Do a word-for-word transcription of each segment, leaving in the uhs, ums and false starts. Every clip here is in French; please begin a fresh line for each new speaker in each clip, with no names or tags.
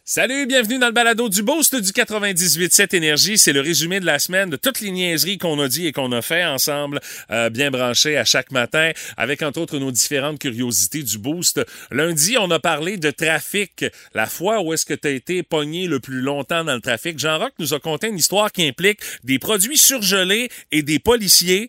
Salut, bienvenue dans le balado du Boost du quatre-vingt-dix-huit sept Énergie. C'est le résumé de la semaine de toutes les niaiseries qu'on a dit et qu'on a fait ensemble, euh, bien branchés à chaque matin, avec entre autres nos différentes curiosités du Boost. Lundi, on a parlé de trafic, la fois où est-ce que tu as été pogné le plus longtemps dans le trafic. Jean-Roch nous a conté une histoire qui implique des produits surgelés et des policiers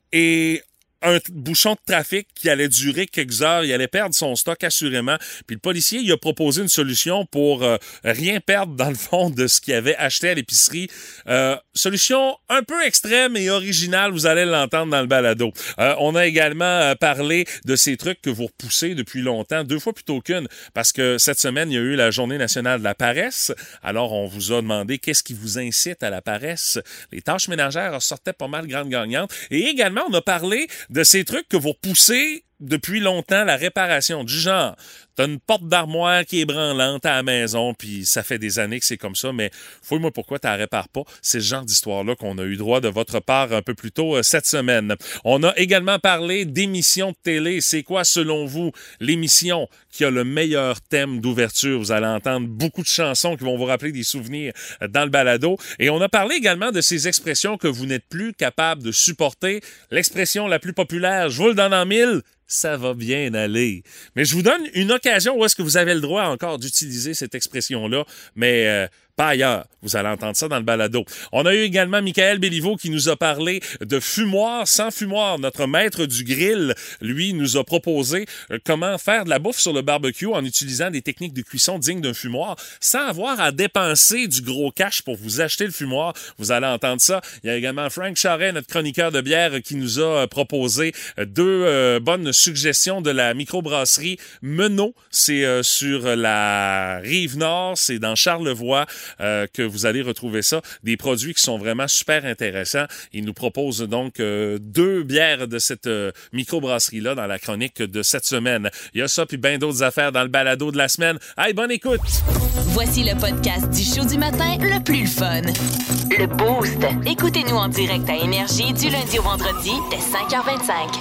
et un bouchon de trafic qui allait durer quelques heures, il allait perdre son stock assurément. Puis le policier, il a proposé une solution pour euh, rien perdre dans le fond de ce qu'il avait acheté à l'épicerie. Euh, solution un peu extrême et originale, vous allez l'entendre dans le balado. Euh, on a également euh, parlé de ces trucs que vous repoussez depuis longtemps, deux fois plutôt qu'une, parce que cette semaine, il y a eu la Journée nationale de la paresse. Alors, on vous a demandé qu'est-ce qui vous incite à la paresse. Les tâches ménagères sortaient pas mal grandes gagnantes. Et également, on a parlé de ces trucs que vous repoussez depuis longtemps, la réparation, du genre, t'as une porte d'armoire qui est branlante à la maison, puis ça fait des années que c'est comme ça, mais fouille-moi pourquoi t'en répares pas. C'est ce genre d'histoire-là qu'on a eu droit de votre part un peu plus tôt euh, cette semaine. On a également parlé d'émissions de télé. C'est quoi, selon vous, l'émission qui a le meilleur thème d'ouverture? Vous allez entendre beaucoup de chansons qui vont vous rappeler des souvenirs dans le balado. Et on a parlé également de ces expressions que vous n'êtes plus capable de supporter. L'expression la plus populaire, je vous le donne en mille, ça va bien aller. Mais je vous donne une occasion où est-ce que vous avez le droit encore d'utiliser cette expression-là, mais euh, pas ailleurs. Vous allez entendre ça dans le balado. On a eu également Michael Béliveau qui nous a parlé de fumoir sans fumoir. Notre maître du grill, lui, nous a proposé euh, comment faire de la bouffe sur le barbecue en utilisant des techniques de cuisson dignes d'un fumoir sans avoir à dépenser du gros cash pour vous acheter le fumoir. Vous allez entendre ça. Il y a également Frank Charret, notre chroniqueur de bière, qui nous a proposé deux euh, bonnes suggestions de la microbrasserie Menot. C'est euh, sur la Rive-Nord, c'est dans Charlevoix euh, que vous allez retrouver ça. Des produits qui sont vraiment super intéressants. Il nous propose donc euh, deux bières de cette euh, microbrasserie-là dans la chronique de cette semaine. Il y a ça puis bien d'autres affaires dans le balado de la semaine. Hey, bonne écoute!
Voici le podcast du show du matin le plus fun. Le Boost. Écoutez-nous en direct à Énergie du lundi au vendredi dès cinq heures vingt-cinq.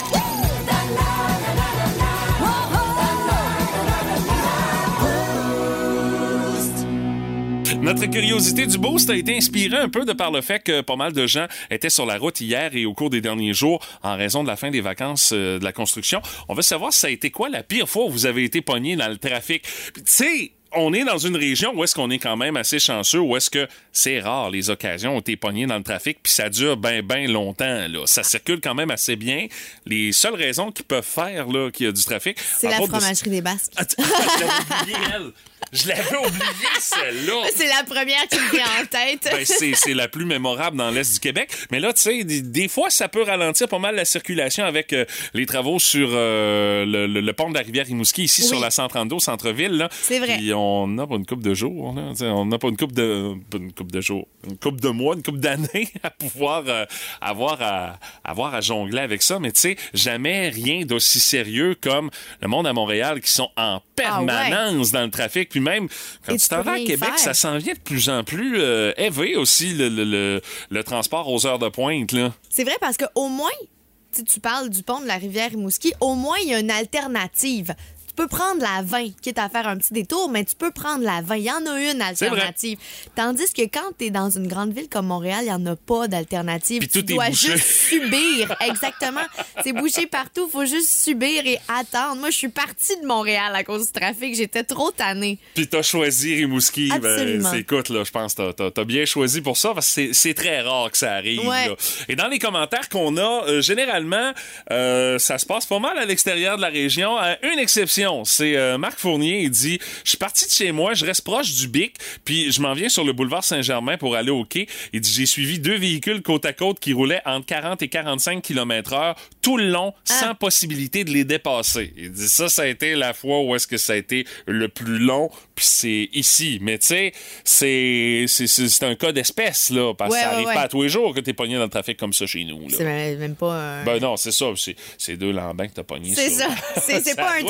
Notre curiosité du Boost a été inspirée un peu de par le fait que pas mal de gens étaient sur la route hier et au cours des derniers jours en raison de la fin des vacances euh, de la construction. On veut savoir si ça a été quoi la pire fois où vous avez été pogné dans le trafic. Tu sais, on est dans une région où est-ce qu'on est quand même assez chanceux, où est-ce que c'est rare les occasions où t'es pogné dans le trafic puis ça dure ben ben longtemps, là. Ça circule quand même assez bien. Les seules raisons qui peuvent faire, là, qu'il y a du trafic...
C'est la fromagerie de... des Basques.
Ah, je l'avais oublié, elle. Je l'avais oublié, celle-là.
C'est la première qui me vient en tête.
Ben, c'est, c'est la plus mémorable dans l'Est du Québec. Mais là, tu sais, des, des fois, ça peut ralentir pas mal la circulation avec euh, les travaux sur euh, le, le, le pont de la rivière Rimouski, ici, oui, sur la cent trente-deux au centre-ville. Là.
C'est vrai.
Puis on n'a pas une couple de jours. Là. On n'a pas une couple de... Une couple de jours. Une couple de mois, une couple d'années à pouvoir euh, avoir, à, avoir à jongler avec ça. Mais tu sais, jamais rien d'aussi sérieux comme le monde à Montréal qui sont en permanence ah ouais. dans le trafic. Puis même, quand Et tu t'en vas à Québec, faire. Ça s'en vient de plus en plus euh, élevé aussi, le, le, le, le transport aux heures de pointe. Là.
C'est vrai parce qu'au moins, si tu parles du pont de la rivière Rimouski, au moins, il y a une alternative. Tu peux prendre la vingt, quitte à faire un petit détour, mais tu peux prendre la vingt. Il y en a une alternative. Tandis que quand tu es dans une grande ville comme Montréal, il n'y en a pas d'alternative.
Puis
tu
tout
dois
est bouché.
Juste subir. Exactement. C'est bouché partout. Il faut juste subir et attendre. Moi, je suis partie de Montréal à cause du trafic. J'étais trop tannée.
Puis t'as choisi Rimouski.
Absolument.
Ben, écoute, là, je pense que t'as, t'as bien choisi pour ça parce que c'est, c'est très rare que ça arrive.
Ouais.
Là. Et dans les commentaires qu'on a, euh, généralement, euh, ça se passe pas mal à l'extérieur de la région. À une exception, c'est euh, Marc Fournier, il dit « Je suis parti de chez moi, je reste proche du Bic, puis je m'en viens sur le boulevard Saint-Germain pour aller au quai. Il dit « J'ai suivi deux véhicules côte à côte qui roulaient entre quarante et quarante-cinq kilomètres heure tout le long, ah. sans possibilité de les dépasser. » Il dit « Ça, ça a été la fois où est-ce que ça a été le plus long, puis c'est ici. » Mais tu sais, c'est, c'est, c'est, c'est un cas d'espèce, là, parce que
ouais,
ça
ouais,
arrive
ouais.
pas à tous les jours que t'es pogné dans le trafic comme ça chez nous. Là.
C'est même pas... Un...
Ben non, c'est ça. C'est, c'est deux lambins que t'as pogné.
C'est
sur,
ça. C'est, c'est pas un
route,
trafic,
là.
c'est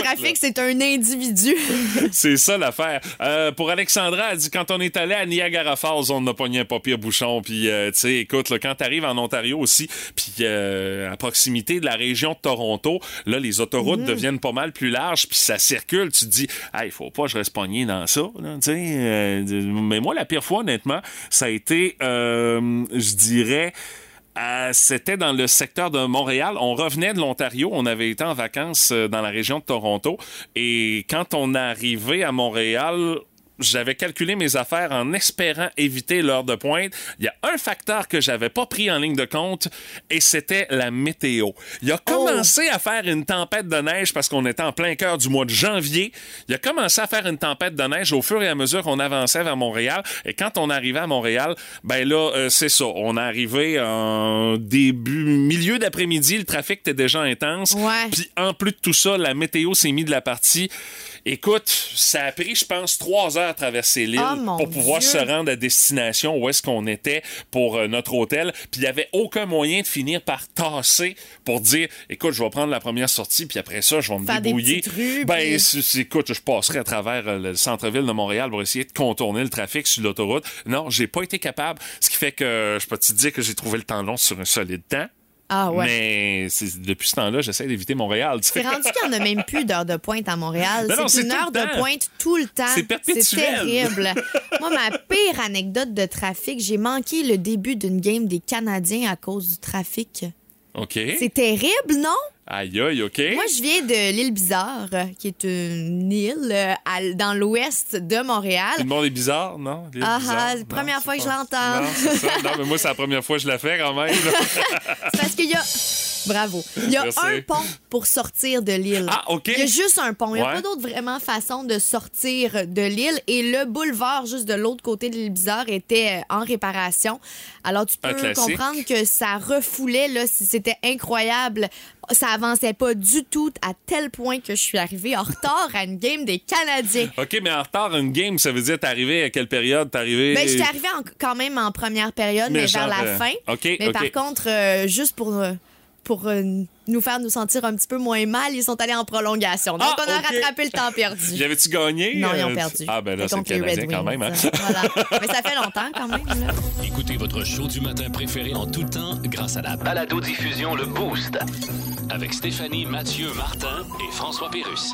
c'est un individu.
C'est ça l'affaire. Euh, pour Alexandra, elle dit quand on est allé à Niagara Falls, on a pogné un pas pire bouchon. Puis, euh, tu sais, écoute, là, quand t'arrives en Ontario aussi, puis euh, à proximité de la région de Toronto, là, les autoroutes mmh. deviennent pas mal plus larges, puis ça circule. Tu te dis, hey, faut pas que je reste pogné dans ça. Tu sais, euh, mais moi, la pire fois, honnêtement, ça a été, euh, je dirais. Euh, c'était dans le secteur de Montréal. On revenait de l'Ontario. On avait été en vacances euh, dans la région de Toronto. Et quand on est arrivé à Montréal, j'avais calculé mes affaires en espérant éviter l'heure de pointe. Il y a un facteur que j'avais pas pris en ligne de compte et c'était la météo. Il a commencé oh. à faire une tempête de neige parce qu'on était en plein cœur du mois de janvier. Il a commencé à faire une tempête de neige au fur et à mesure qu'on avançait vers Montréal. Et quand on arrivait à Montréal, ben là, euh, c'est ça. On est arrivé en début, milieu d'après-midi. Le trafic était déjà intense.
Ouais.
Puis en plus de tout ça, la météo s'est mise de la partie. Écoute, ça a pris, je pense, trois heures à traverser l'île
oh,
pour pouvoir
Dieu.
se rendre à destination où est-ce qu'on était pour euh, notre hôtel. Puis il n'y avait aucun moyen de finir par tasser pour dire, écoute, je vais prendre la première sortie, puis après ça, je vais me
Faire
débrouiller.
Des petites rues,
ben,
puis...
c'est, c'est, écoute, je passerai à travers euh, le centre-ville de Montréal pour essayer de contourner le trafic sur l'autoroute. Non, j'ai pas été capable. Ce qui fait que je peux te dire que j'ai trouvé le temps long sur un solide temps.
Ah ouais.
Mais c'est, depuis ce temps-là, j'essaie d'éviter Montréal.
C'est rendu qu'il n'y en a même plus d'heure de pointe à Montréal.
Non, non,
c'est,
c'est
une heure de pointe tout le temps.
C'est perpétuel.
C'est terrible. Moi, ma pire anecdote de trafic, j'ai manqué le début d'une game des Canadiens à cause du trafic.
OK.
C'est terrible, non?
Aïe, aïe, OK.
Moi, je viens de l'île Bizarre, qui est une île euh, à, dans l'ouest de Montréal.
Le monde est bizarre, non? L'île
ah,
bizarre.
la première
non,
fois que
pas...
je l'entends.
Non, c'est ça. Non, mais moi, c'est la première fois que je la fais quand même.
C'est parce qu'il y a... Bravo. Il y a
Merci.
un pont pour sortir de l'île.
Ah, OK.
Il y a juste un pont. Il n'y a
ouais.
pas d'autre vraiment façon de sortir de l'île. Et le boulevard, juste de l'autre côté de l'île Bizarre, était en réparation. Alors, tu peux comprendre que ça refoulait, là, c'était incroyable. Ça avançait pas du tout, à tel point que je suis arrivée en retard à une game des Canadiens.
OK, mais en retard à une game, ça veut dire t'es arrivé à quelle période? T'es arrivé...
Ben, j'étais arrivée en, quand même en première période, mais, mais vers la fin.
OK,
Mais
OK.
par contre, euh, juste pour... Euh, pour euh, nous faire nous sentir un petit peu moins mal, ils sont allés en prolongation. Donc,
ah,
on a
okay.
rattrapé le temps perdu.
Y'avais-tu gagné?
Non, ils ont perdu.
Ah, ben là, c'est le Canadien quand même. Hein?
Voilà. Mais ça fait longtemps quand même. Là.
Écoutez votre show du matin préféré en tout temps grâce à la balado-diffusion Le Boost. Avec Stéphanie, Mathieu, Martin et François Pérusse.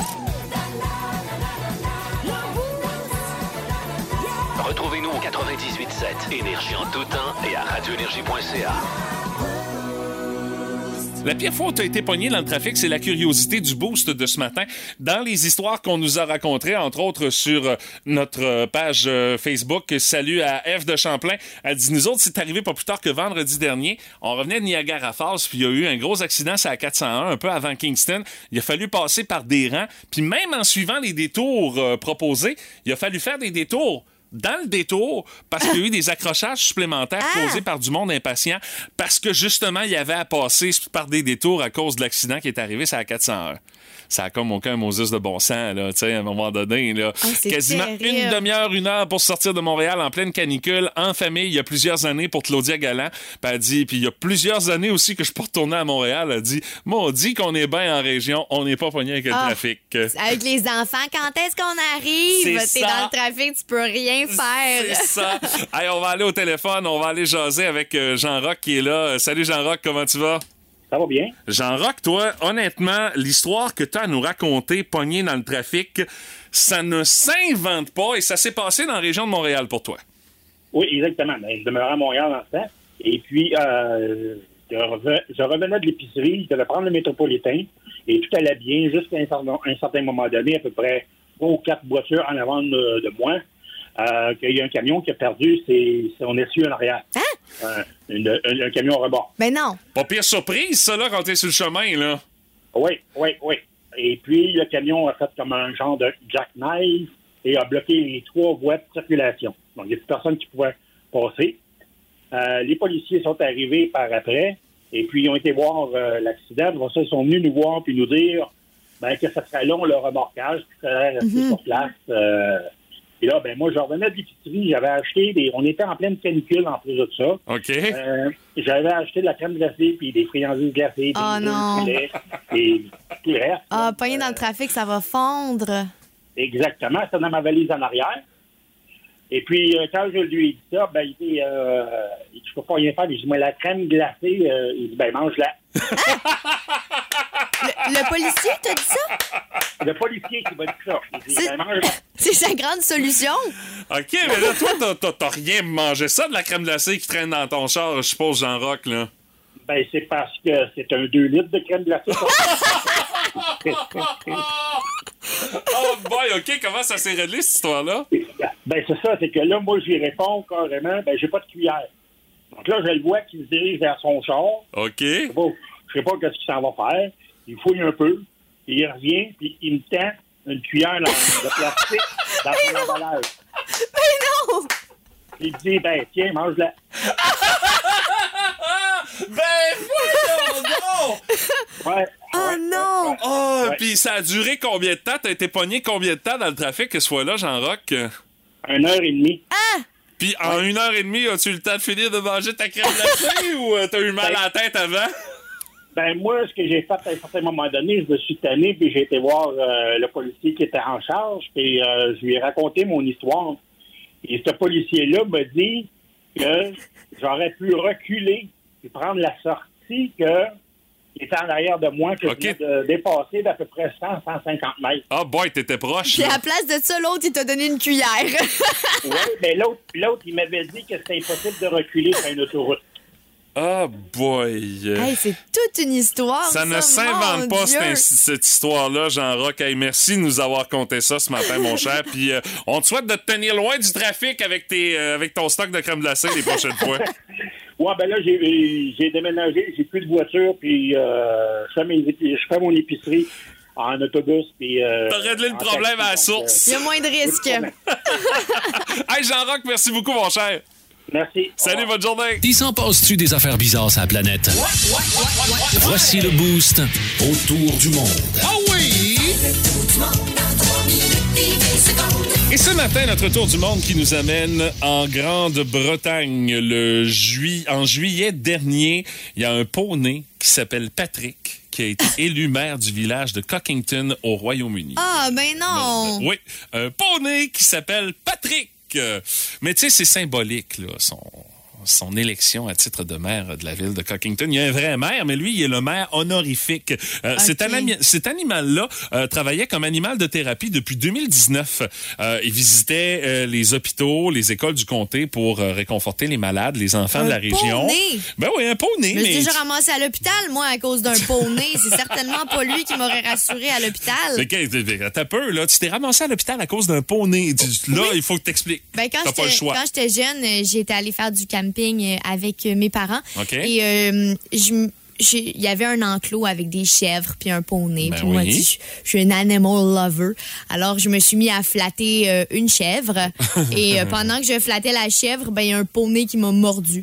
Retrouvez-nous au quatre-vingt-dix-huit sept Énergie en tout temps et à radio énergie point c a.
La pire fois où tu as été pogné dans le trafic, c'est la curiosité du Boost de ce matin. Dans les histoires qu'on nous a racontées, entre autres sur notre page Facebook, salut à F de Champlain, elle dit, nous autres, c'est arrivé pas plus tard que vendredi dernier. On revenait de Niagara Falls, puis il y a eu un gros accident sur la quatre cent un, un peu avant Kingston. Il a fallu passer par des rangs, puis même en suivant les détours euh, proposés, il a fallu faire des détours dans le détour, parce qu'il y a eu des accrochages supplémentaires
ah!
causés par du monde impatient, parce que justement, il y avait à passer par des détours à cause de l'accident qui est arrivé sur la quatre cent un. Ça a comme aucun Moses de bon sens, là, tu sais, à un moment donné, là.
Ah,
quasiment
terrible.
une demi-heure, une heure pour sortir de Montréal en pleine canicule, en famille, il y a plusieurs années pour Claudia Galland. Puis elle dit, puis il y a plusieurs années aussi que je peux retourner à Montréal. Elle dit, moi, on dit qu'on est bien en région, on n'est pas pogné avec le
ah,
trafic.
Avec les enfants, quand est-ce qu'on arrive?
C'est
T'es
ça.
dans le trafic, tu peux rien faire.
C'est ça. Hey, on va aller au téléphone, on va aller jaser avec euh, Jean-Roch qui est là. Salut Jean-Roch, comment tu vas?
Ça va bien.
Jean-Roch, toi, honnêtement, l'histoire que tu as à nous raconter, pogné dans le trafic, ça ne s'invente pas et ça s'est passé dans la région de Montréal pour toi.
Oui, exactement. Ben, je demeurais à Montréal dans ce temps. Et puis, euh, je, revenais, je revenais de l'épicerie, je devais prendre le métropolitain et tout allait bien jusqu'à un certain, un certain moment donné, à peu près trois ou quatre voitures en avant de, de moi. Euh, qu'il y a un camion qui a perdu ses, son essieu en arrière.
Hein?
Euh, une, un, un camion rebord.
Ben non.
Pas pire surprise, ça, là, quand t'es sur le chemin, là.
Oui, oui, oui. Et puis, le camion a fait comme un genre de jackknife et a bloqué les trois voies de circulation. Donc, il n'y a plus personne qui pouvait passer. Euh, les policiers sont arrivés par après et puis ils ont été voir euh, l'accident. Ils sont venus nous voir puis nous dire ben, que ça serait long, le remorquage, puis ça allait rester mm-hmm. sur place. Euh, Et là, ben moi, je revenais de l'épicerie, j'avais acheté des... On était en pleine canicule en plus de ça.
OK.
Euh, j'avais acheté de la crème glacée, puis des friandises glacées, puis
Oh
des
non.
poulet, et tout le reste.
Ah,
là.
pogné dans le trafic, ça va fondre.
Exactement, c'était dans ma valise en arrière. Et puis, euh, quand je lui ai dit ça, ben, il dit, euh, il dit, je peux pas rien faire. Il dit, moi, la crème glacée, euh, il dit, ben, mange-la.
Le, le policier t'a dit ça?
Le policier qui m'a dit ça. Il dit,
C'est-
ben, mange-la.
C'est sa grande solution.
OK, mais là, toi, t'as- t'as, t'as rien mangé ça de la crème glacée qui traîne dans ton char, je suppose, Jean-Roch, là.
Ben, c'est parce que c'est un deux litres de crème glacée.
Oh boy, OK, comment ça s'est réglé, cette histoire-là?
Ben, c'est ça, c'est que là, moi, j'y réponds carrément, ben, j'ai pas de cuillère. Donc là, je le vois qu'il se dirige vers son char.
OK.
Je sais pas, je sais pas qu'est-ce qu'il s'en va faire. Il fouille un peu, puis il revient, puis il me tend une cuillère dans, de plastique dans son emballage.
Mais non!
Il dit, ben, tiens, mange-la.
Ben, voyons donc!
Ouais.
Oh
ouais,
non!
ouais, ouais.
Oh,
Ouais.
puis ça a duré combien de temps? T'as été pogné combien de temps dans le trafic ce fois-là, Jean-Roch?
Une heure et demie.
Puis en une heure et demie, as-tu eu le temps de finir de manger ta crème glacée ou euh, t'as eu mal à la tête avant?
Ben, moi, ce que j'ai fait à un certain moment donné, je me suis tanné, puis j'ai été voir euh, le policier qui était en charge, puis euh, je lui ai raconté mon histoire. Et ce policier-là m'a dit que j'aurais pu reculer et prendre la sortie que qui était en arrière de moi, que
OK.
je venais de dépasser d'à peu près cent à cent cinquante mètres.
Ah boy, t'étais proche,
Puis à
là.
la place de ça, l'autre, il t'a donné une cuillère.
Oui, mais l'autre, l'autre, il m'avait dit que c'était impossible de reculer sur une autoroute.
Ah boy.
Hey, c'est toute une histoire.
Ça ne
mon
s'invente pas,
Dieu.
cette, cette histoire-là, Jean-Roch. Hey, merci de nous avoir conté ça ce matin, mon cher. Puis euh, on te souhaite de te tenir loin du trafic avec, tes, euh, avec ton stock de crème glacée les prochaines fois.
Ouais, ben là, j'ai, j'ai déménagé, j'ai plus de voiture, puis euh, je, fais mes épi- je fais mon épicerie en autobus. Puis, euh,
T'as réglé le
en
problème
taxi,
à la
donc,
source.
Il y a moins de risques.
Hey, Jean-Roch, merci beaucoup, mon cher.
euh, merci.
Salut, bonne journée.
Il s'en passe-tu des affaires bizarres sur la planète? Voici le Boost autour du monde.
Ah oui! Et ce matin, notre tour du monde qui nous amène en Grande-Bretagne. Le jui... En juillet dernier, il y a un poney qui s'appelle Patrick qui a été élu maire du village de Cockington au Royaume-Uni.
Ah, ben non.
Oui, un poney qui s'appelle Patrick. Euh, Mais tu sais, c'est symbolique, là, son... son élection à titre de maire de la ville de Cockington. Il y a un vrai maire, mais lui, il est le maire honorifique. Euh,
Okay.
cet, anami- cet animal-là euh, travaillait comme animal de thérapie depuis deux mille dix-neuf. Euh, il visitait euh, les hôpitaux, les écoles du comté pour euh, réconforter les malades, les enfants
Un
de la région.
poney?
Ben oui, un poney.
Je me suis
mais...
déjà ramassé à l'hôpital, moi, à cause d'un poney. C'est certainement pas lui qui m'aurait rassuré à l'hôpital.
Mais qu'est- T'as peur, là. Tu t'es ramassé à l'ôpital à cause d'un poney. Tu- Là,
Oui.
il faut que t'expliques.
Ben, quand
T'as pas le
j'étais
choix.
quand j'étais jeune, euh, j'étais allée faire du camping euh, avec euh, mes parents.
OK.
Et euh, je m- j'ai- il y avait un enclos avec des chèvres puis un poney.
Ben
Puis moi,
oui.
je je suis une animal lover. Alors, je me suis mis à flatter euh, une chèvre. Et euh, pendant que je flattais la chèvre, ben il y a un poney qui m'a mordu.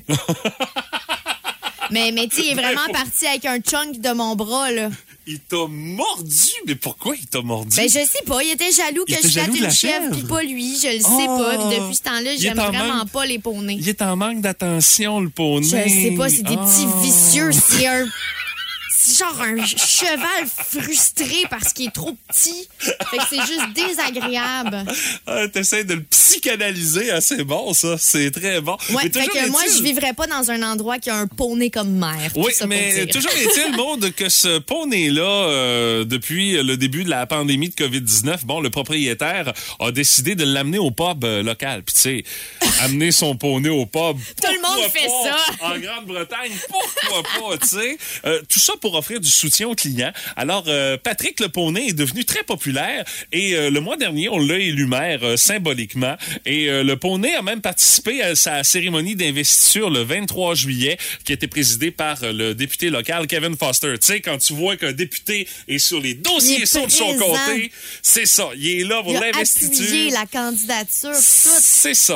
mais mais tu sais, il est vraiment parti avec un chunk de mon bras, là.
Il t'a mordu? Mais pourquoi il t'a mordu?
Ben, je sais pas. Il était jaloux
Il
que
était
je flatte
jaloux de la
une chèvre,
chèvre.
puis pas lui. Je le sais
Oh.
pas. Puis depuis ce temps-là,
Il
j'aime
est en
vraiment
manque-
pas les poneys.
Il est en manque d'attention, le poney.
Je sais pas, c'est des
Ah.
petits vicieux. C'est un. C'est genre un cheval frustré parce qu'il est trop petit. Fait que c'est juste désagréable.
Ah, t'essaies de le psychanalyser. Ah, c'est bon, ça. C'est très bon.
Ouais,
Mais
fait
toujours
que moi,
est-il-
je vivrais pas dans un endroit qui a un poney comme mère. Tout
Oui,
ça pour
mais
dire.
toujours est-il, Maud, que ce poney-là, euh, depuis le début de la pandémie de covid dix-neuf, bon, le propriétaire a décidé de l'amener au pub euh, local. Puis, tu sais, amener son poney au pub.
Tout le monde
pourquoi
fait
pas?
ça.
En Grande-Bretagne, pourquoi pas, tu sais? Euh, tout ça pour offrir du soutien aux clients. Alors, euh, Patrick le poney est devenu très populaire et euh, le mois dernier, on l'a élu maire euh, symboliquement. Et euh, le poney a même participé à sa cérémonie d'investiture le vingt-trois juillet qui a été présidée par euh, le député local Kevin Foster. Tu sais, quand tu vois qu'un député est sur les
Il
dossiers
est
sur de son
présent.
côté, c'est ça. Il est là pour
Il a
l'investiture.
appuyé la candidature. Tout.
C'est ça. Euh,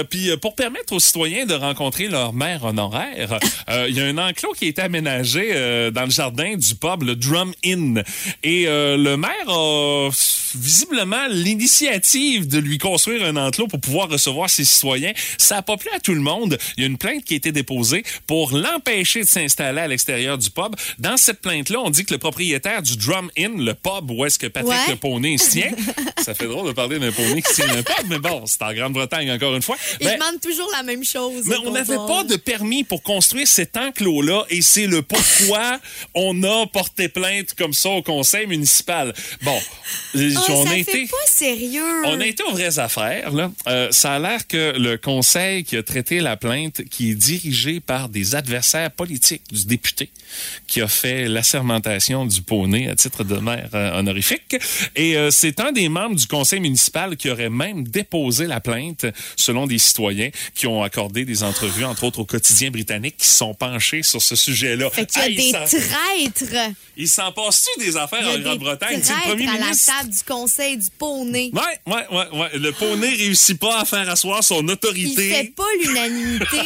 puis euh, pour permettre aux citoyens de rencontrer leur maire honoraire, euh, il y a un enclos qui a été aménagé euh, dans le jardin du pub, le Drum Inn. Et euh, le maire a visiblement l'initiative de lui construire un enclos pour pouvoir recevoir ses citoyens. Ça n'a pas plu à tout le monde. Il y a une plainte qui a été déposée pour l'empêcher de s'installer à l'extérieur du pub. Dans cette plainte-là, on dit que le propriétaire du Drum Inn, le pub où est-ce que Patrick
ouais.
le poney se tient, ça fait drôle de parler d'un poney qui tient un pub, mais bon, c'est en Grande-Bretagne encore une fois.
Ils
Ben,
demandent toujours la même chose.
mais on n'avait pas de permis pour construire cet enclos-là et c'est le pourquoi on a porté plainte comme ça au conseil municipal. Bon,
Oh,
on
ça
a
fait
été...
pas sérieux.
On a été aux vraies affaires, là. Euh, ça a l'air que le conseil qui a traité la plainte, qui est dirigé par des adversaires politiques du député, qui a fait l'assermentation du poney à titre de maire euh, honorifique. Et euh, c'est un des membres du conseil municipal qui aurait même déposé la plainte, selon des citoyens qui ont accordé des entrevues, entre autres au quotidien britannique, qui se sont penchés sur ce sujet-là.
Fait qu'il y a
Hey,
des
ça...
traîtres.
Il s'en passe-tu des affaires
Il y a
en
des
Grande-Bretagne? C'est le
traîtres
premier
à la
ministre.
table du conseil du poney.
Ouais, ouais, ouais, ouais. Le poney réussit pas à faire asseoir son
Il
autorité.
fait pas l'unanimité.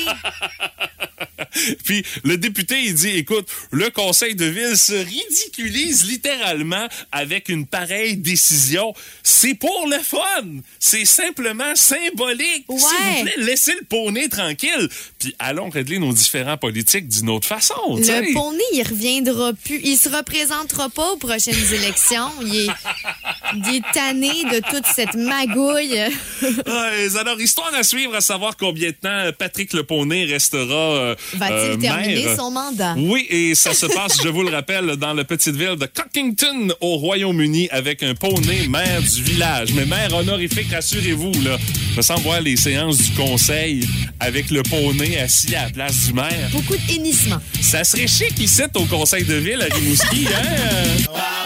Puis le député, il dit, écoute, le conseil de ville se ridiculise littéralement avec une pareille décision. C'est pour le fun. C'est simplement symbolique.
Ouais.
S'il vous plaît, laissez le poney tranquille. Puis allons régler nos différends politiques d'une autre façon.
Le
t'sais.
poney, il reviendra plus. Il se représentera pas aux prochaines élections. Il est, il est tanné de toute cette magouille.
Ouais, alors, histoire à suivre, à savoir combien de temps Patrick le poney restera euh,
Va-t-il
euh,
terminer
maire.
son mandat?
Oui, et ça se passe, je vous le rappelle, dans la petite ville de Cockington, au Royaume-Uni, avec un poney maire du village. Mais maire honorifique, rassurez-vous, là. Je me sens voir les séances du conseil avec le poney assis à la place du maire.
Beaucoup de hennissements.
Ça serait chic ici au conseil de ville à Rimouski, hein?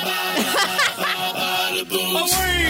Ah oui!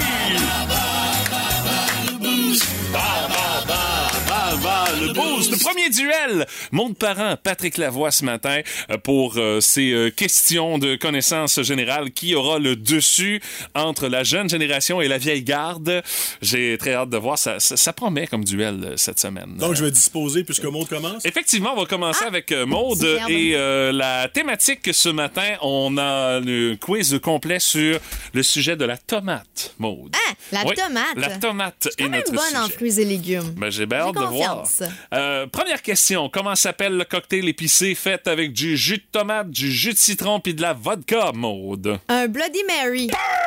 Le boost, le premier duel. Monde parent, Patrick Lavoie ce matin pour euh, ces euh, questions de connaissances générales. Qui aura le dessus entre la jeune génération et la vieille garde? J'ai très hâte de voir. Ça, ça, ça promet comme duel euh, cette semaine.
Donc, je vais disposer puisque Maud commence.
Effectivement, on va commencer
Ah,
avec euh, Maud
superbe.
et euh, la thématique ce matin, on a le quiz complet sur le sujet de la tomate, Maud.
Ah, la
Oui,
tomate.
La tomate
Je
est
suis quand même
notre
bonne
sujet.
en fruits et légumes.
Ben, j'ai bien
J'ai
hâte de voir.
confiance.
Euh, première question. Comment s'appelle le cocktail épicé fait avec du jus de tomate, du jus de citron puis de la vodka, Maude?
Un Bloody Mary.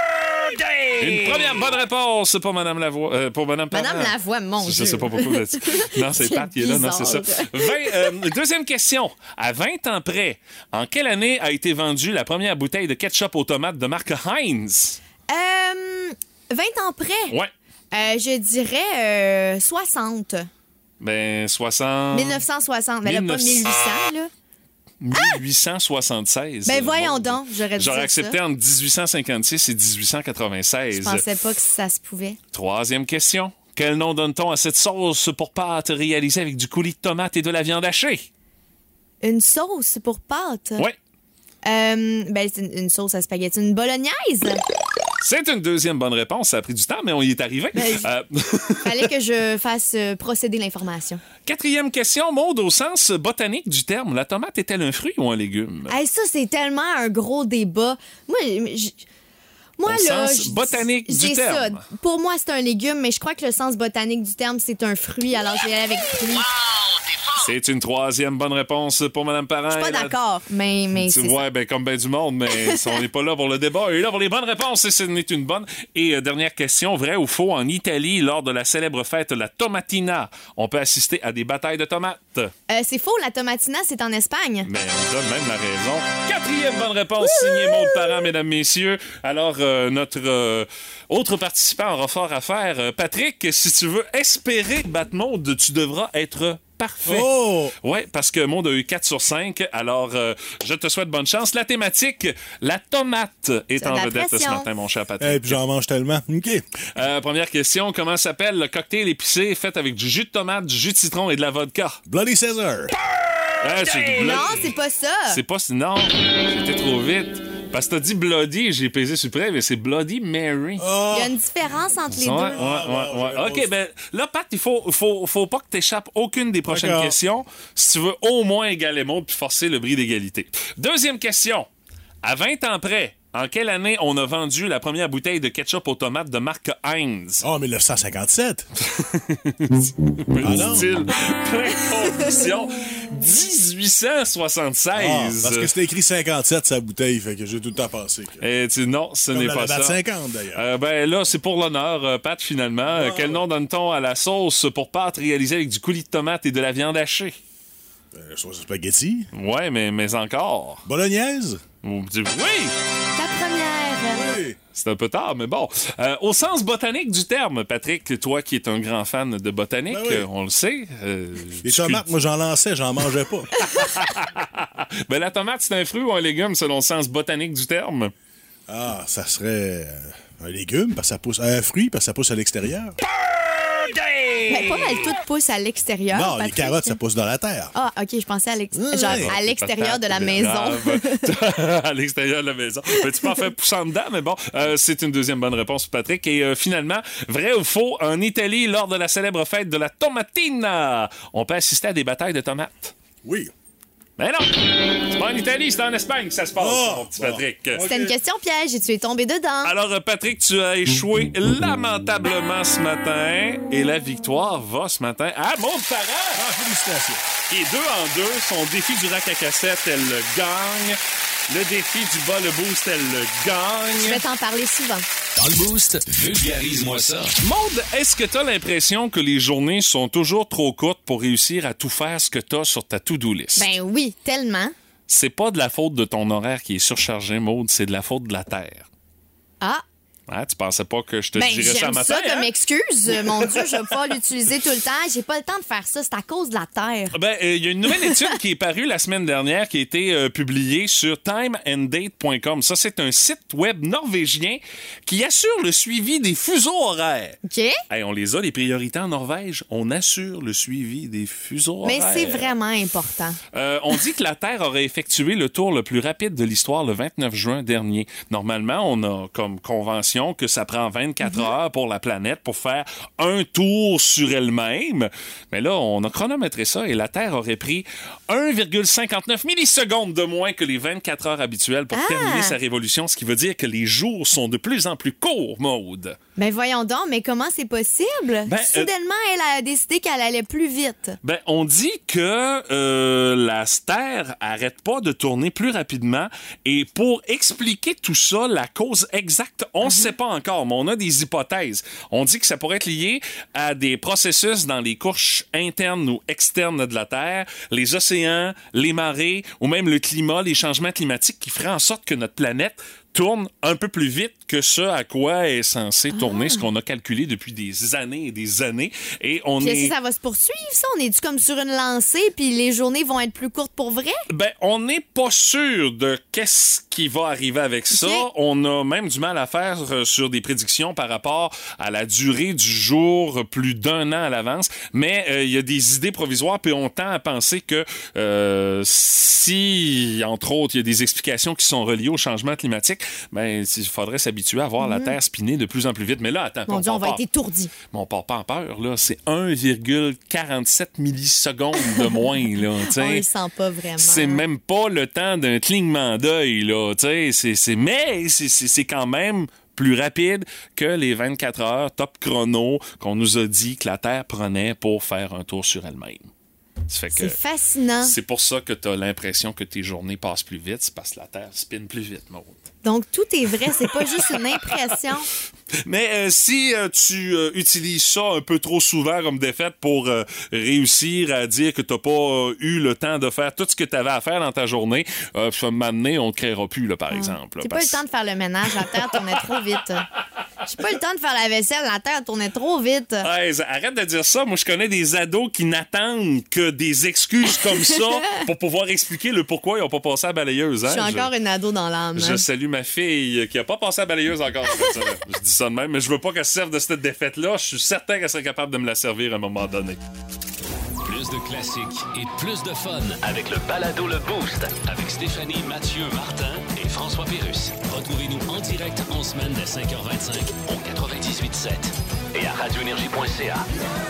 Une première bonne réponse pour Madame Lavoie. Euh, pour Madame Parent.
Madame Lavoie, mon
Je
Dieu.
sais pas pourquoi. Non, c'est
C'est
Pat qui est là. Non, c'est ça.
bizarre.
vingt, euh, deuxième question. À vingt ans près, en quelle année a été vendue la première bouteille de ketchup aux tomates de marque Heinz?
Euh, vingt ans près.
Ouais.
Euh, je dirais euh, soixante.
Ben, soixante...
mille neuf cent soixante. Mais là, pas
mille neuf cents.
mille huit cents, là.
mille huit cent soixante-seize.
Ben
euh,
voyons
Maude.
donc, j'aurais dû
J'aurais
dire
accepté
ça.
entre dix-huit cent cinquante-six et dix-huit cent quatre-vingt-seize.
Je pensais pas que ça se pouvait.
Troisième question. Quel nom donne-t-on à cette sauce pour pâte réalisée avec du coulis de tomate et de la viande hachée?
Une sauce pour pâte?
Oui.
Euh, ben, c'est une, une sauce à spaghetti. Une bolognaise?
C'est une deuxième bonne réponse. Ça a pris du temps, mais on y est arrivé.
Ben,
Euh,
Fallait que je fasse euh, procéder l'information.
Quatrième question, Maude, au sens botanique du terme. La tomate est-elle un fruit ou un légume?
Hey, ça, c'est tellement un gros débat. Moi, j- moi
Au
là,
sens
j-
botanique du
j'ai
terme.
ça. Pour moi, c'est un légume, mais je crois que le sens botanique du terme, c'est un fruit. Alors, je vais aller avec fruit.
C'est une troisième bonne réponse pour Mme Parent.
Je suis pas
Et la-
d'accord, mais, mais
Tu
c'est
vois,
ça.
ben, comme ben du monde, mais on n'est pas là pour le débat. On est là pour les bonnes réponses et ce n'est une bonne. Et euh, dernière question, vrai ou faux, en Italie, lors de la célèbre fête la Tomatina, on peut assister à des batailles de tomates.
Euh, c'est faux, la tomatina, c'est en Espagne.
Mais on donne même la raison. Quatrième bonne réponse, signée Maude Parent, mesdames, messieurs. Alors, euh, notre euh, autre participant aura fort à faire. Euh, Patrick, si tu veux espérer battre Maude, tu devras être parfait.
Oh!
Oui, parce que Maude a eu quatre sur cinq. Alors, euh, je te souhaite bonne chance. La thématique, la tomate, est
C'est
en
de la
vedette ce
pression.
matin, mon cher Patrick.
Et puis j'en mange tellement. OK.
Euh, première question, comment s'appelle le cocktail épicé fait avec du jus de tomate, du jus de citron et de la vodka?
Bloody Caesar.
Ah, c'est du
Non,
blanc.
c'est pas ça.
C'est pas... Non, c'était trop vite. Parce que t'as dit Bloody, j'ai pesé sur près, mais c'est Bloody Mary.
Oh.
Il y a une différence entre les
Ouais,
deux.
ouais, ouais, ouais.
Ah,
OK, ben là, Pat, il faut, faut, faut pas que t'échappes aucune des prochaines
D'accord.
questions si tu veux au moins égaler Maud puis forcer le bris d'égalité. Deuxième question. À vingt ans près, en quelle année on a vendu la première bouteille de ketchup aux tomates de marque Heinz?
Oh, mille neuf cent cinquante-sept.
Petit style, plein de conditions. dix-huit cent soixante-seize.
Ah, parce que c'était écrit cinquante-sept sa bouteille, fait que j'ai tout le temps pensé. Que...
Et tu, non, ce
Comme
n'est
la
pas
Labatt
ça.
cinquante, d'ailleurs.
Euh, ben là, c'est pour l'honneur, euh, Pat, finalement. Euh, quel nom donne-t-on à la sauce pour pâte réalisée avec du coulis de tomate et de la viande hachée?
Euh, sauce spaghetti.
Ouais, mais, mais encore.
Bolognaise.
Vous me dites, oui!
Ta première.
Oui.
C'est un peu tard, mais bon. Euh, au sens botanique du terme, Patrick, toi qui es un grand fan de botanique,
Ben oui.
euh, on le sait. euh,
Les
tu
tomates,
cultives-
moi, j'en lançais, j'en mangeais pas.
Ben, la tomate, c'est un fruit ou un légume selon le sens botanique du terme?
Ah, ça serait euh, un légume, parce que ça pousse... Un fruit, parce que ça pousse à l'extérieur.
Mais pas mal toutes poussent à l'extérieur.
Non, les
Patrick.
carottes, ça pousse dans la terre.
Ah, OK, je pensais à l'ex-
Ouais.
genre à l'extérieur de la maison.
Grave. À l'extérieur de la maison. Ben, tu peux en faire poussant dedans, mais bon, euh, c'est une deuxième bonne réponse, Patrick. Et euh, finalement, vrai ou faux, en Italie, lors de la célèbre fête de la tomatina, on peut assister à des batailles de tomates.
Oui.
Mais non! C'est pas en Italie, c'est en Espagne que ça se passe,
Oh!
mon petit
Bon.
Patrick.
C'était une question piège et tu es tombé dedans.
Alors, euh, Patrick, tu as échoué lamentablement ce matin. Et la victoire va ce matin à Maud Parent,
Ah, félicitations.
qui est deux en deux. Son défi du rack à cassette, elle le gagne. Le défi du bas le boost, elle le
Je
gagne.
vais t'en parler souvent.
Dans le Boost, vulgarise-moi ça.
Maude, est-ce que tu as l'impression que les journées sont toujours trop courtes pour réussir à tout faire ce que tu as sur ta to-do list?
Ben oui, tellement.
C'est pas de la faute de ton horaire qui est surchargé, Maude, c'est de la faute de la Terre.
Ah,
Hein, tu pensais pas que je te
ben
dirais ça
j'aime
matin?
ça comme
hein?
excuse. Mon Dieu, je vais pas l'utiliser tout le temps. J'ai pas le temps de faire ça. C'est à cause de la Terre.
Ben, il euh, y a une nouvelle étude qui est parue la semaine dernière qui a été euh, publiée sur time and date point com. Ça, c'est un site web norvégien qui assure le suivi des fuseaux horaires.
OK?
Hey, on les a, les priorités en Norvège. On assure le suivi des fuseaux
Mais
horaires.
c'est vraiment important.
Euh, on dit que la Terre aurait effectué le tour le plus rapide de l'histoire le vingt-neuf juin dernier. Normalement, on a comme convention que ça prend vingt-quatre heures pour la planète pour faire un tour sur elle-même. Mais là, on a chronométré ça et la Terre aurait pris un virgule cinquante-neuf millisecondes de moins que les vingt-quatre heures habituelles pour
Ah!
terminer sa révolution, ce qui veut dire que les jours sont de plus en plus courts, Maude.
Ben voyons donc, mais comment c'est possible?
Ben,
Soudainement, elle a décidé qu'elle allait plus vite.
Ben, on dit que euh, la Terre arrête pas de tourner plus rapidement et pour expliquer tout ça, la cause exacte, on ne sait pas encore, mais on a des hypothèses. On dit que ça pourrait être lié à des processus dans les couches internes ou externes de la Terre, les océans, les marées ou même le climat, les changements climatiques qui feraient en sorte que notre planète tourne un peu plus vite que ce à quoi est censé tourner, ce qu'on a calculé depuis des années et des années. Et on
Puis est-ce
est...
que ça va se poursuivre, ça? On est-tu comme sur une lancée, puis les journées vont être plus courtes pour vrai?
Ben, on n'est pas sûr de qu'est-ce qui va arriver avec ça.
Ok.
On a même du mal à faire euh, sur des prédictions par rapport à la durée du jour plus d'un an à l'avance. Mais euh, il y a des idées provisoires, puis on tend à penser que euh, si, entre autres, il y a des explications qui sont reliées au changement climatique, ben, il faudrait s'habituer à voir la Terre spinner de plus en plus vite. Mais là, attends,
Mon
on
Dieu, on
part
va
pas-
être étourdis.
mais on part pas en peur, là. C'est un virgule quarante-sept millisecondes de moins, là. t'sais.
On le sent pas vraiment.
C'est même pas le temps d'un clignement d'œil, là. t'sais. C'est, c'est, mais c'est, c'est, c'est quand même plus rapide que les vingt-quatre heures top chrono qu'on nous a dit que la Terre prenait pour faire un tour sur elle-même. Ça fait que
C'est fascinant.
c'est pour ça que tu as l'impression que tes journées passent plus vite. C'est parce que la Terre spinne plus vite, Maud.
Donc, tout est vrai. C'est pas juste une impression.
Mais euh, si euh, tu euh, utilises ça un peu trop souvent comme défaite pour euh, réussir à dire que t'as pas euh, eu le temps de faire tout ce que tu avais à faire dans ta journée, euh, ça m'amener, on te créera plus, là, par exemple. là,
J'ai pas
parce-
eu le temps de faire le ménage. La Terre tournait trop vite. J'ai pas eu le temps de faire la vaisselle. La Terre tournait trop vite.
Hey, arrête de dire ça. Moi, je connais des ados qui n'attendent que des excuses comme ça pour pouvoir expliquer le pourquoi ils n'ont pas passé à la balayeuse. Hein?
Je suis encore une ado dans l'âme.
Je salue ma fille qui a pas passé à la balayeuse encore. cette semaine. Je dis ça de même, mais je veux pas qu'elle se serve de cette défaite-là. Je suis certain qu'elle serait capable de me la servir à un moment donné.
Plus de classiques et plus de fun avec le balado Le Boost avec Stéphanie, Mathieu, Martin et François Pérusse. Retrouvez-nous en direct en semaine dès cinq heures vingt-cinq au quatre-vingt-dix-huit sept et à radio énergie point c a.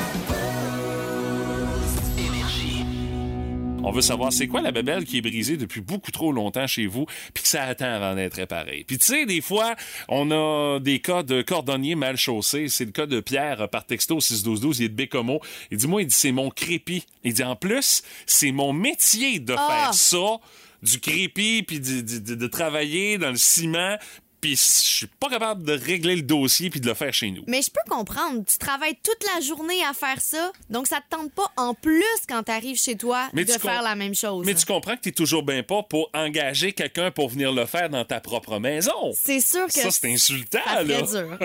Énergie.
On veut savoir c'est quoi la bébelle qui est brisée depuis beaucoup trop longtemps chez vous puis que ça attend avant d'être réparé. Puis tu sais, des fois, on a des cas de cordonniers mal chaussés. C'est le cas de Pierre par texto six douze douze. Il est de Bécomo. Il dit, moi, il dit, c'est mon crépi. Il dit, en plus, c'est mon métier de
Ah.
faire ça, du crépi puis de, de, de, de travailler dans le ciment. Puis je suis pas capable de régler le dossier puis de le faire chez nous.
Mais je peux comprendre. Tu travailles toute la journée à faire ça, donc ça te tente pas en plus quand t'arrives chez toi
Mais
de
tu
faire
com-
la même chose.
Mais tu comprends que t'es toujours bien pas pour engager quelqu'un pour venir le faire dans ta propre maison.
C'est sûr que
Ça, c'est insultant,
ça
là.
serait dur.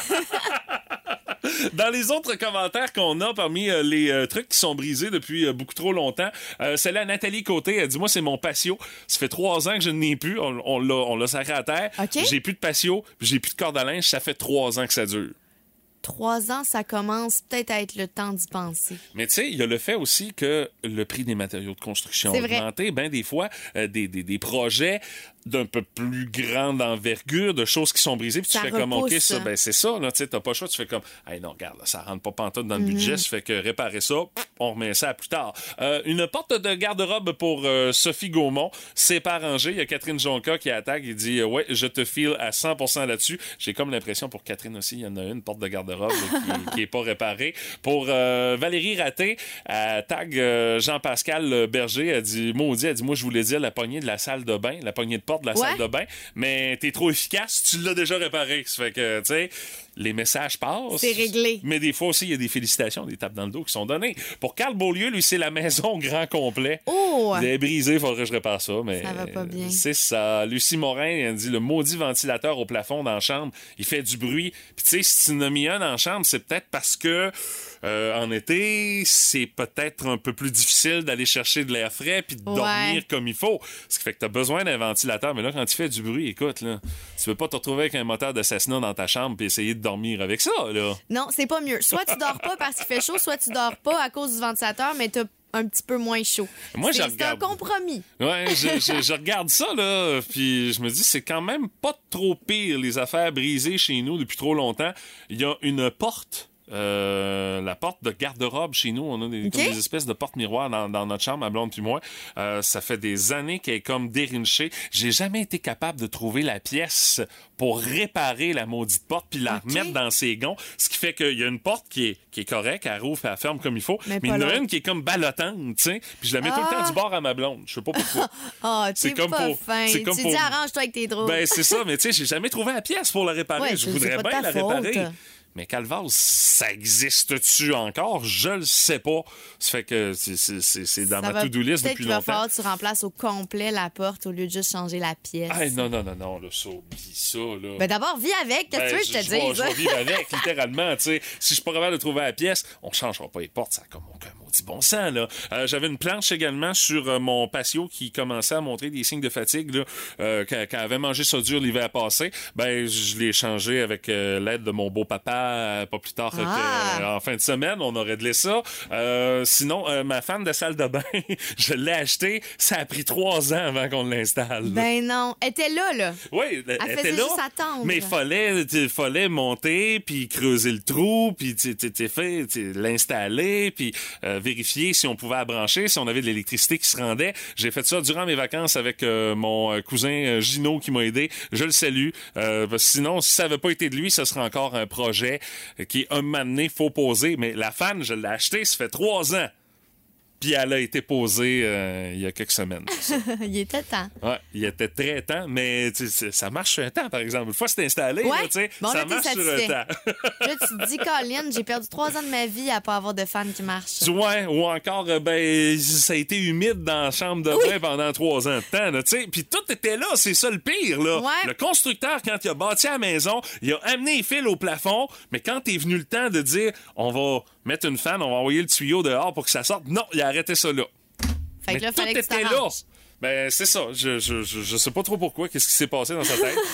Dans les autres commentaires qu'on a parmi euh, les euh, trucs qui sont brisés depuis euh, beaucoup trop longtemps, euh, celle-là, Nathalie Côté, elle dit, moi, c'est mon patio. Ça fait trois ans que je n'ai plus. On, on l'a, on l'a sacré à terre.
OK.
J'ai plus de patio, puis j'ai plus de corde à linge. Ça fait trois ans que ça dure.
Trois ans, ça commence peut-être à être le temps d'y penser.
Mais tu sais, il y a le fait aussi que le prix des matériaux de construction a
C'est vrai.
augmenté. Ben des fois, euh, des, des, des projets d'un peu plus grande envergure, de choses qui sont brisées, puis tu
Ça
fais comme, OK,
repousse.
ça, ben c'est ça, là, tu sais, t'as pas le choix, tu fais comme, hey, non, regarde, là, ça rentre pas pantoute dans le
Mhm.
budget, ça fait que réparer ça, pff, on remet ça à plus tard. Euh, une porte de garde-robe pour euh, Sophie Gaumont, c'est pas arrangé. Il y a Catherine Jonca qui attaque, il dit, euh, ouais, je te file à cent pour cent là-dessus. J'ai comme l'impression pour Catherine aussi, il y en a une porte de garde-robe là, qui, qui est pas réparée. Pour euh, Valérie Raté, elle tag euh, Jean-Pascal Berger, elle dit, maudit, elle dit, moi, je voulais dire la poignée de la salle de bain, la poignée de porte de la
Ouais.
salle de bain, mais t'es trop efficace, tu l'as déjà réparé. Ça fait que, tu sais, les messages passent.
C'est réglé.
Mais des fois aussi, il y a des félicitations, des tapes dans le dos qui sont données. Pour Carl Beaulieu, lui, c'est la maison grand complet.
Oh!
Elle est brisée, faudrait que je répare ça, mais...
Ça va pas bien.
C'est ça. Lucie Morin, elle dit, le maudit ventilateur au plafond dans la chambre, il fait du bruit. Puis tu sais, si tu en as mis un dans la chambre, c'est peut-être parce que euh, en été, c'est peut-être un peu plus difficile d'aller chercher de l'air frais puis de
Ouais.
dormir comme il faut. Ce qui fait que t'as besoin d'un ventilateur. Mais là, quand il fait du bruit, écoute, là, tu veux pas te retrouver avec un moteur d'assassinat dans ta chambre puis essayer de dormir avec ça, là.
Non, c'est pas mieux. Soit tu dors pas parce qu'il fait chaud, soit tu dors pas à cause du ventilateur, mais t'as un petit peu moins chaud.
Moi, je
c'est, c'est un
regarde.
compromis.
Ouais, je, je, je regarde ça, là, puis je me dis, c'est quand même pas trop pire, les affaires brisées chez nous depuis trop longtemps. Il y a une porte, euh, la porte de garde-robe chez nous. On a des,
OK.
comme des espèces de portes miroirs dans, dans notre chambre, ma blonde puis moi. Euh, ça fait des années qu'elle est comme dérinchée. J'ai jamais été capable de trouver la pièce pour réparer la maudite porte puis la
OK.
remettre dans ses gonds. Ce qui fait qu'il y a une porte qui est, qui est correcte, elle rouvre, elle ferme comme il faut.
Mais
Mais,
pas
il y en a
l'autre.
une qui est comme ballottante, tu sais. Puis je la mets tout le
Ah.
temps du bord à ma blonde. Je sais pas pourquoi.
Ah,
C'est
t'es
comme
pas
pour-
fin.
c'est
Tu
comme
dis,
pour-
arrange-toi avec tes drôles.
Ben, c'est ça, mais tu sais, j'ai jamais trouvé la pièce pour la réparer.
Ouais,
je
c'est-
voudrais
c'est pas
bien
de
la
ta faute.
réparer. Mais Calvas, ça existe-tu encore? Je le sais pas. Ça fait que c'est, c'est, c'est, c'est dans
Ça
ma
va-
to-do list
peut-être
depuis
qu'il va
longtemps.
falloir que tu remplaces au complet la porte au lieu de juste changer la pièce.
Ah, non, non, non, non, là, ça, oublie ça, là.
Ben d'abord, vis avec. Qu'est-ce que tu veux que je te
je vais-
dise?
je vais vivre avec, littéralement, tu sais. Si je suis pas capable de trouver la pièce, on changera pas les portes, ça a comme aucun maudit bon sens, là. Euh, j'avais une planche également sur euh, mon patio qui commençait à montrer des signes de fatigue, là, euh, quand, quand elle avait mangé ça dur l'hiver passé. Ben, je l'ai changé avec euh, l'aide de mon beau-papa, euh, pas plus tard que,
Ah.
euh, en fin de semaine, on aurait réglé ça. Euh, sinon, euh, ma fan de salle de bain, je l'ai acheté, ça a pris trois ans avant qu'on l'installe.
Ben non. Elle était là, là.
Oui, elle,
Elle
était
faisait
là,
juste attendre.
mais il fallait, il fallait monter, puis creuser le trou, puis tu tu- tu fait tu- l'installer, puis euh, vérifier si on pouvait la brancher, si on avait de l'électricité qui se rendait. J'ai fait ça durant mes vacances avec euh, mon euh, cousin euh, Gino qui m'a aidé. Je le salue. Euh, parce que sinon, si ça n'avait pas été de lui, ce serait encore un projet euh, qui, un moment donné, faut poser. Mais la fan, je l'ai acheté, ça fait trois ans. Puis elle a été posée euh, il y a quelques semaines.
Il était temps.
Ouais, il était très temps, mais tu sais, ça marche sur un temps, par exemple. Une fois que c'est installé,
Ouais.
là, tu sais,
Bon, là,
ça
t'es
marche sur un
satisfait.
temps.
Là, tu te dis, Colin, j'ai perdu trois ans de ma vie à pas avoir de fan qui marche.
Ouais, ou encore, euh, ben, ça a été humide dans la chambre de bain pendant trois ans de temps, là, tu sais. Puis tout était là, c'est ça le pire, là.
Ouais.
Le constructeur, quand il a bâti la maison, il a amené les fils au plafond, mais quand est venu le temps de dire, on va mettre une fan, on va envoyer le tuyau dehors pour que ça sorte, non, il a arrêté ça là.
Fait que
Mais
là, fallait
tout
que tu
était là.
t'arranges.
Ben, c'est ça. Je, je, je, je sais pas trop pourquoi. Qu'est-ce qui s'est passé dans sa tête.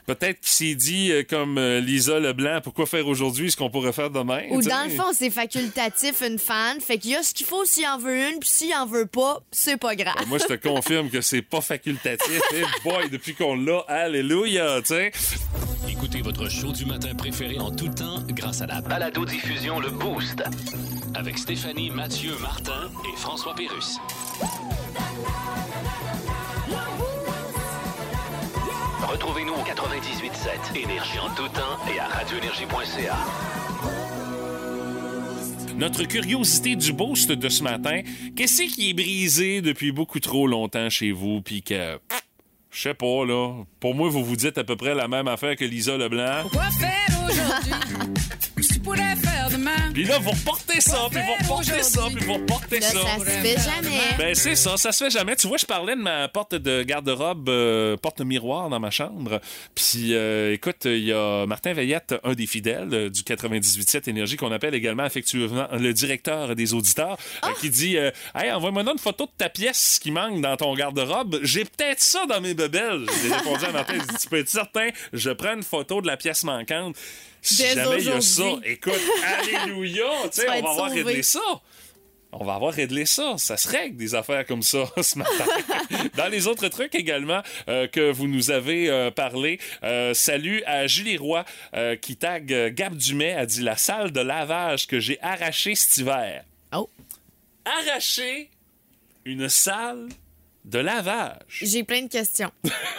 Peut-être qu'il s'est dit, euh, comme euh, Lisa Leblanc, pourquoi faire aujourd'hui ce qu'on pourrait faire demain?
Ou
t'sais?
dans le fond, c'est facultatif, une fan. Fait qu'il y a ce qu'il faut s'il en veut une, puis s'il en veut pas, c'est pas grave.
Ben, moi, je te confirme que c'est pas facultatif. Hey boy, depuis qu'on l'a, alléluia, tu sais.
Écoutez votre show du matin préféré en tout temps grâce à la balado-diffusion Le Boost. Avec Stéphanie, Mathieu, Martin et François Pérusse. Retrouvez-nous au quatre-vingt-dix-huit sept Énergie en tout temps et à radioénergie point c a.
Notre curiosité du boost de ce matin, qu'est-ce qui est brisé depuis beaucoup trop longtemps chez vous, puis que, je sais pas, là, pour moi, vous vous dites à peu près la même affaire que Lisa Leblanc.
Quoi faire aujourd'hui? Qu'est-ce que tu pourrais faire demain?
Puis là, vous reportez ça, puis vous reportez ça, puis vous reportez
Là,
ça.
ça se fait jamais.
Ben, c'est ça, ça se fait jamais. Tu vois, je parlais de ma porte de garde-robe, euh, porte-miroir dans ma chambre. Puis, euh, écoute, il y a Martin Veillette, un des fidèles euh, du quatre-vingt-dix-huit sept Énergie, qu'on appelle également affectueusement le directeur des auditeurs,
Oh.
euh, qui dit euh, Hey, envoie-moi donc une photo de ta pièce qui manque dans ton garde-robe. J'ai peut-être ça dans mes bebelles. J'ai répondu à Martin, tu peux être certain, je prends une photo de la pièce manquante. Si
Dès
jamais il y a ça,
aujourd'hui.
écoute, alléluia, tu sais,
vas
on
être
va avoir
sauvé.
réglé ça. On va avoir réglé ça. Ça se règle des affaires comme ça ce matin. Dans les autres trucs également euh, que vous nous avez euh, parlé, euh, salut à Julie Roy euh, qui tag euh, Gab Dumais, a dit la salle de lavage que j'ai arrachée cet hiver.
Oh.
Arracher une salle de lavage.
J'ai plein de questions.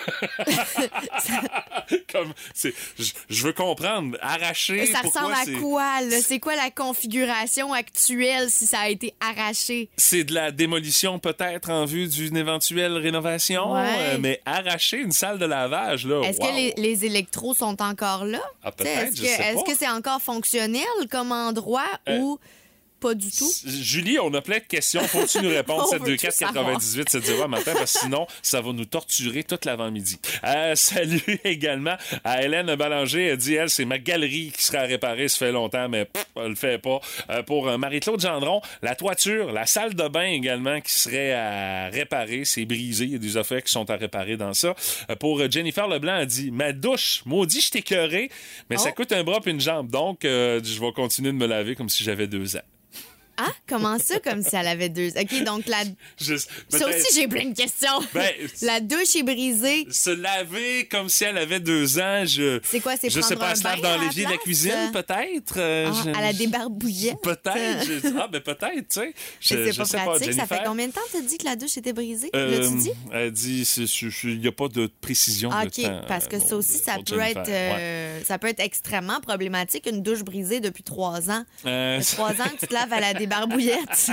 Comme, c'est, je, je veux comprendre. Arracher.
Ça
pourquoi
ressemble à
c'est...
quoi, là? C'est quoi la configuration actuelle si ça a été arraché?
C'est de la démolition peut-être en vue d'une éventuelle rénovation,
Ouais.
euh, mais arracher une salle de lavage, là,
Est-ce
wow.
que les, les électros sont encore là?
Ah,
T'sais,
peut-être,
est-ce
je
que,
sais
est-ce
pas.
que c'est encore fonctionnel comme endroit
Euh,
ou pas du tout?
Julie, on a plein de questions. Faut-tu nous répondre?
On
sept deux
veut
quatre
tout savoir.
quatre-vingt-dix-huit sept zéro matin, parce que sinon, ça va nous torturer toute l'avant-midi. Euh, salut également à Hélène Ballanger. Elle dit, elle, c'est ma galerie qui sera réparée. Ça fait longtemps, mais pff, elle le fait pas. Euh, pour euh, Marie-Claude Gendron, la toiture, la salle de bain également qui serait à réparer. C'est brisé. Il y a des affaires qui sont à réparer dans ça. Euh, pour euh, Jennifer Leblanc, elle dit, ma douche, maudit, je t'ai écœuré, mais ça
Oh.
coûte un bras puis une jambe. Donc, euh, je vais continuer de me laver comme si j'avais deux ans.
Ah, comment ça, comme si elle avait deux... OK, donc la...
Je-
Ça
peut-être-
aussi, j'ai plein de questions.
Ben,
la douche est brisée.
se laver comme si elle avait deux ans, je...
C'est quoi, c'est
Je sais
prendre
pas,
un
elle se lave
bain à
dans
la
l'évier de la
place?
cuisine, peut-être? euh,
Ah,
je-
à la débarbouillette.
Peut-être. je- Ah, ben peut-être, tu sais. Je,
Mais c'est
je
pas
sais
pratique.
pas,
ça fait
Jennifer.
combien de temps t'as dit que la douche était brisée?
Euh,
L'as-tu dit?
Elle dit, il n'y a pas de précision
Ah,
de
OK,
temps,
parce que
euh,
ça
pour-
aussi, ça
pour
peut,
Jennifer.
être,
Ouais.
euh, ça peut être extrêmement problématique, une douche brisée depuis trois ans.
Euh,
Ça fait trois ans que tu te laves à la débarbouillette.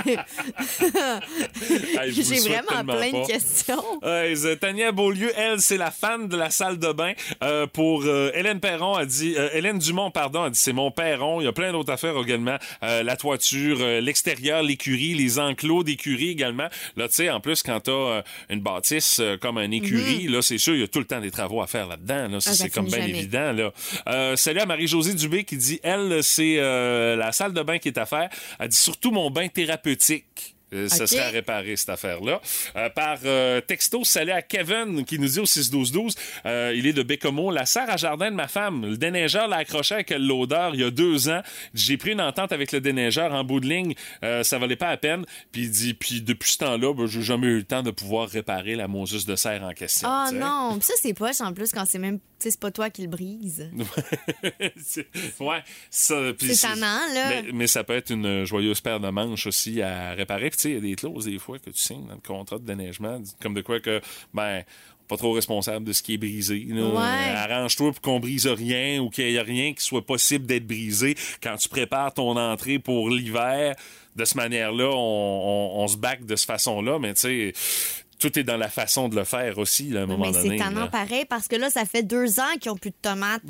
Hey, je vous
J'ai
souhaite
vraiment
tellement
plein
pas.
de questions.
Ouais, c'est Tania Beaulieu, elle, c'est la fan de la salle de bain. Euh, pour euh, Hélène Perron, a dit, euh, Hélène Dumont, pardon, a dit, c'est mon perron. Il y a plein d'autres affaires également. Euh, la toiture, euh, l'extérieur, l'écurie, les enclos d'écurie également. Là, tu sais, en plus, quand t'as euh, une bâtisse euh, comme un écurie, là, c'est sûr, il y a tout le temps des travaux à faire là-dedans. Là. Ça,
Ah, ça
c'est comme
finit
bien
jamais.
évident. Là. Euh, salut à Marie-Josée Dubé qui dit, elle, c'est euh, la salle de bain qui est à faire. Elle dit, surtout mon bain thérapeutique. Euh, Ça
OK.
serait à réparer, cette affaire-là. Euh, par euh, texto, salut à Kevin qui nous dit au six douze douze, euh, il est de Bécomo, la serre à jardin de ma femme. Le déneigeur l'a accroché avec l'odeur il y a deux ans. J'ai pris une entente avec le déneigeur en bout de ligne. Euh, ça valait pas la peine. Puis il dit, puis depuis ce temps-là, ben, j'ai jamais eu le temps de pouvoir réparer la moseuse de serre en question.
Oh
tu sais.
non, puis ça, c'est poche en plus quand c'est même, tu sais, c'est pas toi qui le brise.
C'est- ouais, ça, puis
C'est tannant, là.
Mais, mais ça peut être une joyeuse paire de manches aussi à réparer. Puis tu sais, il y a des clauses des fois que tu signes dans le contrat de déneigement, comme de quoi que, ben, pas trop responsable de ce qui est brisé. Là.
Ouais.
Euh, Arrange-toi pour qu'on brise rien ou qu'il y ait rien qui soit possible d'être brisé quand tu prépares ton entrée pour l'hiver. De cette manière-là, on, on, on se back de cette façon-là, mais tu sais, tout est dans la façon de le faire aussi, là, à un moment
Mais
donné.
c'est tannant
là.
pareil parce que là, ça fait deux ans qu'ils ont plus de tomates.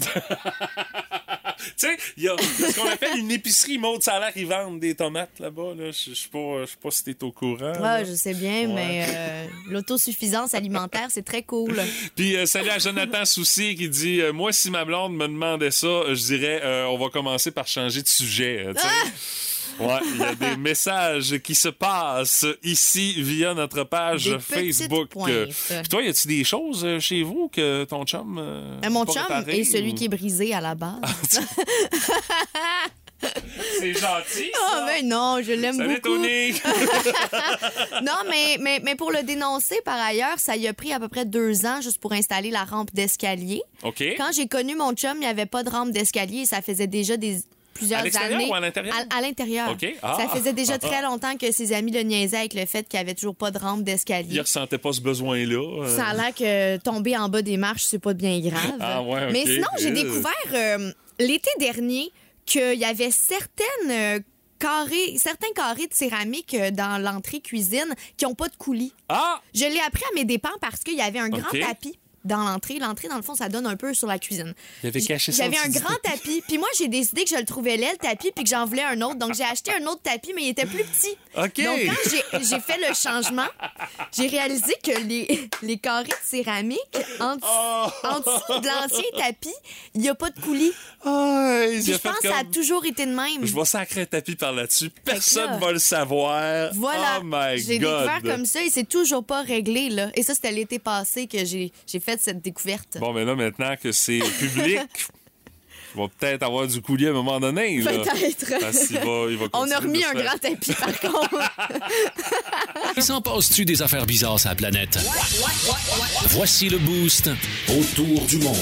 Tu sais, il y a il y a ce qu'on appelle une épicerie Maud Salaire, ils vendent des tomates là-bas. Là. Je je sais pas, je sais pas si t'es au courant.
Ah,
là.
je sais bien,
Ouais.
mais euh, l'autosuffisance alimentaire, c'est très cool.
Puis euh, salut à Jonathan Soucy qui dit euh, moi, si ma blonde me demandait ça, euh, je dirais euh, on va commencer par changer de sujet. euh, tu sais. Ouais, il y a des messages qui se passent ici via notre page
Des
Facebook.
petites pointes.
Puis toi, y a-tu des choses chez vous que ton chum euh,
Euh, Mon
pas
chum
réparé,
est celui
ou-
qui est brisé à la base.
C'est gentil, ça!
Ah ben non, je l'aime
Salut,
beaucoup.
Tony!
Non, mais, mais, mais pour le dénoncer, par ailleurs, ça y a pris à peu près deux ans juste pour installer la rampe d'escalier.
OK.
Quand j'ai connu mon chum, il n'y avait pas de rampe d'escalier et ça faisait déjà des plusieurs
À l'extérieur
années.
ou à l'intérieur?
À, à l'intérieur.
OK. Ah,
ça faisait déjà
ah,
très
ah.
longtemps que ses amis le niaisaient avec le fait qu'il n'y avait toujours pas de rampe
Il
d'escalier.
ressentait pas ce besoin-là. euh.
Ça a l'air que tomber en bas des marches, c'est pas bien grave.
Ah ouais, OK.
Mais sinon, j'ai
Euh.
découvert euh, l'été dernier qu'il y avait certaines euh, carrés, certains carrés de céramique euh, dans l'entrée cuisine qui n'ont pas de coulis.
Ah!
Je l'ai appris à mes dépens parce qu'il y avait un grand
OK.
tapis dans l'entrée. L'entrée, dans le fond, ça donne un peu sur la cuisine.
Il avait caché ça en
J'avais un
dessous du
grand
tapis.
tapis. Puis moi, j'ai décidé que je le trouvais laid, le tapis, puis que j'en voulais un autre. Donc, j'ai acheté un autre tapis, mais il était plus petit.
OK.
Donc, quand j'ai- j'ai fait le changement, j'ai réalisé que les, les carrés de céramique, en, dessous-
Oh!
en dessous de l'ancien tapis, il n'y a pas de coulis.
Ah, il
Puis
a
je
fait
pense que ça a
comme...
toujours été de même.
Je vais sacrer un tapis par là-dessus. Personne
là,
va le savoir.
Voilà.
Oh my
J'ai
God.
découvert comme ça et c'est toujours pas réglé, là. Et ça, c'était l'été passé que j'ai j'ai fait cette découverte.
Bon, mais là, maintenant que c'est public, il va peut-être avoir du coulis à un moment donné. Là.
Peut-être.
Parce qu'il va, il va
On
continuer
a remis
de se
un
faire-
grand tapis, par contre.
Il s'en passe-tu des affaires bizarres sur la planète? Voici le Boost autour du monde.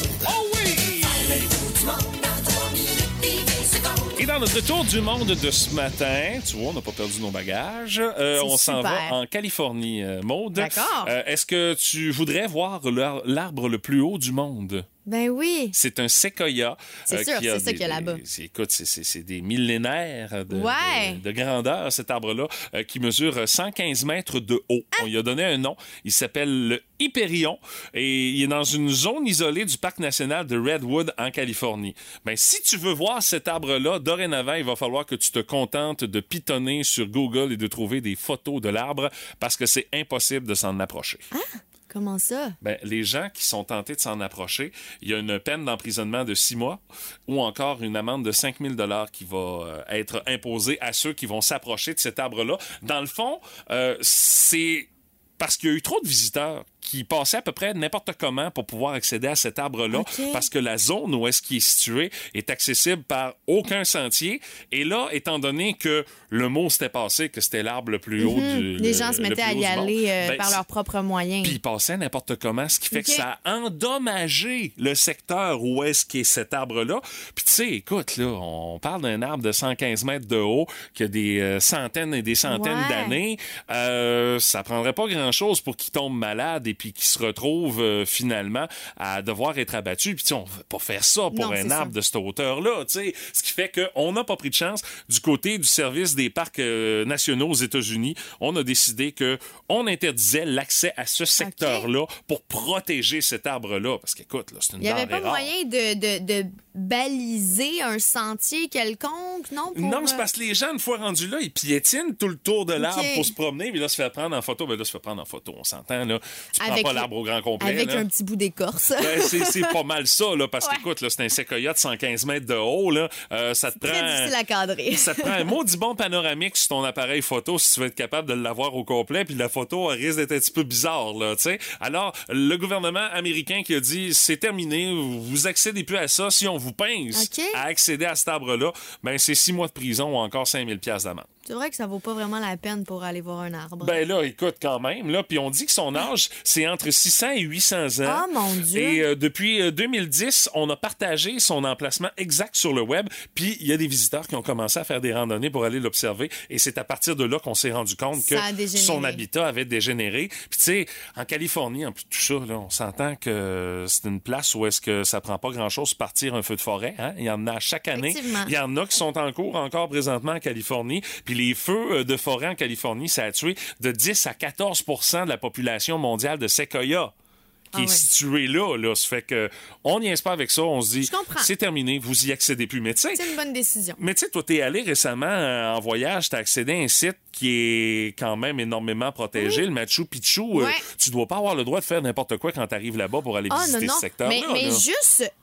Et dans notre tour du monde de ce matin, tu vois, on n'a pas perdu nos bagages. Euh,
C'est
on s'en
super.
va en Californie, euh, Maude.
D'accord.
Euh, Est-ce que tu voudrais voir l'ar- l'arbre le plus haut du monde?
Ben oui.
C'est un séquoia.
C'est sûr,
qui a
c'est ça
des-
qu'il y a là-bas.
des- c'est- Écoute, c'est- c'est c'est des millénaires de,
Ouais.
de, de grandeur, cet arbre-là, euh, qui mesure cent quinze mètres de haut.
Ah!
On lui a donné un nom. Il s'appelle le Hyperion et il est dans une zone isolée du parc national de Redwood en Californie. Ben, si tu veux voir cet arbre-là, dorénavant, il va falloir que tu te contentes de pitonner sur Google et de trouver des photos de l'arbre parce que c'est impossible de s'en approcher.
Comment ça?
Ben, les gens qui sont tentés de s'en approcher, il y a une peine d'emprisonnement de six mois ou encore une amende de cinq mille dollars qui va euh, être imposée à ceux qui vont s'approcher de cet arbre-là. Dans le fond, euh, c'est parce qu'il y a eu trop de visiteurs qui passaient à peu près n'importe comment pour pouvoir accéder à cet arbre-là,
OK.
parce que la zone où est-ce qu'il est situé est accessible par aucun sentier. Et là, étant donné que le mot s'était passé, que c'était l'arbre le plus haut
Mhm.
du
Les
le-
gens se
le
mettaient
plus
à
haut
y
du monde,
aller euh,
ben,
par
c'est-
leurs propres moyens.
puis il passait n'importe comment, ce qui fait
OK.
que ça a endommagé le secteur où est-ce qu'est cet arbre-là. Puis tu sais, écoute, là, on parle d'un arbre de cent quinze mètres de haut qui a des euh, centaines et des centaines
Ouais.
d'années. Euh, ça prendrait pas grand-chose pour qu'il tombe malade et puis qu'il se retrouve euh, finalement à devoir être abattu. Puis tu sais, on veut pas faire ça pour
Non,
un
c'est
arbre
ça.
de cette hauteur-là, tu sais. Ce qui fait qu'on n'a pas pris de chance du côté du service des parcs euh, nationaux aux États-Unis. On a décidé que on interdisait l'accès à ce secteur-là pour protéger cet arbre-là. Parce qu'écoute, là, c'est une
Il n'y avait
denrée
pas
rare.
moyen de, de, de baliser un sentier quelconque, non? Pour,
Non, c'est
euh,
parce que les gens, une fois rendus là, ils piétinent tout le tour de l'arbre
OK.
pour se promener, puis là, se fait prendre en photo. Ben là, se fait prendre en photo, on s'entend, là. Tu prends
Avec
pas
le-
l'arbre au grand complet,
Avec
là.
un petit bout d'écorce.
Ben, c'est, c'est pas mal ça, là, parce
Ouais.
qu'écoute, là, c'est un séquoia de cent quinze mètres de haut, là. Euh, ça te
Très
prend...
difficile à cadrer.
Ça te prend un maudit bon panoramique sur ton appareil photo si tu veux être capable de l'avoir au complet, puis la photo elle risque d'être un petit peu bizarre, là, tu sais. Alors, le gouvernement américain qui a dit, c'est terminé, vous accédez plus à ça, si on vous pince
OK.
à accéder à cet arbre-là, ben c'est six mois de prison ou encore cinq mille piastres d'amende.
C'est vrai que ça vaut pas vraiment la peine pour aller voir un arbre.
Ben là, écoute, quand même, là, puis on dit que son âge, c'est entre six cents et huit cents ans.
Ah, mon Dieu!
Et euh, depuis euh, deux mille dix, on a partagé son emplacement exact sur le web, puis il y a des visiteurs qui ont commencé à faire des randonnées pour aller l'observer, et c'est à partir de là qu'on s'est rendu compte que
Ça a dégénéré.
son habitat avait dégénéré. Puis tu sais, en Californie, en plus de tout ça, là, on s'entend que c'est une place où est-ce que ça prend pas grand-chose de partir un feu de forêt. Hein? Il y en a chaque année.
Effectivement.
Il y en a qui sont en cours encore présentement en Californie. Puis les feux euh, de forêt en Californie, ça a tué de dix à quatorze pour cent de la population mondiale de séquoia qui
Ah
est
ouais.
située là. là. Ça fait que on n'y est pas avec ça. On se dit,
Je comprends.
c'est terminé, vous y accédez plus. Mais tu sais,
C'est une bonne décision.
mais tu sais, toi, t'es allé récemment euh, en voyage, t'as accédé à un site qui est quand même énormément protégé, le Machu Picchu. Euh,
Ouais.
tu dois pas avoir le droit de faire n'importe quoi quand t'arrives là-bas pour aller
Ah,
visiter
non, non.
ce secteur-là.
Mais, mais
là.
juste, euh,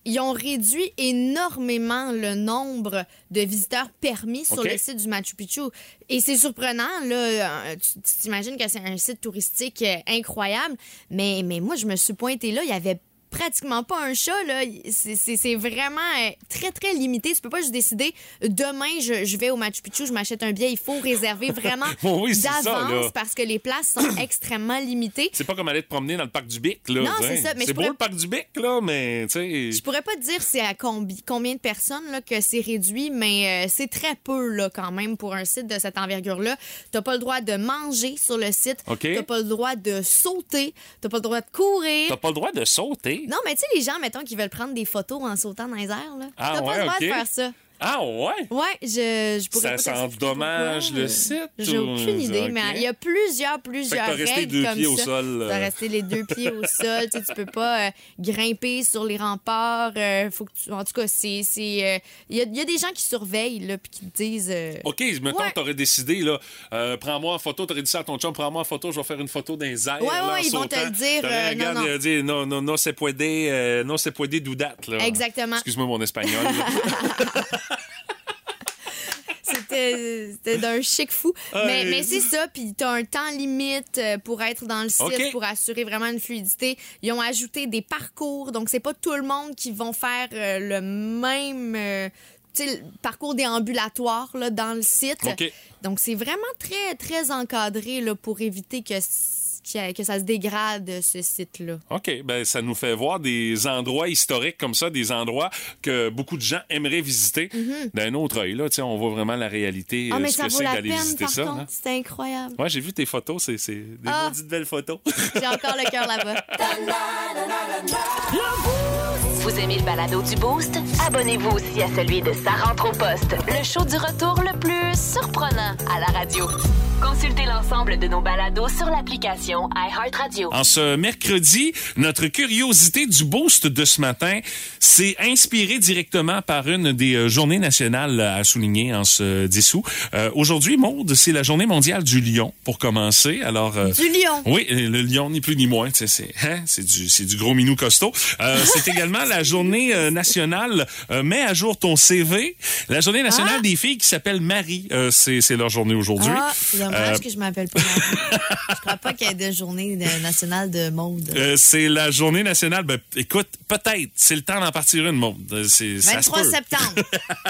ils ont réduit énormément le nombre de visiteurs permis sur
OK.
le site du Machu Picchu. Et c'est surprenant, là. Tu, tu t'imagines que c'est un site touristique euh, incroyable, mais, mais moi, je me suis pointée là, il y avait pratiquement pas un chat, là. C'est, c'est, c'est vraiment euh, très, très limité. Tu peux pas juste décider, demain, je, je vais au Machu Picchu, je m'achète un billet. Il faut réserver vraiment
Oui, c'est ça,
d'avance
là.
parce que les places sont extrêmement limitées.
C'est pas comme aller te promener dans le parc du Bic, là.
Non,
t'sais.
c'est ça, mais
C'est
je
beau
pourrais-
le parc du Bic, là, mais, tu sais.
Je pourrais pas te dire c'est à combi- combien de personnes là, que c'est réduit, mais euh, c'est très peu là, quand même pour un site de cette envergure-là. T'as pas le droit de manger sur le site.
OK.
T'as pas le droit de sauter. T'as pas le droit de courir.
T'as pas le droit de sauter.
Non, mais tu sais, les gens, mettons, qui veulent prendre des photos en sautant dans les airs, là.
Ah,
T'as
ouais,
pas le droit
OK.
de faire ça.
Ah, ouais?
Ouais, je, je pourrais
Ça
pas t'expliquer
endommage
pourquoi.
le site,
J'ai
ou-
aucune idée,
OK.
mais il y a plusieurs,
Fait que
plusieurs
t'as resté
règles
deux
comme
pieds au
ça.
sol,
T'as
euh.
resté les deux pieds au sol. Tu sais, tu peux pas euh, grimper sur les remparts. euh, faut que tu... En tout cas, c'est... c'est, euh, il y, a, il y a des gens qui surveillent, là, puis qui te disent... euh,
OK, mettons
Ouais.
que t'aurais décidé, là, euh, prends-moi en photo, t'aurais dit ça à ton chum, prends-moi en photo, je vais faire une photo dans les airs.
Ouais,
là,
ouais,
en
ils vont
sautant.
te le dire,
T'aurais
euh,
regardé,
non, non.
il a dit, non, non, non, c'est puede, euh, non, c'est puede dudat, là.
Exactement.
Excuse-moi mon espagnol. là.
C'était, c'était d'un chic fou. Mais, mais c'est ça, puis t'as un temps limite euh, pour être dans le site,
OK.
pour assurer vraiment une fluidité. Ils ont ajouté des parcours, donc c'est pas tout le monde qui vont faire euh, le même... euh, tu sais, le parcours déambulatoire là, dans le site.
OK.
Donc, c'est vraiment très, très encadré là, pour éviter que, que, que ça se dégrade, ce site-là.
OK, ben ça nous fait voir des endroits historiques comme ça, des endroits que beaucoup de gens aimeraient visiter d'un autre œil. Là, tu sais, on voit vraiment la réalité,
Ah,
euh,
mais
ce
ça
que
vaut
c'est
la
d'aller
peine,
visiter
par
ça.
contre.
hein.
C'est incroyable.
Ouais, j'ai vu tes photos, c'est, c'est des
Ah.
maudites belles photos.
J'ai encore le cœur là-bas.
Vous aimez le balado du Boost? Abonnez-vous aussi à celui de Sa rentre au poste, le show du retour le plus surprenant à la radio. Consultez l'ensemble de nos balados sur l'application iHeartRadio.
En ce mercredi, notre curiosité du Boost de ce matin s'est inspirée directement par une des euh, journées nationales à souligner en ce dix août. Euh, aujourd'hui, Maude, c'est la journée mondiale du lion, pour commencer. Alors, euh,
Du lion.
Oui, le lion, ni plus ni moins. Tu sais, c'est, hein, c'est du, c'est du gros minou costaud. Euh, c'est également la journée euh, nationale euh, Mets à jour ton C V. La journée nationale
Ah.
des filles qui s'appelle Marie. Euh, c'est, c'est leur journée aujourd'hui.
Ah, c'est dommage
Euh,
que je m'appelle pas Marie. Je crois pas qu'il y ait de journée de- nationale de mode.
Euh, c'est la journée nationale. Ben, écoute, peut-être. C'est le temps d'en partir une, Maude. Euh, C'est, ça se
vingt-trois
peut.
septembre.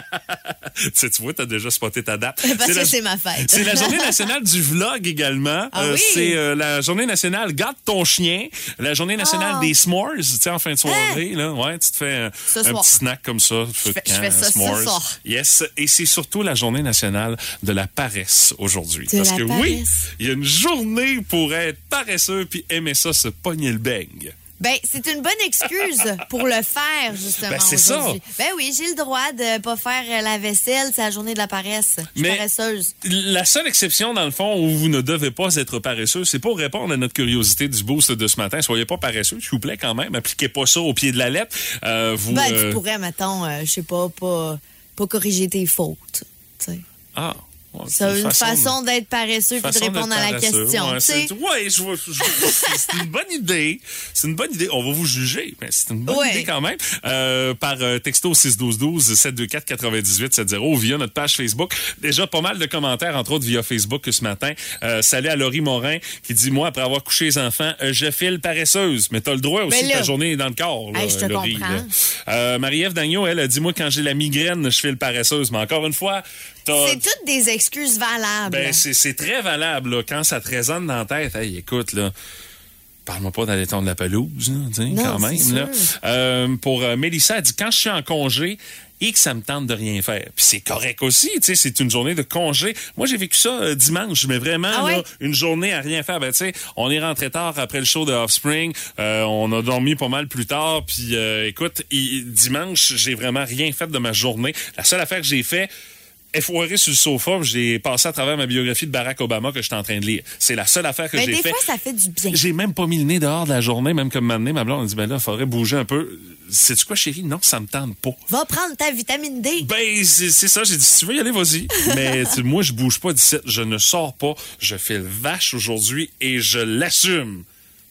Tu sais, tu vois, t'as déjà spoté ta date.
Parce
C'est
que
la-
c'est ma fête.
C'est la journée nationale du vlog également.
Ah
Euh,
oui?
C'est euh, la journée nationale Garde ton chien. La journée nationale
Ah.
des s'mores. Tu sais, en fin de soirée, là. Ouais, tu te fais un,
Ce
un
soir.
petit snack comme ça.
Je fais- je fais ça ce
s'mores.
soir.
Yes. Et c'est surtout la journée nationale de la paresse aujourd'hui.
De
Parce
la
que oui,
paresse.
il y a une journée pour être paresseux puis aimer ça, se pogner le beigne.
Ben, c'est une bonne excuse pour le faire, justement.
Ben, c'est ça.
aujourd'hui. Ben oui, j'ai le droit de pas faire euh, la vaisselle, c'est la journée de la paresse. Je suis
Mais-
paresseuse.
La seule exception, dans le fond, où vous ne devez pas être paresseux, c'est pour répondre à notre curiosité du boost de ce matin. Soyez pas paresseux, s'il vous plaît, quand même. Appliquez pas ça au pied de la lettre. Euh, vous,
Ben,
euh,
tu pourrais, mettons, euh, je sais pas, pas, pas corriger tes fautes. Tu sais.
Ah. Ouais,
C'est une façon d'être paresseux puis de
façon
répondre
d'être
à la
paresseux.
question.
Ouais,
tu sais.
c'est, ouais, je, vois- je- je- c'est une bonne idée. C'est une bonne idée. On va vous juger, mais c'est une bonne
Ouais.
idée quand même. Euh, par euh, texto six un deux un deux sept deux quatre quatre-vingt-dix-huit soixante via notre page Facebook. Déjà pas mal de commentaires, entre autres via Facebook ce matin. Euh, salut à Laurie Morin qui dit, moi, après avoir couché les enfants, euh, je file paresseuse. Mais t'as le droit aussi,
Ben là.
ta journée est dans le corps. Là,
Hey, je te
Laurie,
comprends.
là. Euh, Marie-Ève Dagneau, elle a dit, moi, quand j'ai la migraine, je file paresseuse. Mais encore une fois, t'as...
C'est toutes des excuses valables.
Ben, c'est, c'est très valable, là. Quand ça te résonne dans la tête, hey, écoute, là, parle-moi pas d'aller tondre la pelouse, là, tu sais,
Non,
quand même,
c'est
là.
sûr.
Euh, pour euh, Mélissa, elle dit, quand je suis en congé, et que ça me tente de rien faire. Puis c'est correct aussi, tu sais, c'est une journée de congé. Moi, j'ai vécu ça euh, dimanche, mais vraiment,
Ah ouais?
là, une journée à rien faire. Ben, tu sais, on est rentré tard après le show de Offspring, euh, on a dormi pas mal plus tard, puis euh, écoute, il- dimanche, j'ai vraiment rien fait de ma journée. La seule affaire que j'ai fait, effoiré sur le sofa, j'ai passé à travers ma biographie de Barack Obama que j'étais en train de lire. C'est la seule affaire que
Ben,
j'ai
des
fait.
fois, ça fait du bien.
J'ai même pas mis le nez dehors de la journée, même comme m'amener ma blonde a dit, ben là, il faudrait bouger un peu. Sais-tu quoi, chérie? Non, ça me tente pas.
Va prendre ta vitamine D.
Ben, c'est, c'est ça. J'ai dit, si tu veux y aller, vas-y. Mais tu- moi, je bouge pas d'ici. Je ne sors pas. Je fais le vache aujourd'hui et je l'assume.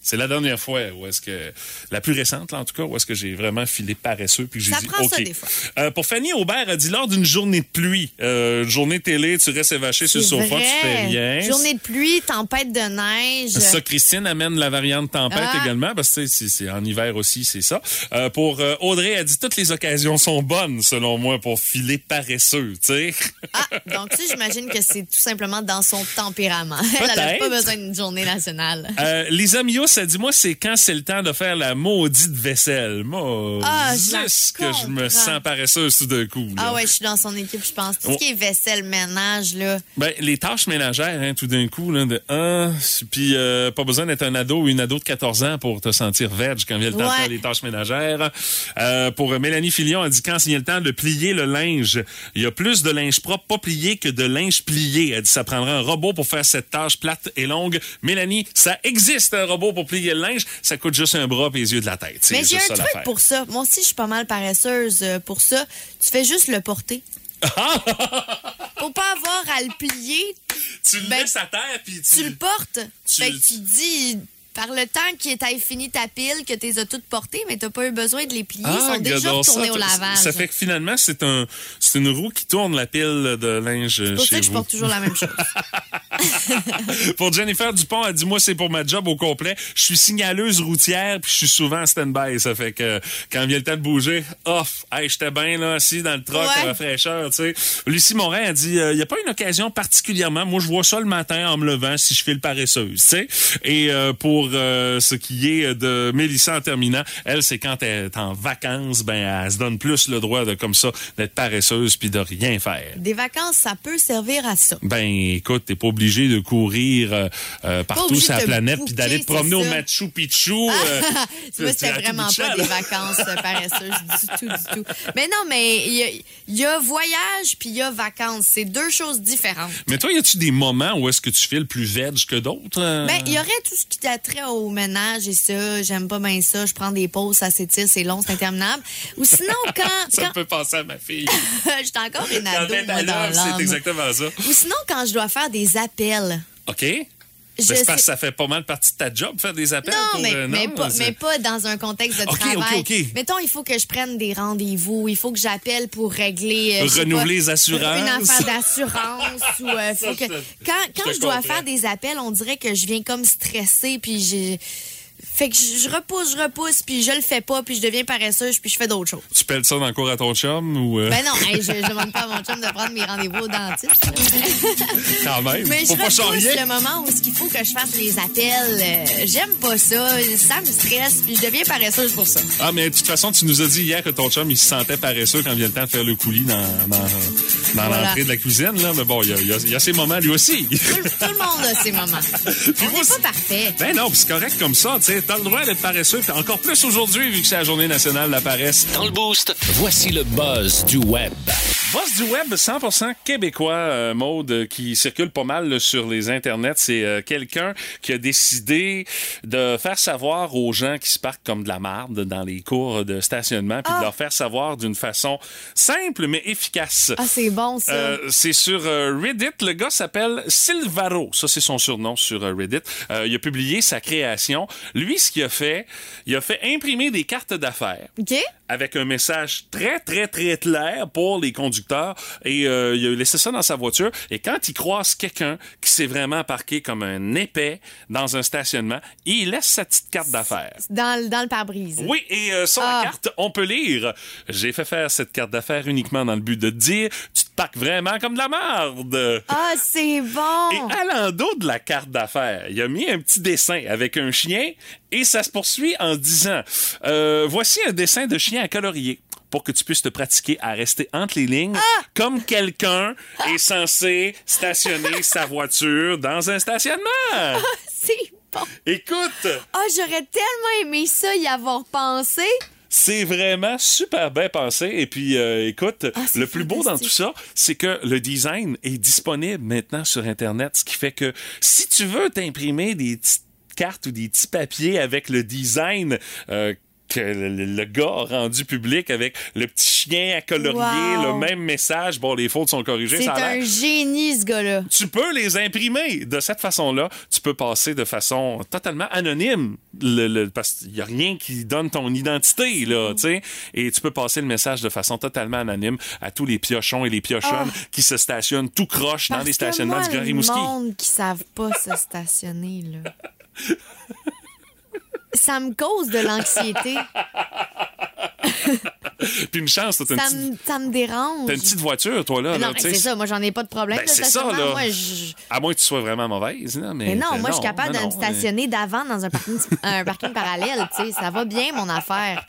C'est la dernière fois où est-ce que, la plus récente, là, en tout cas, où est-ce que j'ai vraiment filé paresseux puis que j'ai
Ça
dit,
prend
OK.
ça des fois.
Euh, pour Fanny Aubert, elle dit, lors d'une journée de pluie, euh, journée télé, tu restes évaché sur le
C'est
sofa,
vrai.
tu fais rien.
Journée de pluie, tempête de neige.
Ça, Christine amène la variante tempête
Ah.
également, parce que c'est, c'est en hiver aussi, c'est ça. Euh, pour euh, Audrey, elle dit, toutes les occasions sont bonnes, selon moi, pour filer paresseux, tu sais.
Ah, donc tu sais, j'imagine que c'est tout simplement dans son tempérament. Elle n'a
Peut-être.
pas besoin d'une journée nationale.
Euh, Lisa Mios, elle dit, moi, c'est quand c'est le temps de faire la maudite vaisselle. Moi,
Ah, je la
juste que je me
comprends.
sens paresseuse tout d'un coup. là.
Ah ouais, je suis dans son équipe, je pense. Tout
Oh.
ce qui est vaisselle, ménage, là.
Ben, les tâches ménagères, hein, tout d'un coup, là, de ah, puis euh, pas besoin d'être un ado ou une ado de quatorze ans pour te sentir veg quand vient le temps de
Ouais.
faire les tâches ménagères. Euh, pour Mélanie Filion, elle dit quand il y a le temps de plier le linge, il y a plus de linge propre pas plié que de linge plié. Elle dit ça prendra un robot pour faire cette tâche plate et longue. Mélanie, ça existe un robot pour plier le linge, ça coûte juste un bras et les yeux de la tête. C'est
Mais j'ai
juste
un
ça
truc
l'affaire.
pour ça. Moi aussi, je suis pas mal paresseuse euh, pour ça. Tu fais juste le porter. Pour pas avoir à le plier,
Tu le
ben,
laisses à terre puis tu...
tu le portes.
tu-
Fait que tu dis, par le temps qu'il t'aille fini ta pile, que tu les as toutes portées, mais t'as pas eu besoin de les plier. Ils sont déjà
gadon,
retournés
ça,
au lavage.
Ça fait que finalement, c'est un, c'est une roue qui tourne la pile de linge
C'est pour
chez
ça que je
vous.
porte toujours la même chose.
Pour Jennifer Dupont, elle dit, moi, c'est pour ma job au complet. Je suis signaleuse routière, puis je suis souvent en stand-by. Ça fait que quand vient le temps de bouger, off, hey, j'étais bien là, assis dans le truck,
Ouais.
à la fraîcheur, tu sais. Lucie Morin, elle dit, il n'y a pas une occasion particulièrement. Moi, je vois ça le matin en me levant si je file paresseuse, tu sais. Et euh, pour euh, ce qui est de Mélissa en terminant, elle, c'est quand elle est en vacances, ben, elle se donne plus le droit de, comme ça, d'être paresseuse puis de rien faire.
Des vacances, ça peut servir à ça.
Ben, écoute, t'es pas obligé de courir euh, euh, partout
obligé
sur la
de te
planète
bouquer,
puis d'aller te
c'est
promener au
ça.
Machu Picchu. euh,
Tu vois,
tu-
c'était
tu-
vraiment
tu-
pas
tu-
des vacances euh, paresseuses du tout, du tout. Mais non, mais il y a, il y a voyage puis il y a vacances. C'est deux choses différentes.
Mais toi, y a-tu des moments où est-ce que tu files plus veg que d'autres? euh?
Ben, il y aurait tout ce qui a trait au ménage et ça. J'aime pas bien ça. Je prends des pauses, ça s'étire, c'est long, c'est interminable. Ou sinon, quand...
Ça
quand...
me fait penser à ma fille.
J'étais encore une
Quand
ado,
t'es
moi,
à
dans
l'heure, c'est
l'âme.
exactement ça.
Ou sinon, quand je dois faire des appels.
OK?
Je
Ben, c'est parce que
sais-
ça fait pas mal partie de ta job, faire des appels.
Non,
pour,
mais,
euh,
mais, pas,
c'est-
mais pas dans un contexte de
OK,
travail.
OK, OK.
Mettons, il faut que je prenne des rendez-vous, il faut que j'appelle pour régler... euh, je sais
Renouveler
pas,
les assurances.
Une affaire d'assurance. ou euh, faut que...
je te-
Quand,
je
quand
te
je dois
comprends.
faire des appels, on dirait que je viens comme stressée, puis j'ai... Fait que je je repousse, je repousse, puis je le fais pas, puis je deviens paresseuse, puis je fais d'autres choses.
Tu pelles ça dans le cours à ton chum ou... euh,
Ben non, hey, je, je demande pas à mon chum de prendre mes rendez-vous au dentiste.
quand même,
Mais je
faut pas
repousse
charrier.
le moment où il faut que je fasse les appels. Euh, J'aime pas ça. Ça me stresse, puis je deviens paresseuse pour ça.
Ah, mais de toute façon, tu nous as dit hier que ton chum, il se sentait paresseux quand vient le temps de faire le coulis dans, dans, dans
Voilà.
l'entrée de la cuisine, là. Mais bon, il y a, il y a- il y a ses moments, lui aussi.
Tout, tout le monde a ses moments. On
moi,
n'est
c'est-
pas parfait.
Ben non, pis c'est correct comme ça, tu sais. T'as le droit d'être paresseux, pis encore plus aujourd'hui, vu que c'est la journée nationale de la paresse.
Dans le Boost, voici le buzz du web.
Boss du web cent pour cent québécois, euh, Maude, qui circule pas mal là, sur les internets. C'est euh, quelqu'un qui a décidé de faire savoir aux gens qui se parquent comme de la marde dans les cours de stationnement, puis de leur faire savoir d'une façon simple mais efficace.
Ah, c'est bon, ça.
Euh, c'est sur euh, Reddit. Le gars s'appelle Silvaro. Ça, c'est son surnom sur euh, Reddit. Euh, il a publié sa création. Lui, ce qu'il a fait, il a fait imprimer des cartes d'affaires
OK?
avec un message très, très, très clair pour les conducteurs. Et euh, il a laissé ça dans sa voiture. Et quand il croise quelqu'un qui s'est vraiment parqué comme un épais dans un stationnement, il laisse sa petite carte d'affaires.
Dans, le- dans le pare-brise.
Oui, et euh, sur
Ah.
la carte, on peut lire « J'ai fait faire cette carte d'affaires uniquement dans le but de te dire « Tu te parques vraiment comme de la merde! »
Ah, c'est bon!
Et à l'endos de la carte d'affaires, il a mis un petit dessin avec un chien et ça se poursuit en disant euh, voici un dessin de chien à colorier pour que tu puisses te pratiquer à rester entre les lignes comme quelqu'un est censé stationner sa voiture dans un stationnement.
C'est bon.
Écoute,
Ah, j'aurais tellement aimé ça y avoir pensé.
c'est vraiment super bien pensé. Et puis, euh, écoute,
Ah, c'est
le plus beau dans tout
fantastique.
ça, c'est que le design est disponible maintenant sur Internet, ce qui fait que si tu veux t'imprimer des petites cartes ou des petits papiers avec le design euh, que le, le gars a rendu public avec le petit chien à colorier,
Wow.
le même message. Bon, les fautes sont corrigées.
C'est
ça a l'air-
un génie, ce gars-là.
Tu peux les imprimer. De cette façon-là, tu peux passer de façon totalement anonyme. Le, le, parce qu'il n'y a rien qui donne ton identité, là, tu sais. Et tu peux passer le message de façon totalement anonyme à tous les piochons et les piochonnes
Oh.
qui se stationnent tout croche dans
Parce
les stationnements
que moi,
du Grand
le
Rimouski.
monde qui savent pas se stationner, là. Ça me cause de l'anxiété.
Puis une chance, t'as une,
Ça
petite-
me, ça me dérange.
t'as une petite voiture, toi, là.
non,
là,
mais
tu sais.
c'est ça. Moi, j'en ai pas de problème
Ben,
de
c'est ça,
stationnement.
là.
Moi, je...
À moins que tu sois vraiment mauvaise, là. Mais,
Mais non, moi, je suis
non,
capable
non,
de me
non,
stationner d'avant dans un parking, un parking parallèle. Tu sais, ça va bien, mon affaire.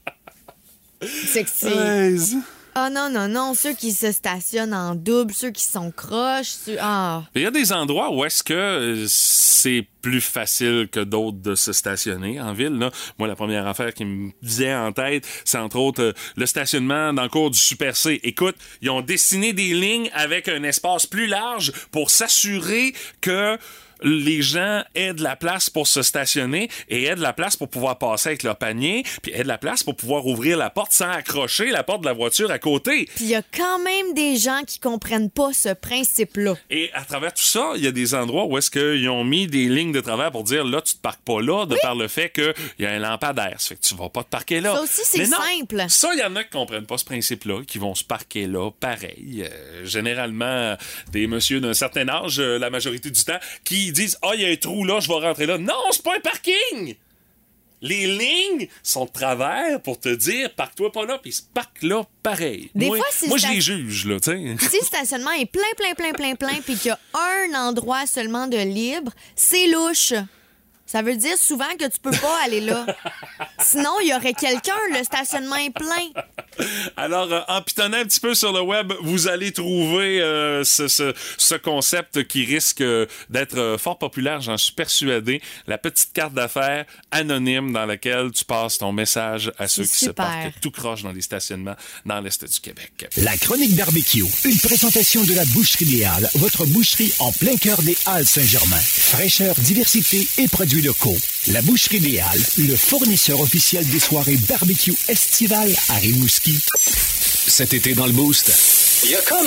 C'est que c'est...
mais-
Ah non, non, non. Ceux qui se stationnent en double, ceux qui sont croches, ceux... Ah...
Il y a des endroits où est-ce que euh, c'est plus facile que d'autres de se stationner en ville. Là. Moi, la première affaire qui me vient en tête, c'est entre autres euh, le stationnement dans le cours du Super C. Écoute, ils ont dessiné des lignes avec un espace plus large pour s'assurer que les gens aient de la place pour se stationner et aient de la place pour pouvoir passer avec leur panier, puis aient de la place pour pouvoir ouvrir la porte sans accrocher la porte de la voiture à côté.
Puis il y a quand même des gens qui comprennent pas ce principe-là.
Et à travers tout ça, il y a des endroits où est-ce qu'ils ont mis des lignes de travers pour dire là, tu te parques pas là, de par le fait qu'il y a un lampadaire. Ça fait que tu vas pas te parquer là.
Ça aussi, c'est
Mais non,
simple.
Ça, il y en a qui comprennent pas ce principe-là, qui vont se parquer là, pareil. Euh, généralement, des messieurs d'un certain âge, euh, la majorité du temps, qui disent ah, il y a un trou là, je vais rentrer là. Non, c'est pas un parking! Les lignes sont de travers pour te dire parque-toi pas là, puis ils se parquent là pareil.
Des
moi,
fois, si
moi
le
je les
sta-
juge, là, tu sais.
Si le stationnement est plein, plein, plein, plein, plein, puis qu'il y a un endroit seulement de libre, c'est louche. Ça veut dire souvent que tu peux pas aller là. Sinon, il y aurait quelqu'un, le stationnement est plein.
Alors, euh, en pitonnant un petit peu sur le web, vous allez trouver euh, ce, ce, ce concept qui risque euh, d'être euh, fort populaire, j'en suis persuadé. La petite carte d'affaires anonyme dans laquelle tu passes ton message à ceux qui
super.
se parquent tout croche dans les stationnements dans l'Est du Québec.
La chronique barbecue, une présentation de la Boucherie des Halles, votre boucherie en plein cœur des Halles Saint-Germain. Fraîcheur, diversité et produits locaux. La Boucherie des Halles, le fournisseur officiel des soirées barbecue estivales à Rimouski.
Cet été dans le Boost, il y a comme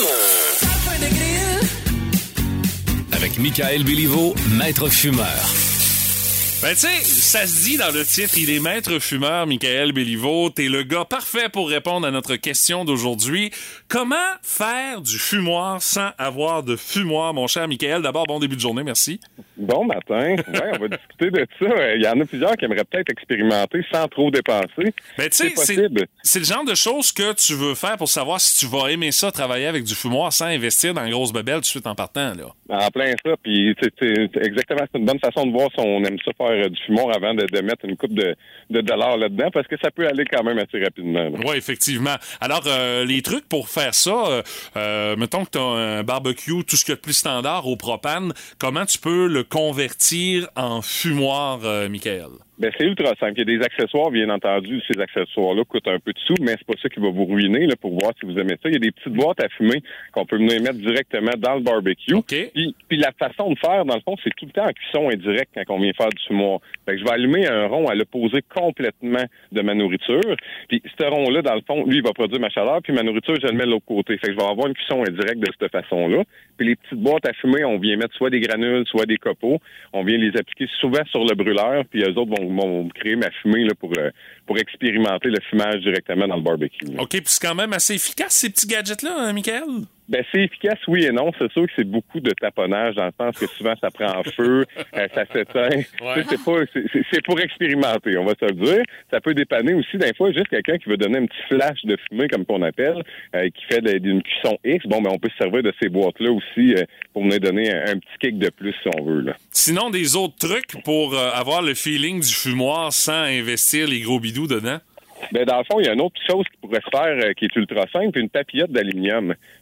un... Avec Michael Béliveau, maître fumeur.
Ben, tu sais, ça se dit dans le titre, il est maître fumeur, Michael Béliveau. T'es le gars parfait pour répondre à notre question d'aujourd'hui. Comment faire du fumoir sans avoir de fumoir, mon cher Michael? D'abord, bon début de journée, merci.
Bon matin. Ouais, on va discuter de ça. Il y en a plusieurs qui aimeraient peut-être expérimenter sans trop dépenser.
Ben, tu sais,
c'est
c'est,
possible.
c'est le genre de choses que tu veux faire pour savoir si tu vas aimer ça, travailler avec du fumoir sans investir dans une grosse babelle tout de suite en partant, là.
En plein ça. Puis c'est, c'est- c'est exactement, c'est une bonne façon de voir si on aime ça faire euh, du fumoir avant de, de mettre une coupe de, de dollars là-dedans, parce que ça peut aller quand même assez rapidement. là.
Oui, effectivement. Alors, euh, les trucs pour faire ça, euh, euh, mettons que tu as un barbecue, tout ce qu'il y a de plus standard au propane, comment tu peux le convertir en fumoir, euh, Michael?
Ben, c'est ultra simple. Il y a des accessoires, bien entendu. Ces accessoires-là coûtent un peu de sous, mais c'est pas ça qui va vous ruiner, là, pour voir si vous aimez ça. Il y a des petites boîtes à fumer qu'on peut venir mettre directement dans le barbecue.
OK.
Puis, puis la façon de faire, dans le fond, c'est tout le temps en cuisson indirecte quand on vient faire du fumoir. Fait que je vais allumer un rond à l'opposé complètement de ma nourriture. Puis ce rond-là, dans le fond, lui, il va produire ma chaleur, puis ma nourriture, je le mets de l'autre côté. Fait que je vais avoir une cuisson indirecte de cette façon-là. Puis les petites boîtes à fumer, on vient mettre soit des granules, soit des copeaux. On vient les appliquer souvent sur le brûleur, puis eux autres vont, vont créer ma fumée là, pour, euh, pour expérimenter le fumage directement dans le barbecue. là.
OK, puis c'est quand même assez efficace, ces petits gadgets-là, hein, Michael?
Ben, c'est efficace, oui et non. C'est sûr que c'est beaucoup de taponnage dans le sens que souvent ça prend feu, euh, ça s'éteint. Tu sais, C'est pas, c'est, c'est- c'est pour expérimenter, on va se le dire. Ça peut dépanner aussi, des fois, juste quelqu'un qui veut donner un petit flash de fumée, comme on appelle, euh, qui fait de- d'une cuisson X. Bon, ben, on peut se servir de ces boîtes-là aussi euh, pour venir donner un, un petit kick de plus, si on veut, là.
Sinon, des autres trucs pour euh, avoir le feeling du fumoir sans investir les gros bidous dedans?
Ben, dans le fond, il y a une autre chose qui pourrait se faire euh, qui est ultra simple, une papillote d'aluminium.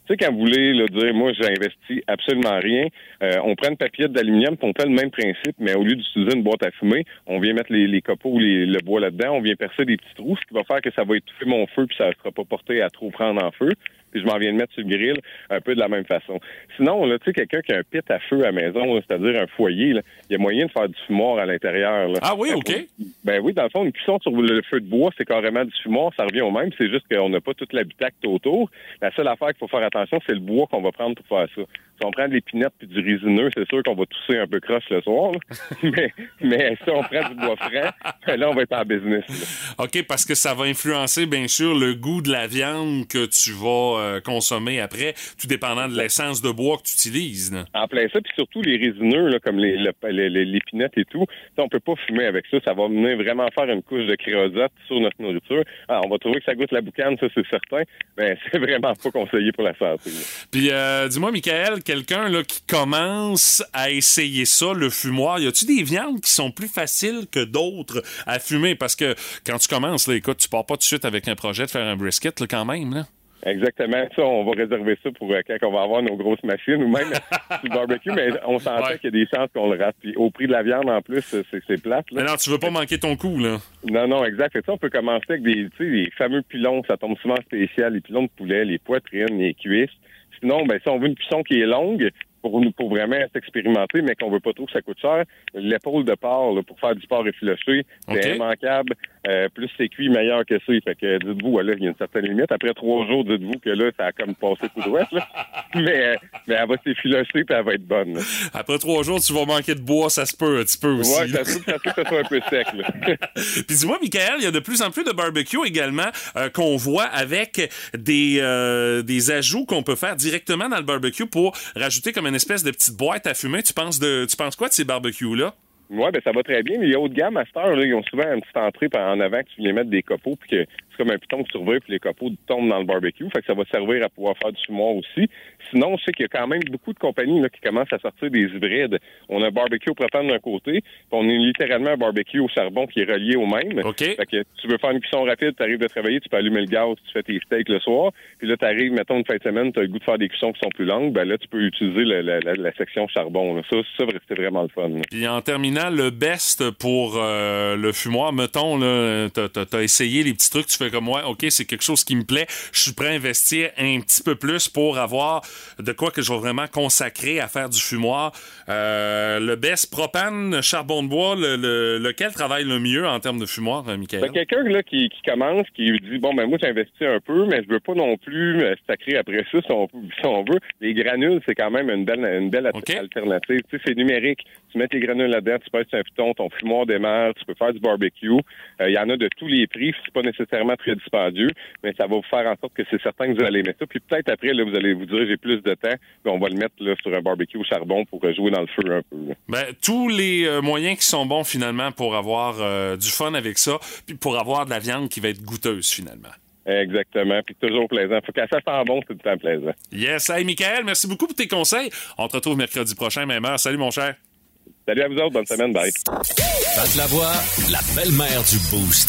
Tu sais, quand vous voulez là, dire, moi, j'ai investi absolument rien, euh, on prend une papillette d'aluminium, puis on fait le même principe, mais au lieu d'utiliser une boîte à fumer, on vient mettre les, les copeaux ou les, le bois là-dedans, on vient percer des petits trous, ce qui va faire que ça va étouffer mon feu, puis ça ne sera pas porté à trop prendre en feu. Puis je m'en viens de mettre sur le grill un peu de la même façon. Sinon, là, tu sais, quelqu'un qui a un pit à feu à la maison, là, c'est-à-dire un foyer, là, il y a moyen de faire du fumoir à l'intérieur. Là.
Ah oui, OK.
Ben oui, dans le fond, une cuisson sur le feu de bois, c'est carrément du fumoir, ça revient au même, c'est juste qu'on n'a pas tout l'habitacle autour. La seule affaire qu'il faut faire attention, c'est le bois qu'on va prendre pour faire ça. Si on prend de l'épinette puis du résineux, c'est sûr qu'on va tousser un peu croche le soir. mais, mais si on prend du bois frais, là, on va être en business. Là.
OK, parce que ça va influencer, bien sûr, le goût de la viande que tu vas euh, consommer après, tout dépendant de l'essence de bois que tu utilises. Là.
En plein ça, puis surtout les résineux, là, comme les, le, les, les, l'épinette et tout, on peut pas fumer avec ça. Ça va venir vraiment faire une couche de créosote sur notre nourriture. Alors, on va trouver que ça goûte la boucane, ça, c'est certain, mais c'est vraiment pas conseillé pour la santé.
Puis, euh, dis-moi, Michael, quelqu'un là qui commence à essayer ça, le fumoir, y a-tu des viandes qui sont plus faciles que d'autres à fumer? Parce que quand tu commences, là, écoute, tu pars pas tout de suite avec un projet de faire un brisket, là, quand même, là.
Exactement. Ça, on va réserver ça pour euh, quand on va avoir nos grosses machines ou même sur le barbecue, mais on s'entend ouais. qu'il y a des chances qu'on le rate. Puis au prix de la viande, en plus, c'est, c'est plate. Là.
Mais non, tu veux pas manquer ton coup, là.
Non, non, exact. Et ça, on peut commencer avec des, tu sais, les fameux pilons, ça tombe souvent spécial, les pilons de poulet, les poitrines, les cuisses. Sinon, ben si on veut une cuisson qui est longue, pour nous pour vraiment s'expérimenter, mais qu'on veut pas trop que ça coûte cher, l'épaule de porc, là, pour faire du porc effiloché, c'est okay. immanquable. Euh, plus c'est cuit, meilleur que ça. Fait que dites-vous, là, il y a une certaine limite. Après trois jours, dites-vous que là, ça a comme passé tout droit, là. Mais, mais elle va s'effilocher puis elle va être bonne. Là.
Après trois jours, tu vas manquer de bois, ça se peut un petit peu aussi.
Ouais, ça se peut que ça soit un peu sec, là.
Puis dis-moi, Michael, il y a de plus en plus de barbecue également euh, qu'on voit avec des, euh, des ajouts qu'on peut faire directement dans le barbecue pour rajouter comme une espèce de petite boîte à fumer. Tu penses de, tu penses quoi de ces barbecues-là?
Oui, ben ça va très bien. Les hauts de gamme, à cette heure, là, ils ont souvent une petite entrée en avant que tu viens mettre des copeaux, puis que c'est comme un piton que tu surveilles, puis les copeaux tombent dans le barbecue. Fait que ça va servir à pouvoir faire du fumoir aussi. Sinon, je sais qu'il y a quand même beaucoup de compagnies là, qui commencent à sortir des hybrides. On a un barbecue au propane d'un côté, puis on a littéralement un barbecue au charbon qui est relié au même.
Okay.
Fait que tu veux faire une cuisson rapide, tu arrives de travailler, tu peux allumer le gaz, tu fais tes steaks le soir, puis là, tu arrives, mettons, une fin de semaine, tu as le goût de faire des cuissons qui sont plus longues, ben là, tu peux utiliser la, la, la, la section charbon. Là. Ça, ça, c'est vraiment le fun. Là.
Puis en terminant, le best pour euh, le fumoir, mettons, là, t'as, t'as, t'as essayé les petits trucs, tu fais comme moi, OK, c'est quelque chose qui me plaît, je suis prêt à investir un petit peu plus pour avoir de quoi que je vais vraiment consacrer à faire du fumoir. Euh, le best propane, charbon de bois, le, le, lequel travaille le mieux en termes de fumoir, Michael?
Ben, quelqu'un là, qui, qui commence, qui dit, bon, ben moi, j'investis un peu, mais je veux pas non plus me sacrer après ça, si on, si on veut. Les granules, c'est quand même une belle, une belle okay. alternative. Tu sais, c'est numérique. Tu mets tes granules là-dedans, tu pèses un piton, ton fumoir démarre, tu peux faire du barbecue. Il euh, y en a de tous les prix, c'est pas nécessairement très dispendieux, mais ça va vous faire en sorte que c'est certain que vous allez mettre ça. Puis peut-être après, là, vous allez vous dire, j'ai plus de temps, puis on va le mettre là, sur un barbecue au charbon pour jouer dans le feu un peu. Là.
Ben, tous les euh, moyens qui sont bons finalement pour avoir euh, du fun avec ça, puis pour avoir de la viande qui va être goûteuse finalement.
Exactement, puis toujours plaisant. Faut qu'à ça sent bon, c'est tout le temps plaisant.
Yes, hey Michael, merci beaucoup pour tes conseils. On te retrouve mercredi prochain, même heure. Salut mon cher.
Salut à vous autres, bonne semaine, bye.
Pat Lavoie, la belle-mère du Boost.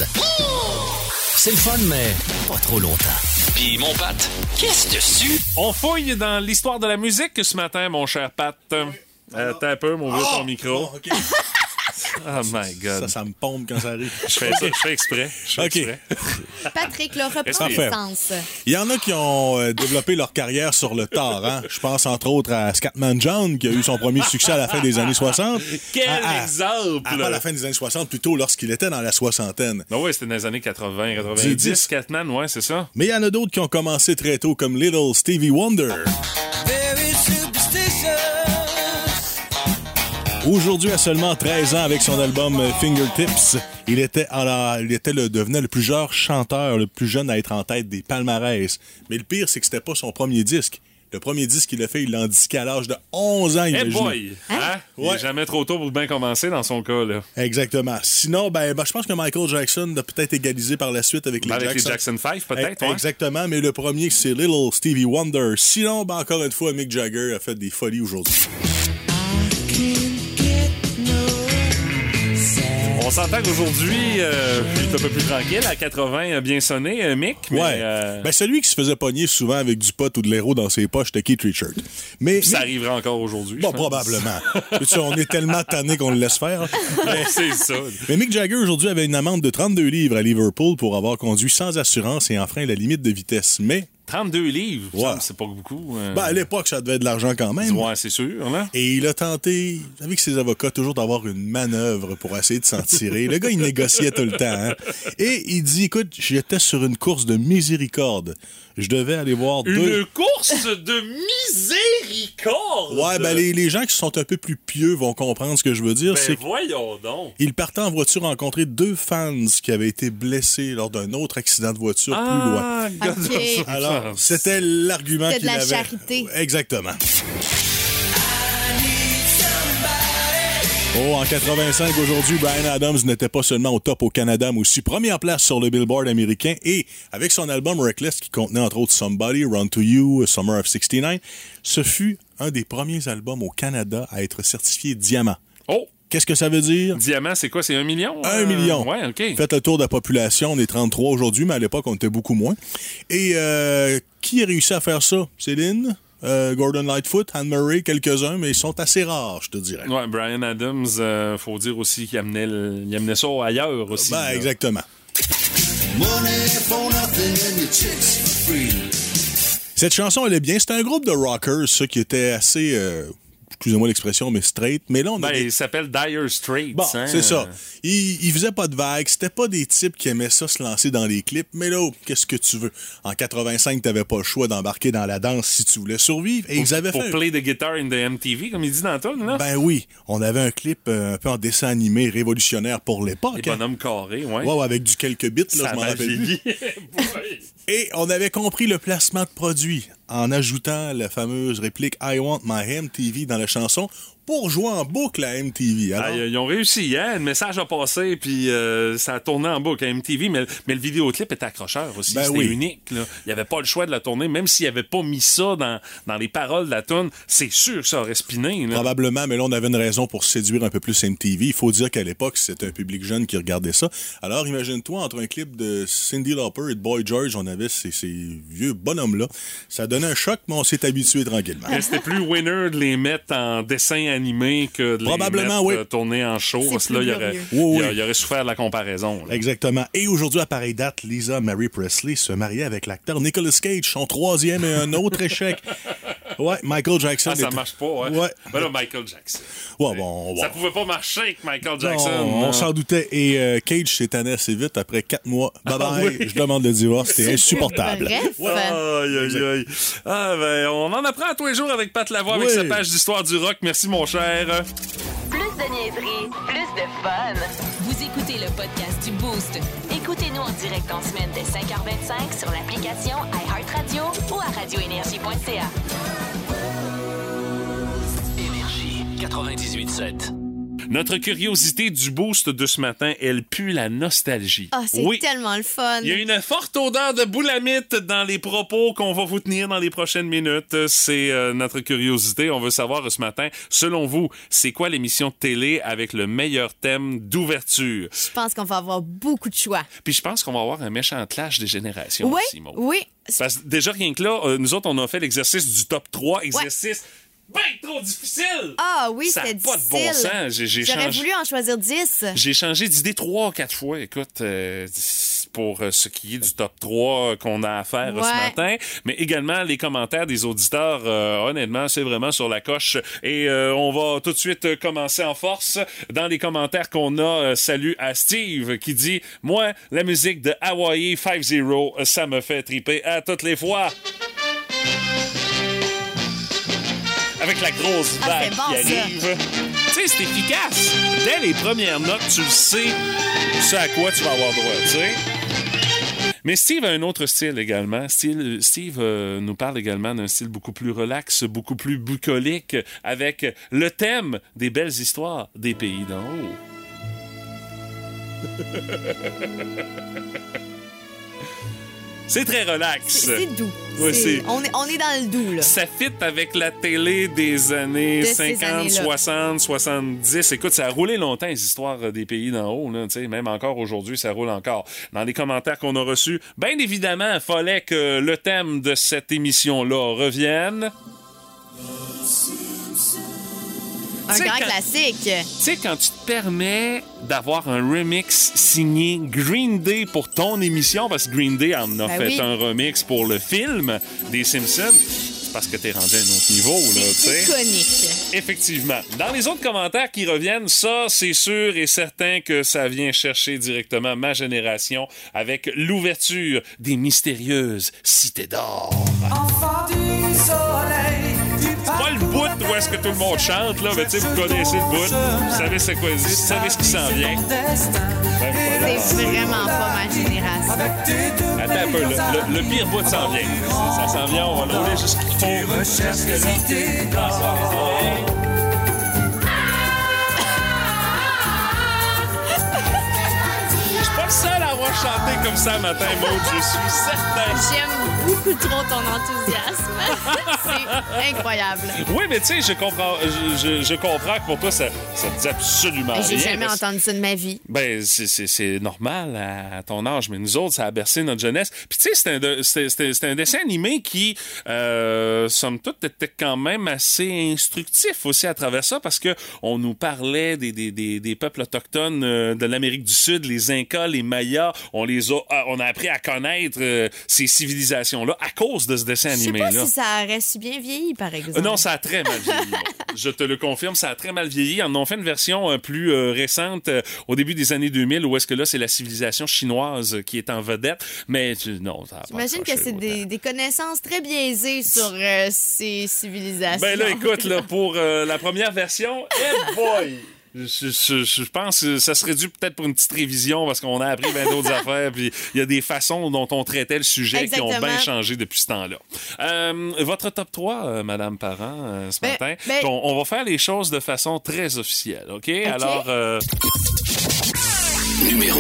C'est le fun, mais pas trop longtemps. Puis mon Pat, qu'est-ce dessus?
On fouille dans l'histoire de la musique ce matin, mon cher Pat. Euh, T'as un peu, mon vieux, ton micro.
Oh, OK.
Oh my God.
Ça, ça me pompe quand ça arrive.
Je fais ça, je fais exprès. Je fais
OK.
exprès.
Patrick, là, reprends tes sens.
Il y en a qui ont euh, développé leur carrière sur le tard. Hein? Je pense entre autres à Scatman John, qui a eu son premier succès à la fin des années soixante.
Quel
à, à,
exemple!
À, à la fin des années soixante, plutôt lorsqu'il était dans la soixantaine.
Ben oui, c'était dans les années quatre-vingts, quatre-vingt-dix, Scatman, ouais, c'est ça.
Mais il y en a d'autres qui ont commencé très tôt, comme Little Stevie Wonder. Aujourd'hui, à seulement treize ans, avec son album Fingertips, il était, à la, il était le, devenait le plus jeune chanteur, le plus jeune à être en tête des palmarès. Mais le pire, c'est que c'était pas son premier disque. Le premier disque qu'il a fait, il l'a disqué à l'âge de onze ans.
Hey boy! Hein? Hein? Il
ouais.
est jamais trop tôt pour bien commencer dans son cas, là.
Exactement. Sinon, ben, ben je pense que Michael Jackson a peut-être égalisé par la suite avec les
ben, avec
Jackson.
les Jackson cinq, peut-être,
eh,
ouais.
Exactement, mais le premier, c'est Little Stevie Wonder. Sinon, ben, encore une fois, Mick Jagger a fait des folies aujourd'hui.
On s'entend qu'aujourd'hui, euh, il est un peu plus tranquille, à quatre-vingts, bien sonné, euh, Mick. Mais,
ouais.
Euh...
Ben, celui qui se faisait pogner souvent avec du pot ou de l'héros dans ses poches, c'était Keith Richards. Mais,
ça
mais...
arriverait encore aujourd'hui.
Bon, probablement. On est tellement tannés qu'on le laisse faire.
Mais... C'est ça.
Mais Mick Jagger, aujourd'hui, avait une amende de trente-deux livres à Liverpool pour avoir conduit sans assurance et enfreint la limite de vitesse. Mais
trente-deux livres,
ouais.
ça, c'est pas beaucoup. Euh...
Ben, à l'époque, ça devait être de l'argent quand même.
Ouais, c'est sûr. Là.
Et il a tenté, avec ses avocats, toujours d'avoir une manœuvre pour essayer de s'en tirer. Le gars, il négociait tout le temps. Hein? Et il dit, écoute, j'étais sur une course de miséricorde. Je devais aller voir
une
deux...
Une course de miséricorde?
Ouais, ben les, les gens qui sont un peu plus pieux vont comprendre ce que je veux dire.
Ben
c'est
voyons donc.
Il partait en voiture rencontrer deux fans qui avaient été blessés lors d'un autre accident de voiture
ah,
plus loin.
Okay.
Alors, c'était l'argument qu'il avait.
C'était de la charité.
Exactement. Oh, en quatre-vingt-cinq, aujourd'hui, Bryan Adams n'était pas seulement au top au Canada, mais aussi première place sur le Billboard américain. Et avec son album Reckless, qui contenait entre autres Somebody, Run to You, Summer of soixante-neuf, ce fut un des premiers albums au Canada à être certifié diamant.
Oh!
Qu'est-ce que ça veut dire?
Diamant, c'est quoi? C'est un million?
Un
euh...
million.
Ouais, OK.
Faites le tour de la population. On est trente-trois aujourd'hui, mais à l'époque, on était beaucoup moins. Et euh, qui a réussi à faire ça? Céline? Euh, Gordon Lightfoot, Anne Murray, quelques-uns, mais ils sont assez rares, je te dirais.
Ouais, Bryan Adams, euh, faut dire aussi qu'il amenait, le, il amenait ça ailleurs aussi.
Ben,
là.
exactement. Cette chanson, elle est bien. C'était un groupe de rockers, ça, qui était assez... Euh, excusez-moi l'expression, mais straight. Mais là, on
ben,
a des...
il s'appelle Dire Straits.
Bon,
hein?
c'est ça. Il, il faisait pas de vagues. C'était pas des types qui aimaient ça se lancer dans les clips. Mais là, qu'est-ce que tu veux? En quatre-vingt-cinq, t'avais pas le choix d'embarquer dans la danse si tu voulais survivre. Et
pour,
ils avaient
pour
fait...
play the guitar in the M T V, comme il dit dans le tune, là?
Ben oui. On avait un clip euh, un peu en dessin animé révolutionnaire pour l'époque.
Les bonhommes carrés, ouais.
Ouais, ouais, avec du quelques bits, là,
ça
je m'en rappelle plus. Et on avait compris le placement de produit en ajoutant la fameuse réplique I Want My M T V dans la chanson pour jouer en boucle à M T V. Alors...
Ah, ils ont réussi, hein? Le message a passé, puis euh, ça a tourné en boucle à M T V, mais, mais le vidéoclip était accrocheur aussi.
Ben
C'était
oui.
unique. Là. Il n'y avait pas le choix de la tourner, même s'il n'avait pas mis ça dans, dans les paroles de la tune, c'est sûr que ça aurait spiné. Là.
Probablement, mais là, on avait une raison pour séduire un peu plus M T V. Il faut dire qu'à l'époque, c'était un public jeune qui regardait ça. Alors, imagine-toi, entre un clip de Cyndi Lauper et de Boy George, on avait ces, ces vieux bonhommes-là. Ça donnait un choc, mais on s'est habitué tranquillement.
Mais c'était plus winner de les mettre en dessin animé que de
Probablement,
les mettre
oui.
euh, tourner en show.
C'est
Parce que là,
plus
il aurait,
glorieux.
Oui, oui.
il aurait souffert de la comparaison. Là.
Exactement. Et aujourd'hui, à pareille date, Lisa Marie Presley se mariait avec l'acteur Nicolas Cage, son troisième et un autre échec. Ouais, Michael Jackson.
Ah, ça
était...
marche pas, ouais.
Ouais.
Ben là, Michael Jackson.
Ouais, bon, bon.
Ça pouvait pas marcher avec Michael Jackson.
Non, on
hein.
s'en doutait. Et euh, Cage s'est tanné assez vite après quatre mois. Bye bye.
Ah, oui.
Je demande le divorce. C'était insupportable.
Bref.
Aïe, aïe, aïe. Ah, ben, on en apprend tous les jours avec Pat Lavoie, avec
Oui.
sa page d'histoire du rock. Merci, mon cher.
Plus de niaiserie, plus de fun.
Vous écoutez le podcast du Boost.
Écoutez-nous en direct en semaine dès cinq heures vingt-cinq sur l'application iHeartRadio ou à radio énergie point c a.
Énergie quatre-vingt-dix-huit sept.
Notre curiosité du boost de ce matin, elle pue la nostalgie.
Ah, c'est
oui.
tellement le fun.
Il y a une forte odeur de boulamite dans les propos qu'on va vous tenir dans les prochaines minutes. C'est euh, notre curiosité. On veut savoir ce matin, selon vous, c'est quoi l'émission de télé avec le meilleur thème d'ouverture?
Je pense qu'on va avoir beaucoup de choix.
Puis je pense qu'on va avoir un méchant clash des générations
Oui,
aussi, Maud.
oui.
Parce que déjà, rien que là, euh, nous autres, on a fait l'exercice du top trois, exercice ben trop difficile!
Ah oui,
Ça a
c'était
pas de
difficile.
bon sens. J'ai, j'ai
J'aurais
changé...
voulu en choisir dix.
J'ai changé d'idée trois, quatre fois, écoute, euh, pour euh, ce qui est du top trois qu'on a à faire euh, ce
Ouais.
matin. Mais également, les commentaires des auditeurs, euh, honnêtement, c'est vraiment sur la coche. Et euh, on va tout de suite euh, commencer en force. Dans les commentaires qu'on a, euh, salut à Steve qui dit « Moi, la musique de Hawaii cinq zéro, ça me fait triper à toutes les fois. » Avec la grosse
Ah,
vague
c'est bon,
qui
ça.
arrive. Tu sais, c'est efficace. Dès les premières notes, tu le sais ce à quoi tu vas avoir droit, tu sais. Mais Steve a un autre style également. Steve, Steve euh, nous parle également d'un style beaucoup plus relax, beaucoup plus bucolique, avec le thème des belles histoires des pays d'en haut. C'est très relax.
C'est, c'est doux.
Ouais,
c'est,
c'est...
On, est, on est dans le doux, là.
Ça fit avec la télé des années
De
cinquante, soixante, soixante-dix. Écoute, ça a roulé longtemps, les histoires des pays d'en haut. Là, même encore aujourd'hui, ça roule encore. Dans les commentaires qu'on a reçus, bien évidemment, il fallait que le thème de cette émission-là revienne.
Un
T'sais,
grand
quand,
classique.
Tu sais, quand tu te permets d'avoir un remix signé Green Day pour ton émission, parce que Green Day en a
ben
fait
oui.
un remix pour le film des Simpsons, c'est parce que t'es rendu à un autre niveau, là, tu sais.
C'est iconique.
Effectivement. Dans les autres commentaires qui reviennent, ça, c'est sûr et certain que ça vient chercher directement ma génération avec l'ouverture des mystérieuses Cités d'or.
Enfant du soleil, du
C'est pas le bout où est-ce que tout le monde chante, là, mais tu sais, vous connaissez le bout, vous savez c'est quoi, vous savez ce qui s'en vient. Ben, voilà.
C'est vraiment pas ma génération.
Attends un peu, le, le, le pire bout s'en vient. Ça s'en vient, on va le rouler jusqu'il faut. Parce que l'idée Je suis pas le seul à avoir chanté comme ça matin, Maud, je suis certain.
J'aime beaucoup trop ton enthousiasme. C'est incroyable.
Oui, mais tu sais, je comprends, je, je, je comprends que pour toi, ça, ça te dit absolument rien.
J'ai jamais
parce...
entendu ça de ma vie.
Ben, c'est, c'est, c'est normal à ton âge, mais nous autres, ça a bercé notre jeunesse. Puis tu sais, c'est un, de, c'est, c'est, c'est un dessin animé qui, euh, somme toute, était quand même assez instructif aussi à travers ça, parce que on nous parlait des, des, des, des peuples autochtones euh, de l'Amérique du Sud, les Incas, les Mayas. On les a, on a appris à connaître euh, ces civilisations-là à cause de ce dessin animé-là.
Je sais pas si ça aurait si bien vieilli, par exemple.
Euh, non, ça a très mal vieilli. Je te le confirme, ça a très mal vieilli. Ils en ont fait une version euh, plus euh, récente euh, au début des années deux mille, où est-ce que là, c'est la civilisation chinoise qui est en vedette. Mais tu, non, ça a pas
J'imagine que c'est
autant.
des, des connaissances très biaisées sur euh, ces civilisations.
Ben là, écoute, là, pour euh, la première version, hey boy! Je, je, je pense que ça serait dû peut-être pour une petite révision parce qu'on a appris bien d'autres affaires. Puis il y a des façons dont on traitait le sujet
Exactement.
qui ont bien changé depuis ce temps-là. Euh, votre top trois, euh, Madame Parent, euh, ce
ben,
matin.
Ben...
On, on va faire les choses de façon très officielle, OK? okay. Alors... Euh...
Numéro.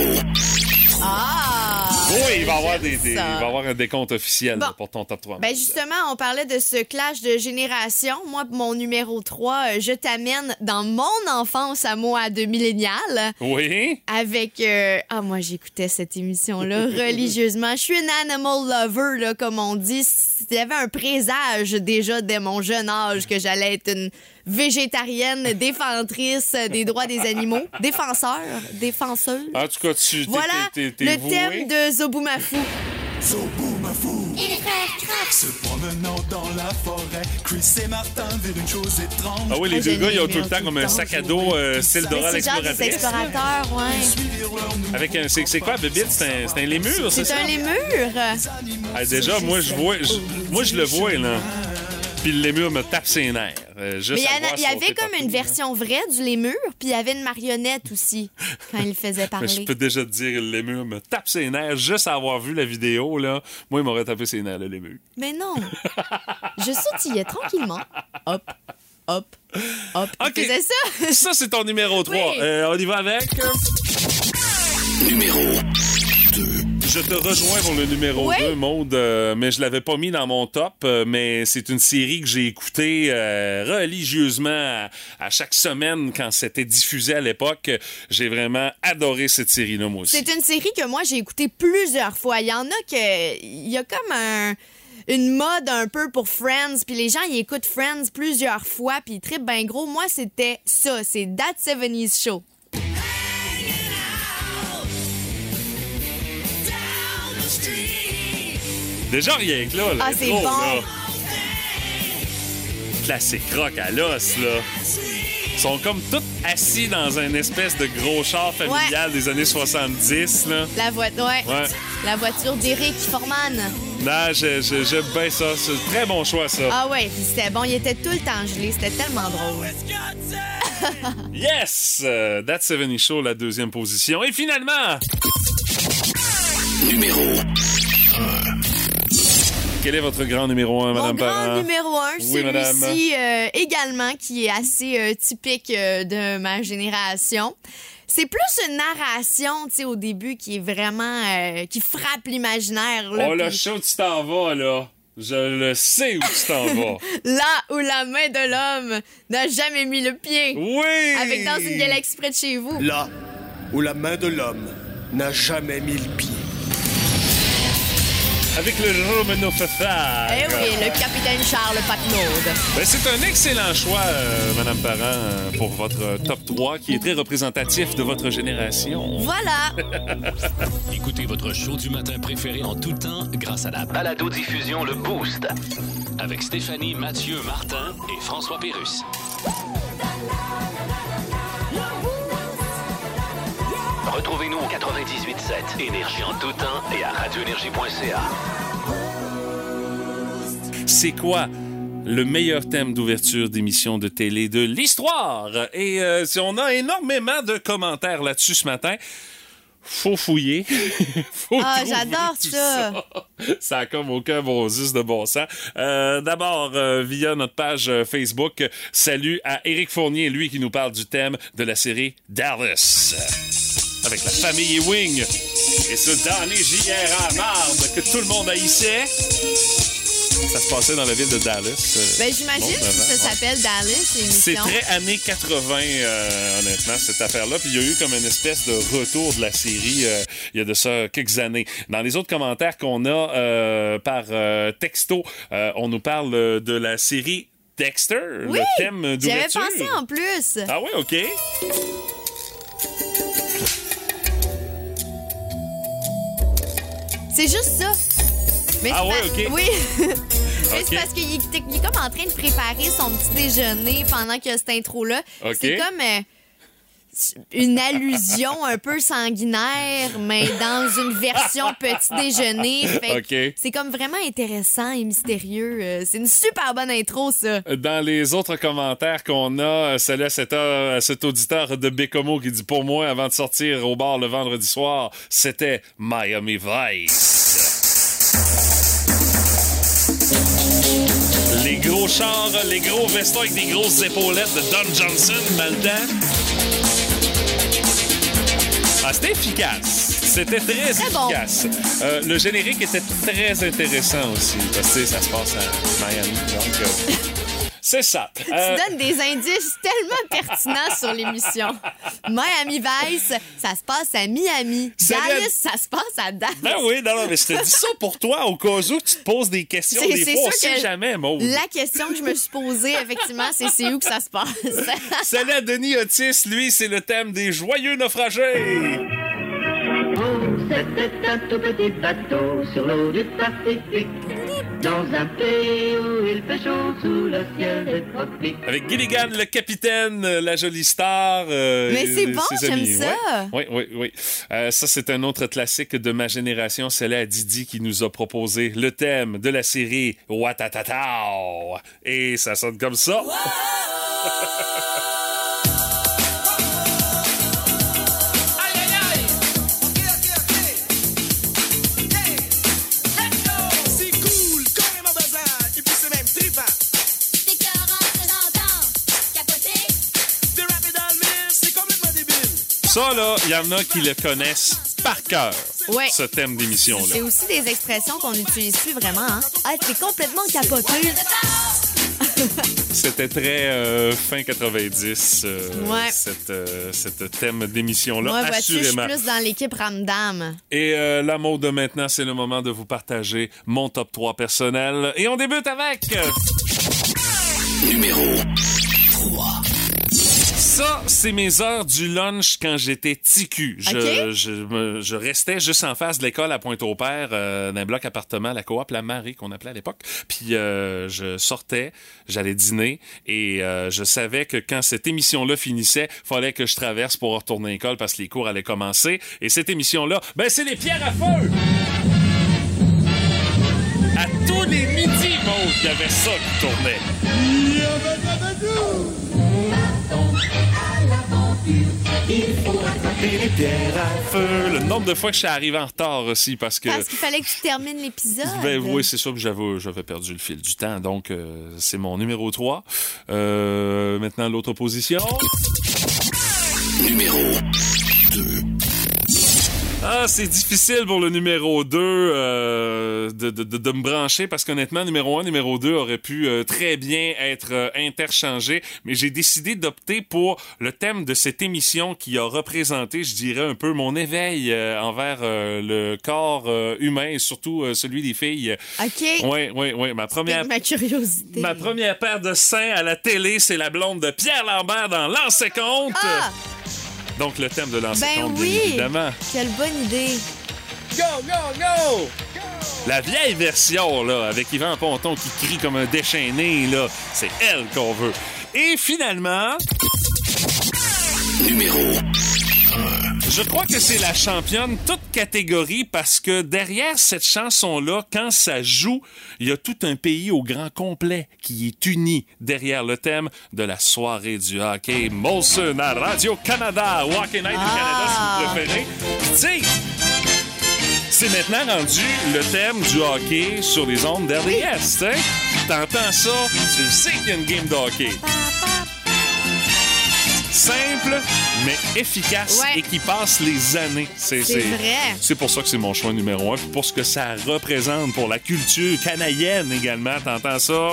Ah!
Oui, il va y avoir des, des, il va y avoir un décompte officiel
bon.
là, pour ton top trois.
Ben justement, on parlait de ce clash de génération. Moi, mon numéro trois, euh, je t'amène dans mon enfance à moi de millénial.
Oui.
Avec... Euh... Ah, moi, j'écoutais cette émission-là religieusement. Je suis une animal lover, là, comme on dit. Il y avait un présage déjà dès mon jeune âge que j'allais être une végétarienne défendrice des droits des animaux. Défenseur, défenseuse.
En tout cas, tu t'es,
voilà
t'es, t'es, t'es
le
voué.
thème de Zoboomafoo.
Zoboomafoo. Et les frères Kraft. Se promenant dans la forêt, Chris et Martin virent une chose étrange.
Ah oui, les
Ah,
deux
je
gars, ils ont
l'ai
tout le
mis
temps
tout
comme
le
un
temps.
sac à dos euh, style
Mais
Dora
c'est genre des
l'exploratrice.
explorateurs, ouais.
Avec un, c'est, c'est quoi, Bébite? C'est un, c'est un lémur, c'est,
C'est
ça?
un lémur.
Ah, déjà, moi, je vois, je, moi, je le vois, là. Puis le lémur me tape ses nerfs. Euh, juste
Mais il y,
à
en a-
voir
il y avait
sauter
comme
partout,
une
là.
version vraie du lémur, puis il y avait une marionnette aussi, quand il faisait
Mais
parler.
je peux déjà te dire, le lémur me tape ses nerfs. Juste à avoir vu la vidéo, là, moi, il m'aurait tapé ses nerfs, le lémur.
Mais non. Je sautillais tranquillement. Hop, hop, hop.
OK.
Il faisait ça.
Ça, c'est ton numéro trois.
Oui.
Euh, on y va avec...
Numéro deux.
Je te rejoins pour le numéro
Oui.
deux, Maude, euh, mais je l'avais pas mis dans mon top, euh, mais c'est une série que j'ai écoutée euh, religieusement à, à chaque semaine quand c'était diffusé à l'époque. J'ai vraiment adoré cette série-là, moi aussi.
C'est une série que moi, j'ai écoutée plusieurs fois. Il y en a que... Il y a comme un... une mode un peu pour Friends, puis les gens, ils écoutent Friends plusieurs fois, puis ils trippent bien gros. Moi, c'était ça. C'est That seventies Show.
Déjà rien que là,
Ah,
l'intro,
c'est bon.
là. Classique rock à l'os, là. Ils sont comme tous assis dans un espèce de gros char familial des années soixante-dix, là.
La, vo- ouais.
Ouais.
La voiture d'Éric Forman.
Non, je- je- j'aime bien ça. C'est un très bon choix, ça.
Ah ouais, puis c'était bon. Il était tout le temps gelé. C'était tellement drôle.
Yes! Euh, That seventies Show, la deuxième position. Et finalement...
Numéro
Quel est votre grand numéro un, Madame Parent?
Mon grand numéro un,
oui,
celui-ci euh, également, qui est assez euh, typique euh, de ma génération. C'est plus une narration, tu sais, au début, qui est vraiment... Euh, qui frappe l'imaginaire. Là,
oh,
pis...
le show, tu t'en vas, là. Je le sais où tu t'en vas.
Là où la main de l'homme n'a jamais mis le pied.
Oui!
Avec Dans une galaxie près de chez vous.
Là où la main de l'homme n'a jamais mis le pied.
Avec le Romano Fafard.
Eh oui, le capitaine Charles Patnaud.
Ben, c'est un excellent choix, euh, Madame Parent, euh, pour votre top trois, qui est très représentatif de votre génération.
Voilà!
Écoutez votre show du matin préféré en tout temps grâce à la balado-diffusion Le Boost. Avec Stéphanie, Mathieu, Martin et François Pérusse. Retrouvez-nous au quatre-vingt-dix-huit sept Énergie en tout temps et à radio énergie point c a.
C'est quoi le meilleur thème d'ouverture d'émission de télé de l'histoire? Et euh, si on a énormément de commentaires là-dessus ce matin, faut fouiller. faut
ah,
trouver
j'adore
tout
ça.
ça. Ça a comme aucun bon juste de bon sens. Euh, d'abord, euh, via notre page Facebook, salut à Éric Fournier, lui qui nous parle du thème de la série Dallas. Avec la famille Ewing. Et ce dernier J R à marde que tout le monde haïssait. Ça se passait dans la ville de Dallas. Euh,
ben, j'imagine
bon,
que ça s'appelle Dallas, l'émission.
C'est très années quatre-vingts, euh, honnêtement, cette affaire-là. Puis il y a eu comme une espèce de retour de la série euh, il y a de ça quelques années. Dans les autres commentaires qu'on a euh, par euh, texto, euh, on nous parle de la série Dexter,
oui,
le thème d'ouverture.
J'avais pensé en plus.
Ah oui, OK.
C'est juste ça. Mais
ah
ouais,
pas... OK.
Oui. Mais
okay.
c'est parce qu'il est, il est comme en train de préparer son petit déjeuner pendant qu'il y a cette intro-là.
Okay.
C'est comme euh, une allusion un peu sanguinaire, mais dans une version petit déjeuner. Fait
okay.
C'est comme vraiment intéressant et mystérieux. C'est une super bonne intro, ça.
Dans les autres commentaires qu'on a, salut à cet, à cet auditeur de Bécomo qui dit « Pour moi, avant de sortir au bar le vendredi soir, c'était Miami Vice. » Les gros chars, les gros vestons avec des grosses épaulettes de Don Johnson dans le temps. Ah, c'était efficace. C'était très, très efficace. Bon. Euh, le générique était très intéressant aussi. Parce que ça se passe à Miami. Donc, euh, c'est ça.
Tu
euh...
donnes des indices tellement pertinents sur l'émission. Miami Vice, ça se passe à Miami. Dallas, ça se passe à Dallas.
Ben oui, non, non, mais je te dis ça pour toi, au cas où tu te poses des questions. C'est, des
c'est
fois, on
sûr
sait jamais, Maud.
La question que je me suis posée, effectivement, c'est c'est où que ça se passe.
Salut à Denis Otis, lui, c'est le thème des joyeux naufragés.
C'était un tout petit bateau sur l'eau du Pacifique, dans un pays où il fait chaud sous le ciel des tropiques.
Avec Gilligan, le capitaine, la jolie star. Euh,
Mais c'est bon, j'aime
amis.
ça.
Oui, oui, oui. oui. Euh, ça, c'est un autre classique de ma génération. C'est là Didi qui nous a proposé le thème de la série Watatatao. Et ça sonne comme ça. Ça, là, il y en a qui le connaissent par cœur,
ouais.
ce thème d'émission-là.
C'est aussi des expressions qu'on n'utilise plus vraiment. Hein? Ah, c'est complètement capoté.
C'était très euh, fin quatre-vingt-dix, euh,
ouais.
cette, euh, cette thème d'émission-là,
ouais,
assurément.
Je suis plus dans l'équipe Ramdam.
Et euh, la mode de maintenant, c'est le moment de vous partager mon top trois personnel. Et on débute avec...
Numéro trois.
Ça, c'est mes heures du lunch quand j'étais ticu. Je,
okay.
je, me, je restais juste en face de l'école à Pointe-au-Père, euh, d'un bloc appartement, la coop La Marée, qu'on appelait à l'époque. Puis euh, je sortais, j'allais dîner, et euh, je savais que quand cette émission-là finissait, fallait que je traverse pour retourner à l'école parce que les cours allaient commencer. Et cette émission-là, ben c'est les pierres à feu! À tous les midis, Maud, il y avait ça qui tournait.
Il faut attraper les pierres à feu.
Le nombre de fois que je suis arrivé en retard aussi parce que...
Parce qu'il fallait que tu termines l'épisode.
Ben, oui, c'est ça, j'avais, j'avais perdu le fil du temps. Donc, euh, c'est mon numéro trois. Euh, maintenant, l'autre position.
Numéro deux.
Ah, c'est difficile pour le numéro deux euh, de, de, de, de me brancher parce qu'honnêtement, numéro un, numéro deux aurait pu euh, très bien être euh, interchangés, mais j'ai décidé d'opter pour le thème de cette émission qui a représenté, je dirais, un peu mon éveil euh, envers euh, le corps euh, humain et surtout euh, celui des filles.
OK.
Oui, oui, oui. Ma première,
ma curiosité.
Ma première paire de seins à la télé, c'est la blonde de Pierre Lambert dans Lancer compte.
Ah!
Donc, le thème de Lancer
Ben
compte,
oui.
bien évidemment.
Quelle bonne idée.
Go, go, go! La vieille version, là, avec Yvan Ponton qui crie comme un déchaîné, là, c'est elle qu'on veut. Et finalement...
Numéro
Je crois que c'est la championne toute catégorie parce que derrière cette chanson-là, quand ça joue, il y a tout un pays au grand complet qui est uni derrière le thème de la soirée du hockey. Molson à Radio-Canada, Hockey Night du Canada, si vous préférez. Tu sais, c'est maintenant rendu le thème du hockey sur les ondes d'R D S, tu sais. T'entends ça, tu sais qu'il y a une game de hockey. Simple, mais efficace
ouais.
et qui passe les années.
C'est, c'est vrai.
C'est pour ça que c'est mon choix numéro un. Puis pour ce que ça représente pour la culture canadienne également. T'entends ça?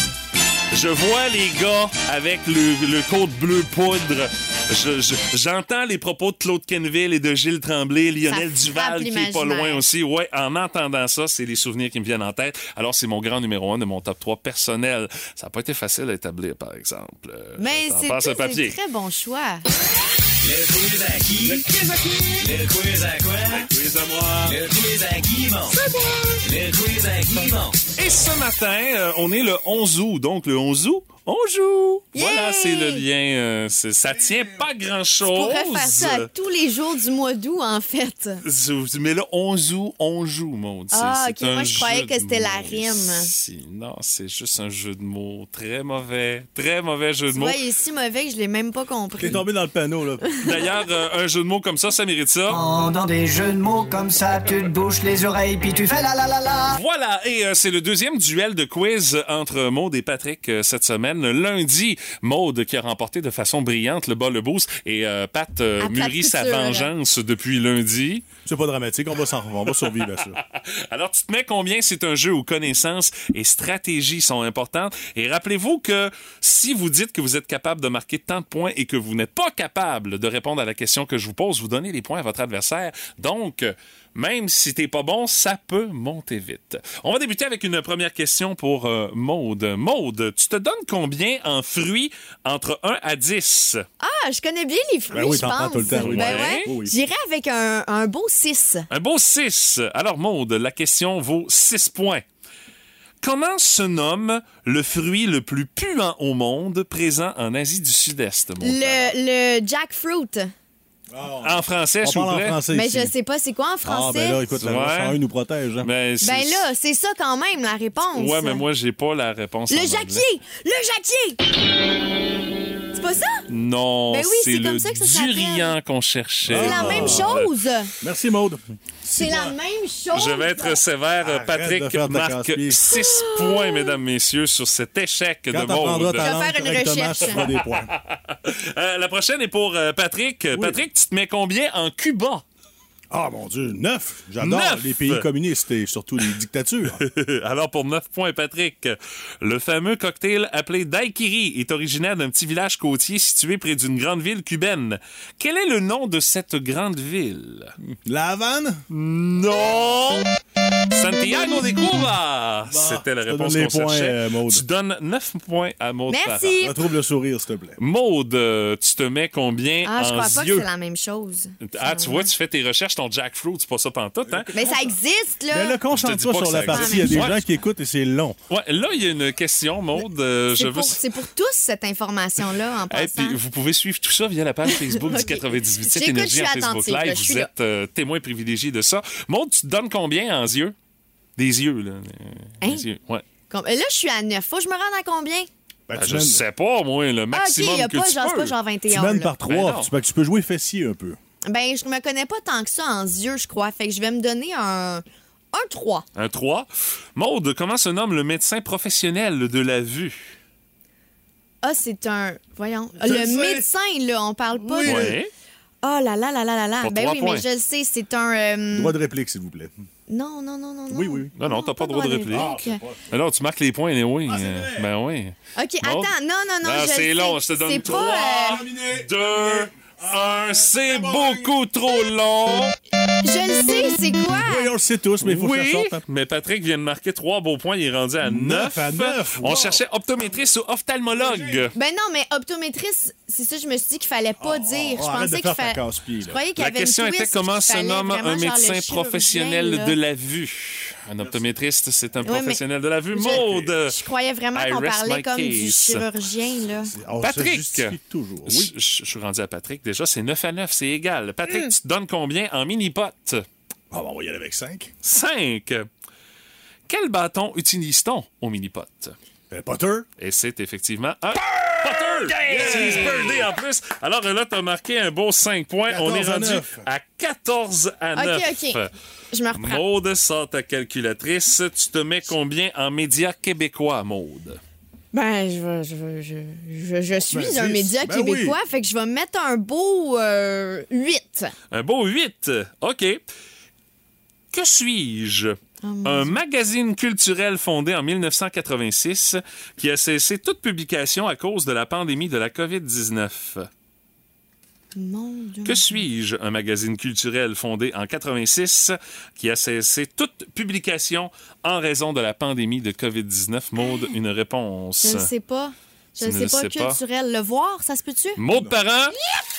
Je vois les gars avec le, le côte bleu poudre. Je, je, j'entends les propos de Claude Quenneville et de Gilles Tremblay, Lionel Duval qui est pas loin aussi. Ouais, en entendant ça, c'est les souvenirs qui me viennent en tête. Alors, c'est mon grand numéro un de mon top trois personnel. Ça n'a pas été facile à établir, par exemple.
Mais c'est, tout, c'est un très bon choix.
Le quiz à qui? Le quiz à qui? Le quiz à quoi?
Le quiz à moi.
Le quiz à Guimond. C'est moi. Le quiz à Guimond.
Et ce matin, euh, on est le onze août. Donc, le onze août, on joue.
Yeah!
Voilà, c'est le lien. Euh, c'est, ça tient pas grand-chose.
Tu pourrais faire ça à tous les jours du mois d'août, en fait.
Mais le onze août, on joue, Maud.
Ah,
c'est,
OK.
c'est
Moi, je croyais que c'était la rime.
Si, non, c'est juste un jeu de mots. Très mauvais. Très mauvais jeu de
tu
mots.
vois, il est si mauvais que je l'ai même pas compris.
T'es tombé dans le panneau, là.
D'ailleurs, euh, un jeu de mots comme ça, ça mérite ça.
Oh, dans des jeux de mots comme ça, tu te bouches les oreilles puis tu fais la la la la.
Voilà, et euh, c'est le deuxième duel de quiz entre Maud et Patrick euh, cette semaine. Lundi, Maud qui a remporté de façon brillante le bas le boost et euh, Pat euh, mûrit sa vengeance depuis lundi.
C'est pas dramatique, on va, s'en, on va survivre à ça.
Alors, tu te mets combien? C'est un jeu où connaissances et stratégies sont importantes. Et rappelez-vous que si vous dites que vous êtes capable de marquer tant de points et que vous n'êtes pas capable de répondre à la question que je vous pose, vous donnez les points à votre adversaire. Donc, même si t'es pas bon, ça peut monter vite. On va débuter avec une première question pour euh, Maude. Maude, tu te donnes combien en fruits entre un à dix?
Ah, je connais bien les fruits,
ben oui,
je
t'en
pense.
prends tout le temps, oui.
Ben
Ouais.
ouais.
Oui, oui.
J'irais avec un, un beau six.
Un beau six. Alors, Maude, la question vaut six points. Comment se nomme le fruit le plus puant au monde présent en Asie du Sud-Est, Maude?
Le, le jackfruit.
Oh.
En français,
On
s'il vous
parle
plaît.
en français
Mais
ici.
je sais pas c'est quoi en français.
Ah, ben là, écoute, la
Ouais.
cent un nous protège. Hein.
Ben, c'est-
Ben là, c'est ça quand même, la réponse.
Ouais, mais moi, j'ai pas la réponse. en
Le
anglais.
jacquier! Le jacquier! C'est pas ça?
Non,
Ben oui,
c'est,
c'est
le
comme ça que ça s'appelle.
durian qu'on cherchait.
C'est la même chose.
Merci, Maude.
C'est la même chose.
Je vais être sévère.
Arrête
Patrick
de faire ta
marque
casse-pied.
six points, mesdames, messieurs, sur cet échec
Quand
de
t'apprendras
Maude.
ta
Je vais
langue
faire une
correctement,
recherche.
tu feras des points.
Euh, la prochaine est pour euh, Patrick. Patrick, tu te mets combien en Cuba?
Ah, mon Dieu, neuf. J'adore
Neuf.
les pays communistes et surtout les dictatures.
Alors, pour neuf points, Patrick, le fameux cocktail appelé daiquiri est originaire d'un petit village côtier situé près d'une grande ville cubaine. Quel est le nom de cette grande ville?
La Havane?
Non! Santiago de Cuba!
Bon,
C'était la
je te
réponse
donne les
qu'on
points,
cherchait.
euh, Maude.
Tu donnes neuf points à Maude
Merci.
Parent.
Retrouve le sourire, s'il te plaît.
Maude, euh, tu te mets combien
Ah, je
en
crois pas que
yeux?
c'est la même chose.
Ah, tu vois, tu fais tes recherches, ton jackfruit, c'est pas ça pantoute, hein?
Mais ça existe, là.
Mais là,
Je te
concentre-toi
dis pas
sur
que
la
ça
partie.
existe.
Il y a des
Ouais.
gens qui écoutent et c'est long.
Ouais, là, il y a une question, Maude. euh,
C'est
je
pour,
veux...
c'est pour tous, cette information-là, en
Et
passant.
puis, vous pouvez suivre tout ça via la page Facebook du
Ok.
quatre-vingt-dix-huit sept
J'écoute,
Énergie
je
en
suis
Facebook
attentive,
Live.
là, je suis
Vous
là.
êtes euh, témoin privilégié de ça. Maude, tu te donnes combien en yeux? Des yeux, là. euh,
Hein?
Des yeux, ouais.
Comme- Là, je suis à neuf. Faut que je me rende à combien?
Ben,
Ben,
tu
je
mènes-
sais pas, moi, le
Ah, OK,
maximum
il y a
que
pas
tu
genre, c'est
peux.
pas genre vingt et
Tu
un.
mènes
là.
par
Ben
trois.
non.
tu, peux, tu peux jouer fessier un peu.
Ben, je me connais pas tant que ça en yeux, je crois. Fait que je vais me donner un, un trois.
Un trois. Maude, comment se nomme le médecin professionnel de la vue?
Ah, c'est un... Voyons.
Je
le
le sais.
médecin, là, on parle pas
Oui.
de...
Oui.
Oh là là là là là là.
Pour
Ben
trois
oui,
points.
mais je le sais, c'est un... euh,
Droit de réplique, s'il vous plaît.
Non, non, non, non, non.
Oui, oui.
Non, non, t'as pas de droit de réplique.
réplique.
Mais non, tu marques les points, mais oui. Euh, ben oui.
OK,
Maude?
attends. Non, non, non,
Ah,
je
c'est
le
long,
sais.
je te donne
C'est
trois.
pas... euh,
Deux, un, c'est beaucoup trop long.
Je le sais, c'est quoi?
Oui, on le sait tous, mais il faut que
Oui,
ça sorte. hein.
mais Patrick vient de marquer trois beaux points. Il est rendu à neuf.
à neuf,
On
wow.
cherchait optométriste ou ophtalmologue.
Ben non, mais optométrice, c'est ça, je me suis dit qu'il fallait pas dire.
oh,
Je
arrête de
pensais
faire
qu'il
ta
fallait.
casse-pied,
Je
là.
croyais qu'il y
La
avait une
question était
twist
comment
qu'il
se
fallait
nomme
vraiment,
un
genre, le
médecin
chirurgien,
professionnel
là.
de la vue. Un optométriste, c'est un
Ouais, mais
professionnel de la vue.
je-
Maude.
Je croyais vraiment
I
qu'on
rest
parlait
my
comme du
case.
chirurgien, là.
On se
Patrick.
justifie toujours.
Je,
Oui.
je- je suis rendu à Patrick. Déjà, c'est neuf à neuf, c'est égal. Patrick, tu te donnes combien en mini-pot?
Ah, bon, on va y aller avec cinq.
cinq. Quel bâton utilise-t-on au mini-pot?
Euh, Potter.
Et c'est effectivement un Potter! Yes! Birdie en plus. Alors là, tu as marqué un beau cinq points. On est
quatorze à
rendu
neuf.
à quatorze à
OK,
neuf.
OK. Je me reprends.
Maude, sort ta calculatrice. Tu te mets combien en médias québécois, Maude?
Ben, je, vais- je, vais- je, je, je suis
Ben,
un
dix.
média
Ben
québécois, fait que je vais mettre un beau euh, huit.
Un beau huit. OK. Que suis-je? Un magazine culturel fondé en mille neuf cent quatre-vingt-six qui a cessé toute publication à cause de la pandémie de la covid dix-neuf.
Mon Dieu.
Que suis-je? Un magazine culturel fondé en quatre-vingt-six qui a cessé toute publication en raison de la pandémie de covid dix-neuf. Maude, une réponse.
Je ne sais pas. Je
Tu
ne
ne
sais pas.
le sais pas?
Culturel. Le voir, ça se peut-tu?
Maude Parent.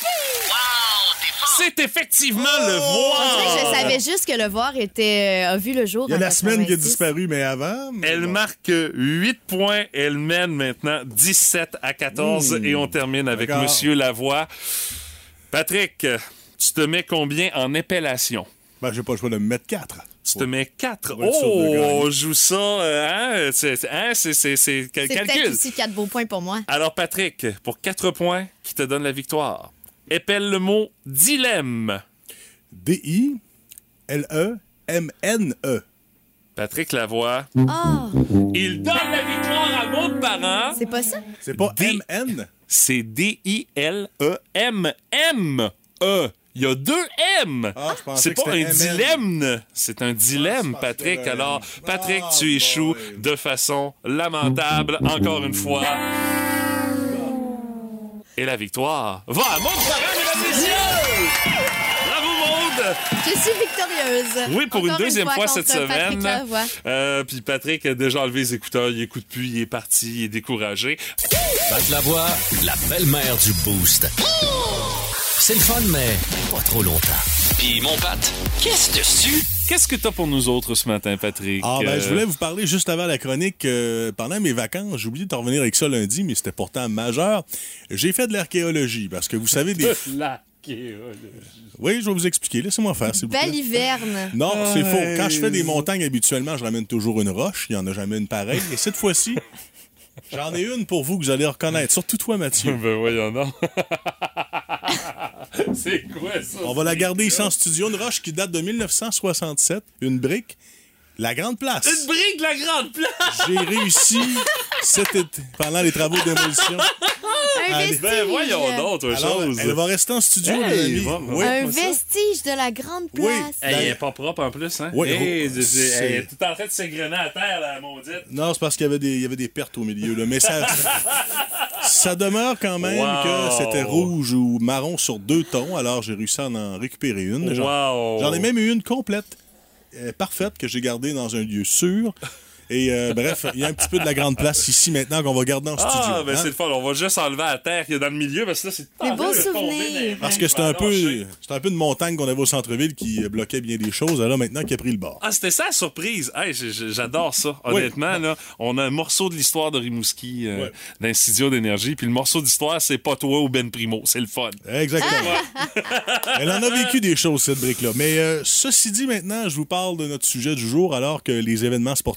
C'est effectivement le
On
voir.
dirait que je savais juste que le voir était, euh, a vu le jour.
Il y a
en
la semaine qui a
quatre-vingt-six.
disparu, mais avant. mais
Elle
bon.
marque huit points. Elle mène maintenant dix-sept à quatorze.
Mmh.
Et on termine avec
D'accord.
Monsieur Lavoie. Patrick, tu te mets combien en épellation?
Ben, j'ai pas le choix de me mettre quatre.
Tu te mets quatre.
On va être sûr de
Oh,
gagner.
on joue ça. euh, hein? C'est hein? c'est- c'est- c'est quel
C'est peut-être
calcul.
aussi quatre beaux points pour moi.
Alors, Patrick, pour quatre points, qui te donne la victoire? Épelle le mot dilemme.
D I L E M N E.
Patrick Lavoie.
Ah,
Il donne la victoire à Maude Parent.
c'est pas ça?
C'est pas
D-
M N.
C'est D I L E M M E. Il y a deux M.
Ah, je pensais
C'est
que
pas un
c'était M N.
dilemme. C'est un dilemme,
Ah, c'est parce
Patrick.
que-
Alors, Patrick,
Ah,
tu échoues
boy.
de façon lamentable, encore une fois. Et la victoire va à Maude Parent, mesdames et messieurs! Bravo, Maude!
Je suis victorieuse.
Oui, pour
Encore
une deuxième fois,
contre
cette
Patrick
semaine.
Lavoie.
Euh, Puis Patrick a déjà enlevé les écouteurs, il écoute plus, il est parti, il est découragé.
Pat Lavoie, la belle-mère du Boost. C'est le fun, mais pas trop longtemps. Puis mon Pat, qu'est-ce dessus?
Qu'est-ce que t'as pour nous autres ce matin, Patrick?
Ah, ben,
Euh,
je voulais vous parler juste avant la chronique. euh, pendant mes vacances, j'ai oublié de t'en revenir avec ça lundi, mais c'était pourtant majeur. J'ai fait de l'archéologie parce que vous savez des.
L'archéologie.
Oui, je vais vous expliquer. Laissez-moi faire, s'il vous plaît.
Belle hiverne.
Non, c'est faux. Quand je fais des montagnes, habituellement, je ramène toujours une roche. Il n'y en a jamais une pareille. Et cette fois-ci, j'en ai une pour vous que vous allez reconnaître. Surtout toi, Mathieu.
Ben voyons donc. C'est quoi ça?
On va la garder ici en studio. Une roche qui date de mille neuf cent soixante-sept. Une brique. La Grande Place.
Une brique de la Grande Place!
J'ai réussi cet été, pendant les travaux de démolition.
Un
Allez.
vestige.
Ben voyons donc, autre
Alors,
chose.
elle va rester en studio,
Hey,
mes amis.
va-
Oui,
Un
comme ça.
vestige de la grande place.
Oui.
Elle est pas propre en plus, hein?
Oui,
Hey,
oh,
c'est-
c'est-
elle est tout en train de s'égrener à terre, la maudite.
Non, c'est parce qu'il y avait des, il y avait des pertes au milieu. Là. Mais ça, ça demeure quand même
Wow.
que c'était rouge ou marron sur deux tons. Alors, j'ai réussi à en récupérer une. J'en,
Wow.
j'en ai même eu une complète, euh, parfaite, que j'ai gardée dans un lieu sûr. Et euh, bref, il y a un petit peu de la Grande Place ici maintenant qu'on va garder en studio.
Ah, ben
hein.
c'est le fun. On va juste enlever à terre qu'il y a dans le milieu parce que là, c'est
Des beaux
en train de tomber
souvenirs.
dans les
Parce
mains.
que c'était
Je
un
vais lâcher.
peu, c'était un peu une montagne qu'on avait au centre-ville qui bloquait bien des choses. Alors maintenant qui a pris le bord.
Ah, c'était ça la surprise. Hey, j- j- j'adore ça. Honnêtement, là, on a un morceau de l'histoire de Rimouski euh,
Ouais.
dans le studio d'énergie. Puis le morceau d'histoire, c'est pas toi ou Ben Primo. C'est le fun.
Exactement. Elle en a vécu des choses, cette brique-là. Mais euh, ceci dit, maintenant, je vous parle de notre sujet du jour alors que les événements sportifs se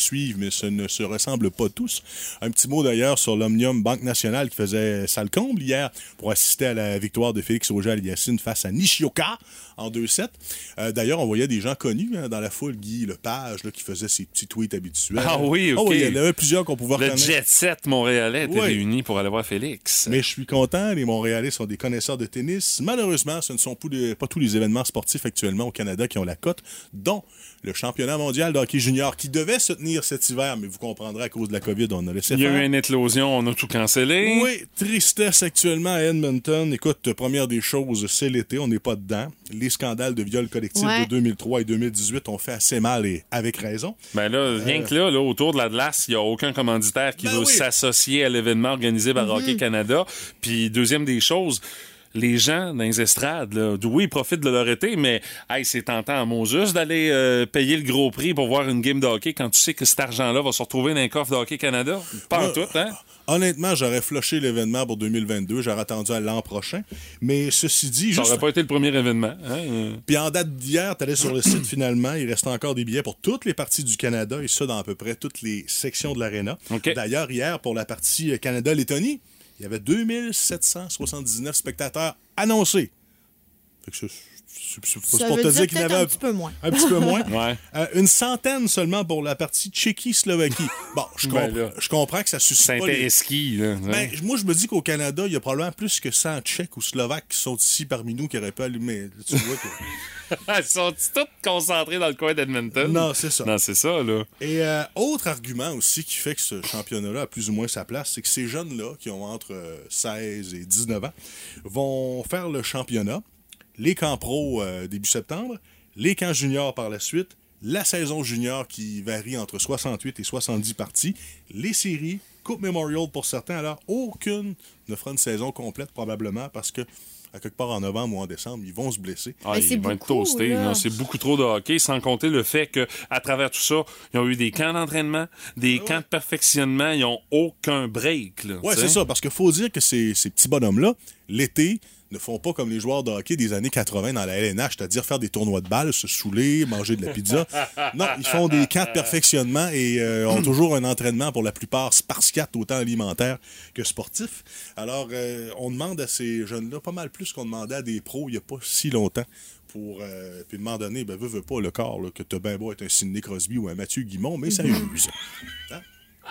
suivent, mais ce ne se ressemblent pas tous. Un petit mot d'ailleurs sur l'Omnium Banque Nationale qui faisait sale comble hier pour assister à la victoire de Félix Auger-Aliassime face à Nishioka en deux sept. Euh, d'ailleurs, on voyait des gens connus hein, dans la foule, Guy Lepage là, qui faisait ses petits tweets habituels.
Ah oui, OK.
Oh, il y en avait plusieurs qu'on pouvait
Le
reconnaître.
Jet Set montréalais était
Oui.
réuni pour aller voir Félix.
Mais je suis content, les Montréalais sont des connaisseurs de tennis. Malheureusement, ce ne sont pas, les, pas tous les événements sportifs actuellement au Canada qui ont la cote, dont le championnat mondial de hockey junior qui devait se tenir cet hiver, mais vous comprendrez à cause de la COVID, on a laissé
Il y a
faire.
eu une éclosion, on a tout cancellé.
Oui, tristesse actuellement à Edmonton. Écoute, première des choses, c'est l'été, on n'est pas dedans. Les scandales de viol collectif
Ouais.
de deux mille trois et deux mille dix-huit ont fait assez mal et avec raison.
Ben là, rien
Euh,
que là, là, autour de la glace, il n'y a aucun commanditaire qui
Ben
veut
oui.
s'associer à l'événement organisé par Hockey Canada. Puis deuxième des choses, les gens dans les estrades, là, oui, ils profitent de leur été, mais hey, c'est tentant à Moses d'aller euh, payer le gros prix pour voir une game de hockey quand tu sais que cet argent-là va se retrouver dans un coffre de Hockey Canada. Pas en
Euh,
tout, hein?
Honnêtement, j'aurais flushé l'événement pour deux mille vingt-deux. J'aurais attendu à l'an prochain. Mais ceci dit,
Ça
juste...
n'aurait pas été le premier événement. Hein? Euh,
Puis en date d'hier, tu allais sur le site finalement, il reste encore des billets pour toutes les parties du Canada et ça dans à peu près toutes les sections de l'aréna.
OK.
D'ailleurs, hier, pour la partie Canada-Lettonie, il y avait deux mille sept cent soixante-dix-neuf spectateurs annoncés. Fait que c'est, c'est, c'est, c'est
Ça
pour
veut
te
dire
dire qu'il y en
peut-être
avait
un petit peu moins.
Un petit peu moins.
Ouais.
Euh, une centaine seulement pour la partie Tchéquie-Slovaquie. Bon, je,
Ben
comp-
là.
je comprends que ça suscite pas les...
Saint-Péreski, là. hein?
Ben, moi, je me dis qu'au Canada, il y a probablement plus que cent Tchèques ou Slovaques qui sont ici parmi nous qui auraient pu allumer. Tu vois que...
Ils sont tous concentrés dans le coin d'Edmonton?
Non, c'est ça.
Non, c'est ça, là.
Et euh, autre argument aussi qui fait que ce championnat-là a plus ou moins sa place, c'est que ces jeunes-là, qui ont entre euh, seize et dix-neuf ans, vont faire le championnat, les camps pro euh, début septembre, les camps juniors par la suite, la saison junior qui varie entre soixante-huit et soixante-dix parties, les séries, Coupe Memorial pour certains. Alors, aucune ne fera une saison complète probablement parce que à quelque part en novembre ou en décembre, ils vont se blesser.
Ah,
Mais
ils
c'est
vont être
beaucoup,
toastés.
là.
Non, c'est beaucoup trop de hockey, sans compter le fait qu'à travers tout ça, ils ont eu des camps d'entraînement, des camps de perfectionnement, ils n'ont aucun break. Là,
Oui,
tu sais.
c'est ça, parce qu'il faut dire que ces, ces petits bonhommes-là, l'été, ne font pas comme les joueurs de hockey des années quatre-vingt dans la L N H, c'est-à-dire faire des tournois de balles, se saouler, manger de la pizza. Non, ils font des camps de perfectionnement et euh, ont toujours un entraînement pour la plupart spartiate, autant alimentaire que sportif. Alors, euh, on demande à ces jeunes-là pas mal plus qu'on demandait à des pros il n'y a pas si longtemps. Pour, euh, puis, à un moment donné, ben, veux, veux pas le corps, là, que t'as bien beau être un Sidney Crosby ou un Mathieu Guimond, mais ça use. Hein?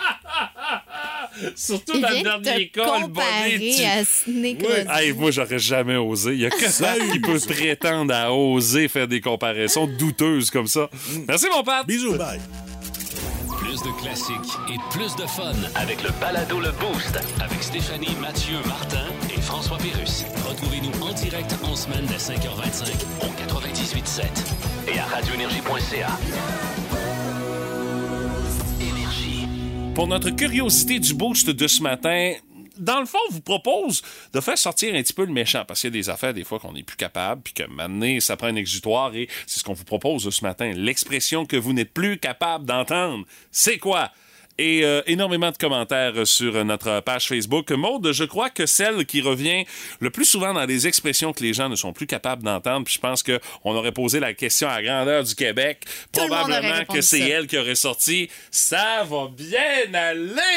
Surtout
Il
dans
vient
le
de
dernier
te
cas, le bonnet.
comparer
tu-
à Sidney
Oui.
Crosby.
Hey, moi, j'aurais jamais osé. Il y a que ça
Salut.
qui peut prétendre à oser faire des comparaisons douteuses comme ça. Merci, mon père.
Bisous, bye!
Plus de classiques et plus de fun avec le balado Le Boost avec Stéphanie, Mathieu, Martin et François Pérus. Retrouvez-nous en direct en semaine dès cinq heures vingt-cinq au quatre-vingt-dix-huit sept et à radioénergie point c a. Énergie.
Pour notre curiosité du boost de ce matin, dans le fond, on vous propose de faire sortir un petit peu le méchant, parce qu'il y a des affaires, des fois, qu'on n'est plus capable, puis que maintenant, ça prend un exutoire, et c'est ce qu'on vous propose ce matin. L'expression que vous n'êtes plus capable d'entendre, c'est quoi? Et euh, énormément de commentaires sur notre page Facebook. Maude, je crois que celle qui revient le plus souvent dans les expressions que les gens ne sont plus capables d'entendre, puis je pense qu'on aurait posé la question à la grandeur du Québec,
Tout le monde aurait
probablement
répondu
que c'est
ça.
elle qui aurait sorti « Ça va bien aller! »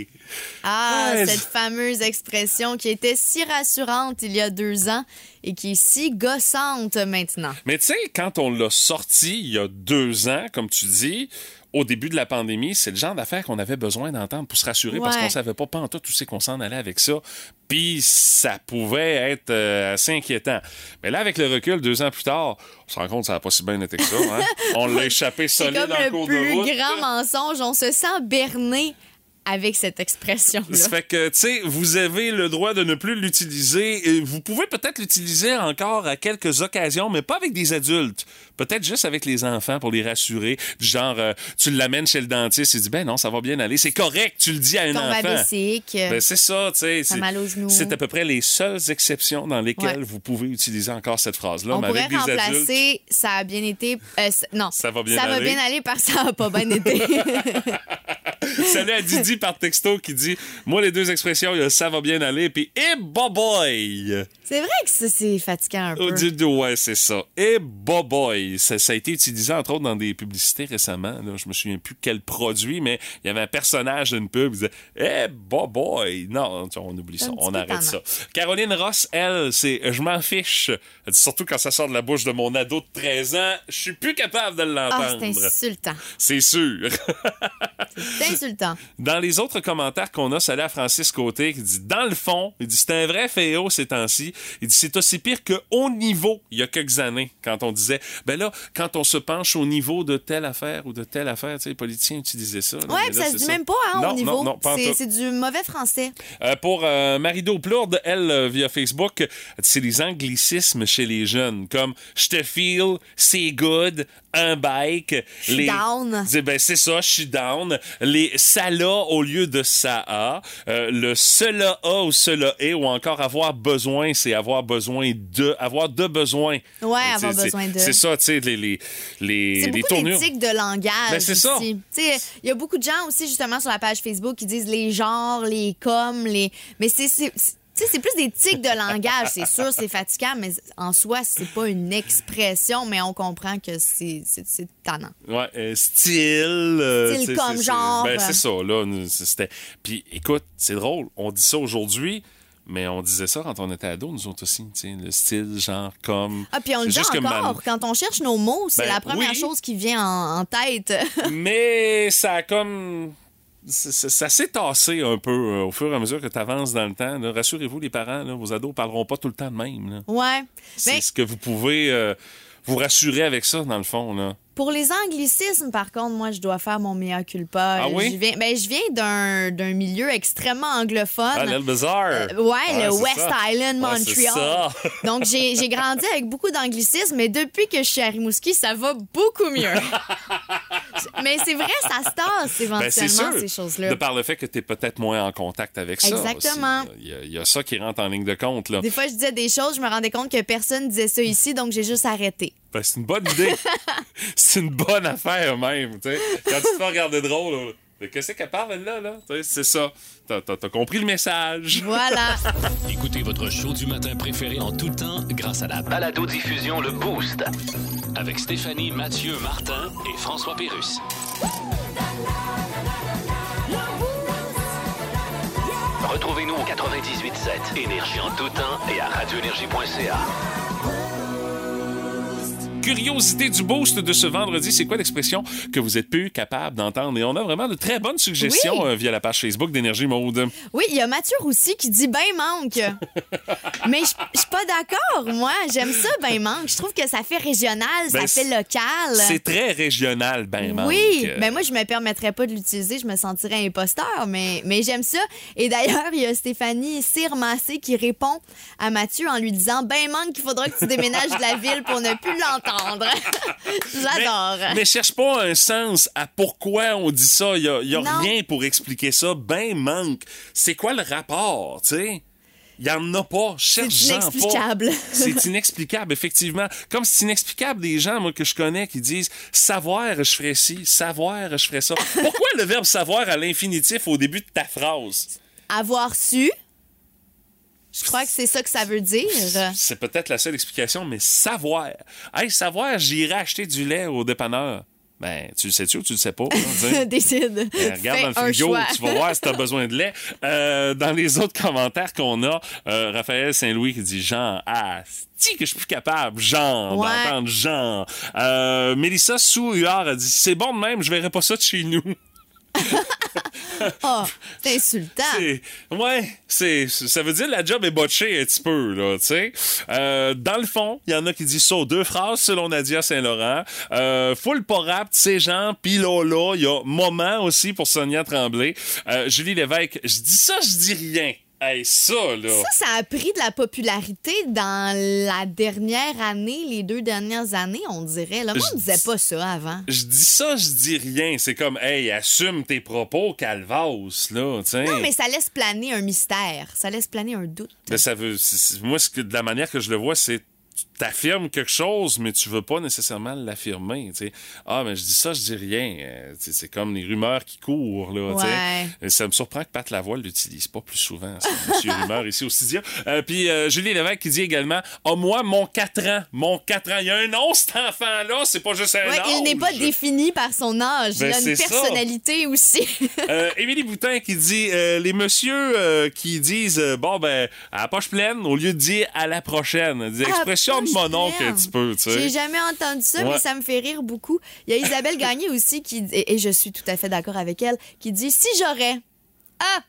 Ah,
Ouais,
cette
c'est-
fameuse expression qui était si rassurante il y a deux ans et qui est si gossante maintenant.
Mais tu sais, quand on l'a sorti il y a deux ans, comme tu dis, au début de la pandémie, c'est le genre d'affaires qu'on avait besoin d'entendre pour se rassurer parce
Ouais.
qu'on savait pas pantoute où c'est qu'on s'en allait avec ça. Puis ça pouvait être euh, assez inquiétant. Mais là, avec le recul, deux ans plus tard, on se rend compte que ça n'a pas si bien été que ça. Hein? On l'a échappé
C'est
solide
comme
en
le
cours de
plus
route.
grand mensonge. On se sent berné avec cette expression-là.
Ça fait que, tu sais, vous avez le droit de ne plus l'utiliser. Et vous pouvez peut-être l'utiliser encore à quelques occasions, mais pas avec des adultes. Peut-être juste avec les enfants pour les rassurer. Du genre, euh, tu l'amènes chez le dentiste, il dit, ben non, ça va bien aller. C'est correct, tu le dis à un
Tombe à
enfant.
bicycle.
Ben, c'est ça, tu sais.
T'as
c'est-
mal aux genoux.
C'est à peu près les seules exceptions dans lesquelles
Ouais.
vous pouvez utiliser encore cette phrase-là.
On
mais
pourrait
avec des adultes.
remplacer « ça a bien été euh, c- non,
Ça va bien
ça va
aller.
bien aller parce que ça a pas bien été. »
Salut à Didi par texto qui dit « Moi, les deux expressions, il y a ça va bien aller » puis « Eh, boy! »
C'est vrai que ça, c'est fatigant un peu.
Oh, dit, ouais, c'est ça. Eh, boy! Ça, ça a été utilisé, entre autres, dans des publicités récemment. Là. Je me souviens plus quel produit, mais il y avait un personnage d'une pub qui disait « Eh, boy! » Non, on oublie ça. On arrête ça. Caroline Ross, elle, c'est « Je m'en fiche ». Elle dit surtout quand ça sort de la bouche de mon ado de treize ans, je suis plus capable de l'entendre.
Ah, c'est insultant.
C'est sûr.
C'est insultant.
Dans les autres commentaires qu'on a, ça allait à Francis Côté qui dit « Dans le fond, il dit c'est un vrai fléau ces temps-ci. Il dit c'est aussi pire que au niveau il y a quelques années quand on disait ben là quand on se penche au niveau de telle affaire ou de telle affaire, tu sais les politiciens utilisaient ça. Là,
ouais,
là,
ça se dit
ça.
même pas hein,
non,
au niveau.
Non, non, pas
c'est, c'est du mauvais français.
Euh, pour euh, Marie-Do Plourde, elle euh, via Facebook, c'est les anglicismes chez les jeunes comme je te feel, c'est good. Un bike.
Je suis down.
Ben, c'est ça, je suis down. Les ça l'a au lieu de ça a. Euh, le cela a ou cela est ou encore avoir besoin, c'est avoir besoin de. Avoir de besoin.
Ouais,
t'sais,
avoir
c'est,
besoin de.
C'est ça, tu sais, les, les, les,
c'est
les
beaucoup
tournures.
d'éthique de langage.
Ben, c'est
aussi.
ça.
Tu sais, il y a beaucoup de gens aussi, justement, sur la page Facebook qui disent les genres, les comme, les. Mais c'est. c'est, c'est... Tu sais, c'est plus des tics de langage, c'est sûr, c'est fatigant, mais en soi, c'est pas une expression, mais on comprend que c'est, c'est, c'est tannant.
Ouais, euh, style. Euh,
style comme
c'est,
genre.
C'est, ben, c'est ça, là. C'était... Puis, écoute, c'est drôle, on dit ça aujourd'hui, mais on disait ça quand on était ados, nous autres aussi, tu sais, le style, genre, comme...
Ah, puis on le dit encore, man... quand on cherche nos mots, c'est
ben,
la première
oui,
chose qui vient en, en tête.
Mais ça a comme... Ça, ça, ça s'est tassé un peu euh, au fur et à mesure que tu avances dans le temps. Là. Rassurez-vous, les parents, là, vos ados ne parleront pas tout le temps de même. Là.
Ouais.
C'est
mais...
ce que vous pouvez euh, vous rassurer avec ça, dans le fond. Là.
Pour les anglicismes, par contre, moi, je dois faire mon mea culpa.
Ah oui?
Je viens, ben, je viens d'un, d'un milieu extrêmement anglophone.
Ah, l'El Bizarre.
Euh, ouais,
ouais,
le West
ça.
Island,
ouais,
Montreal. Donc, j'ai, j'ai grandi avec beaucoup d'anglicismes, mais depuis que je suis à Rimouski, ça va beaucoup mieux. Mais c'est vrai, ça se tasse éventuellement,
ben, c'est sûr,
ces choses-là.
De par le fait que tu es peut-être moins en contact avec ça.
Exactement.
Il y, y a ça qui rentre en ligne de compte. Là.
Des fois, je disais des choses, je me rendais compte que personne disait ça ici, donc j'ai juste arrêté.
Ben, c'est une bonne idée. C'est une bonne affaire même. T'sais. Quand tu te fais regarder drôle, là, mais qu'est-ce qu'elle parle là, là? T'sais, c'est ça. T'as, t'as, t'as compris le message.
Voilà.
Écoutez votre show du matin préféré en tout temps grâce à la balado-diffusion Le Boost. Avec Stéphanie, Mathieu, Martin et François Pérusse. Retrouvez-nous au quatre-vingt-dix-huit sept Énergie en tout temps et à radio énergie point c a.
Curiosité du boost de ce vendredi, c'est quoi l'expression que vous êtes peu capable d'entendre? Et on a vraiment de très bonnes suggestions oui. euh, via la page Facebook d'Énergie Maude.
Oui, il y a Mathieu Roussy qui dit « ben manque ». Mais je suis pas d'accord, moi. J'aime ça, « ben manque ». Je trouve que ça fait régional, ben, ça fait local.
C'est très régional, « ben manque ».
Oui, ben moi, je me permettrais pas de l'utiliser. Je me sentirais imposteur, mais, mais j'aime ça. Et d'ailleurs, il y a Stéphanie Cyr-Massé qui répond à Mathieu en lui disant « ben manque qu'il faudra que tu déménages de la ville pour ne plus l'entendre ». J'adore.
Mais, mais cherche pas un sens à pourquoi on dit ça. Il y a, y a rien pour expliquer ça. Ben manque. C'est quoi le rapport, tu sais? Il y en a pas. Cherche-en pas.
C'est inexplicable.
C'est inexplicable, effectivement. Comme c'est inexplicable des gens, moi, que je connais qui disent « savoir, je ferais ci. Savoir, je ferais ça. » Pourquoi le verbe « savoir » à l'infinitif au début de ta phrase?
Avoir su. Je crois que c'est ça que ça veut dire.
C'est peut-être la seule explication, mais savoir. Hey, savoir, j'irai acheter du lait au dépanneur. Ben, tu le sais-tu ou tu le sais pas?
Décide.
Ben, regarde dans le frigo, tu vas voir si tu as besoin de lait. Euh, dans les autres commentaires qu'on a, euh, Raphaël Saint-Louis qui dit « Jean, ah, c'est que je suis plus capable, Jean, ouais. d'entendre Jean. Euh, » Mélissa Sou-Huard a dit « C'est bon de même, je verrai pas ça de chez nous. »
Oh, c'est insultant.
C'est, ouais, c'est, ça veut dire que la job est botchée un petit peu, là, tu sais. Euh, dans le fond, il y en a qui disent ça aux deux phrases, selon Nadia Saint-Laurent. Euh, full pas rap, tu sais, genre, pis là, là, il y a moment aussi pour Sonia Tremblay. Euh, Julie Lévesque, je dis ça, je dis rien. Hey, ça, là.
Ça, ça a pris de la popularité dans la dernière année, les deux dernières années, on dirait. Le monde ne disait pas ça avant.
Je dis ça, je dis rien. C'est comme, hey, assume tes propos, calvasse, là, tu sais.
Non, mais ça laisse planer un mystère. Ça laisse planer un doute.
Mais ça veut. C'est, moi, ce que, de la manière que je le vois, c'est t'affirmes quelque chose, mais tu veux pas nécessairement l'affirmer. T'sais. Ah, mais je dis ça, je dis rien. Euh, c'est comme les rumeurs qui courent. Là,
ouais.
Et ça me surprend que Pat Lavoie l'utilise pas plus souvent. Monsieur Rumeur ici au studio. Euh, Puis euh, Julie Lévesque qui dit également Ah, moi, mon quatre ans. Mon quatre ans. Il y a un nom, cet enfant-là. C'est pas juste un
ouais,
âge.
Il n'est pas défini par son âge.
Ben,
il a une personnalité ça. Aussi.
euh, Émilie Boutin qui dit euh, les messieurs euh, qui disent euh, bon, ben, à la poche pleine, au lieu de dire à la prochaine. Des expressions de mon oncle un petit peu. Tu sais.
J'ai jamais entendu ça, ouais. mais ça me fait rire beaucoup. Il y a Isabelle Gagné aussi, qui et, et je suis tout à fait d'accord avec elle, qui dit si j'aurais. Ah!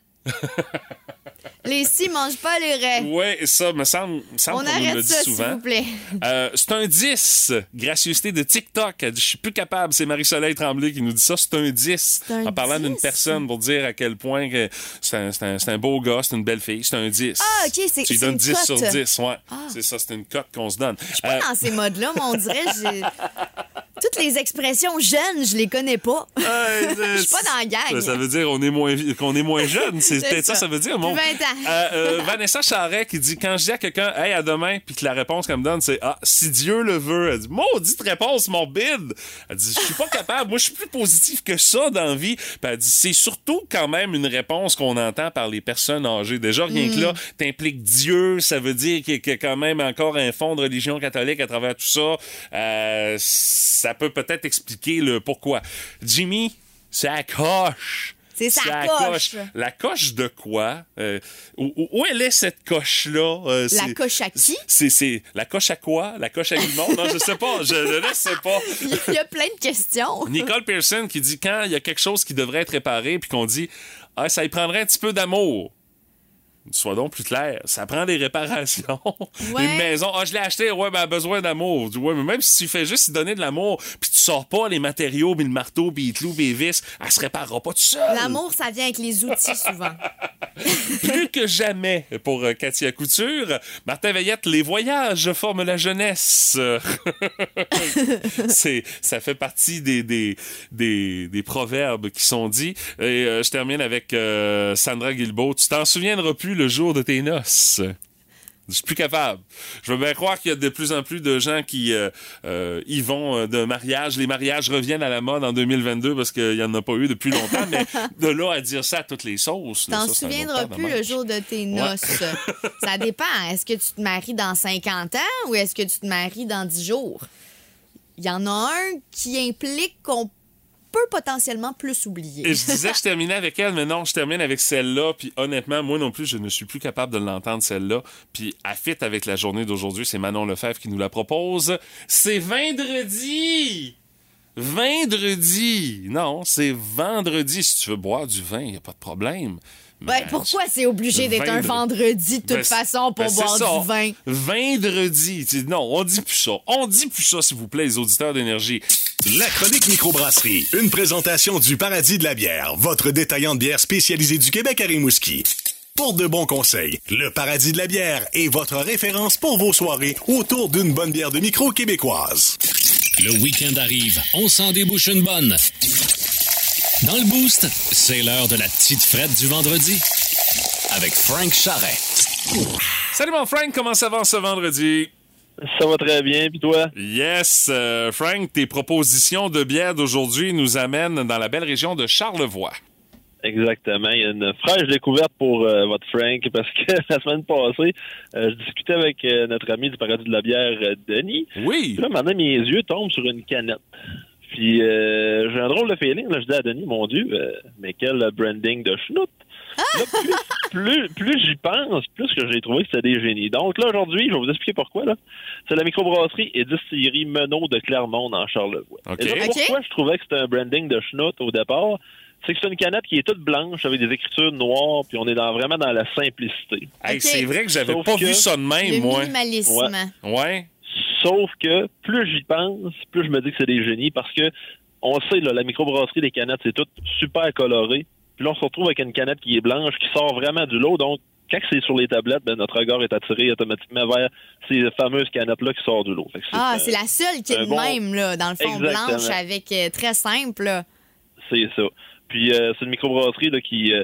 Les si mangent pas les raies.
Oui, ça me semble, me semble
On
qu'on nous le dit
ça,
souvent.
S'il vous plaît.
Euh, c'est un dix. Gracieuseté de TikTok. Elle dit, je suis plus capable. C'est Marie-Soleil Tremblay qui nous dit ça. C'est un dix.
C'est un
en parlant
dix?
D'une personne pour dire à quel point que c'est, un, c'est, un, c'est un beau gars, c'est une belle fille. C'est un dix.
Ah, OK. C'est,
tu lui
c'est
donnes
une
dix
cote.
sur dix. Ouais. Ah. C'est ça, c'est une cote qu'on se donne.
Je suis pas euh... dans ces modes-là, mais on dirait j'ai... Toutes les expressions jeunes, je les connais pas. Euh, je suis pas dans la gang.
Ça veut dire on est moins, qu'on est moins jeune. C'est, c'est peut-être ça. ça, ça veut dire. Mon...
vingt ans.
Euh, euh, Vanessa Charret qui dit quand je dis à quelqu'un hey à demain puis que la réponse qu'elle me donne c'est ah si Dieu le veut, elle dit maudite réponse morbide. Elle dit je suis pas capable, moi je suis plus positif que ça dans la vie. Puis elle dit c'est surtout quand même une réponse qu'on entend par les personnes âgées. Déjà rien mm. que là t'impliques Dieu, ça veut dire qu'il y a quand même encore un fond de religion catholique à travers tout ça. Euh, ça peut peut-être expliquer le pourquoi. Jimmy, c'est à coche.
C'est sa coche.
coche. La coche de quoi? Euh, où, où elle est cette coche-là? Euh,
la
c'est,
coche à qui?
C'est, c'est la coche à quoi? La coche à qui le monde? Non, je sais pas. Je ne sais pas.
Il y a plein de questions.
Nicole Pearson qui dit quand il y a quelque chose qui devrait être réparé puis qu'on dit ah, ça y prendrait un petit peu d'amour. Sois donc plus clair. Ça prend des réparations.
Ouais.
Une maison. Ah, je l'ai acheté. Ouais, ben, elle a besoin d'amour. Ouais, mais même si tu fais juste donner de l'amour, puis tu sors pas les matériaux, puis le marteau, puis les clous, puis les vis, elle se réparera pas tout seul.
L'amour, ça vient avec les outils, souvent.
Plus que jamais pour euh, Katia Couture. Martin Veillette, les voyages forment la jeunesse. C'est, ça fait partie des, des, des, des proverbes qui sont dits. Et euh, je termine avec euh, Sandra Guilbeault. Tu t'en souviendras plus le jour de tes noces. Je suis plus capable. Je veux bien croire qu'il y a de plus en plus de gens qui euh, euh, y vont euh, de mariage. Les mariages reviennent à la mode en deux mille vingt-deux parce qu'il n'y en a pas eu depuis longtemps, mais de là à dire ça à toutes les sauces...
T'en là, ça, souviendras plus le jour de tes noces. Ouais. Ça dépend. Est-ce que tu te maries dans cinquante ans ou est-ce que tu te maries dans dix jours? Il y en a un qui implique qu'on peut potentiellement plus oublier.
Et je disais, je terminais avec elle, mais non, je termine avec celle-là. Puis honnêtement, moi non plus, je ne suis plus capable de l'entendre, celle-là. Puis à fit avec la journée d'aujourd'hui, c'est Manon Lefebvre qui nous la propose. C'est vendredi! Vendredi! Non, c'est vendredi. Si tu veux boire du vin, il n'y a pas de problème.
Ben, pourquoi c'est obligé d'être vendredi. un vendredi de toute ben, façon pour ben, boire ça. du vin?
Vendredi. Non, on dit plus ça. On dit plus ça, s'il vous plaît, les auditeurs d'Énergie.
La chronique microbrasserie. Une présentation du Paradis de la bière, votre détaillant de bière spécialisé du Québec à Rimouski. Pour de bons conseils, le Paradis de la bière est votre référence pour vos soirées autour d'une bonne bière de micro québécoise.
Le week-end arrive, on s'en débouche une bonne. Dans le Boost, c'est l'heure de la petite frette du vendredi avec Frank Charret.
Salut mon Frank, comment ça va ce vendredi?
Ça va très bien, puis toi?
Yes, euh, Frank, tes propositions de bière d'aujourd'hui nous amènent dans la belle région de Charlevoix.
Exactement. Il y a une fraîche découverte pour euh, votre Frank, parce que la semaine passée, euh, je discutais avec euh, notre ami du Paradis de la bière, euh, Denis.
Oui.
Puis là, maintenant, mes yeux tombent sur une canette. Puis euh, j'ai un drôle de feeling. Là, je dis à Denis, mon Dieu, euh, mais quel branding de schnout. Là, plus, plus, plus j'y pense, plus que j'ai trouvé que c'était des génies. Donc là, aujourd'hui, je vais vous expliquer pourquoi. Là. C'est la microbrasserie et distillerie Menot de Clermont dans Charlevoix.
Okay.
Et là, pourquoi
okay.
je trouvais que c'était un branding de schnout au départ? C'est que c'est une canette qui est toute blanche avec des écritures noires, puis on est dans, vraiment dans la simplicité.
Hey,
okay.
C'est vrai que j'avais
Sauf
pas
que
vu ça de même,
le
moi.
minimalisme.
Ouais. ouais.
Sauf que plus j'y pense, plus je me dis que c'est des génies, parce que on sait, là, la microbrasserie des canettes, c'est tout super coloré. Puis là, on se retrouve avec une canette qui est blanche, qui sort vraiment du lot. Donc, quand c'est sur les tablettes, ben, notre regard est attiré automatiquement vers ces fameuses canettes-là qui sortent du lot. Fait que c'est
ah,
un,
c'est la seule qui est de bon... même, là, dans le fond,
Exactement.
blanche, avec euh, très simple. Là.
C'est ça. Puis, euh, c'est une microbrasserie là, qui... Euh,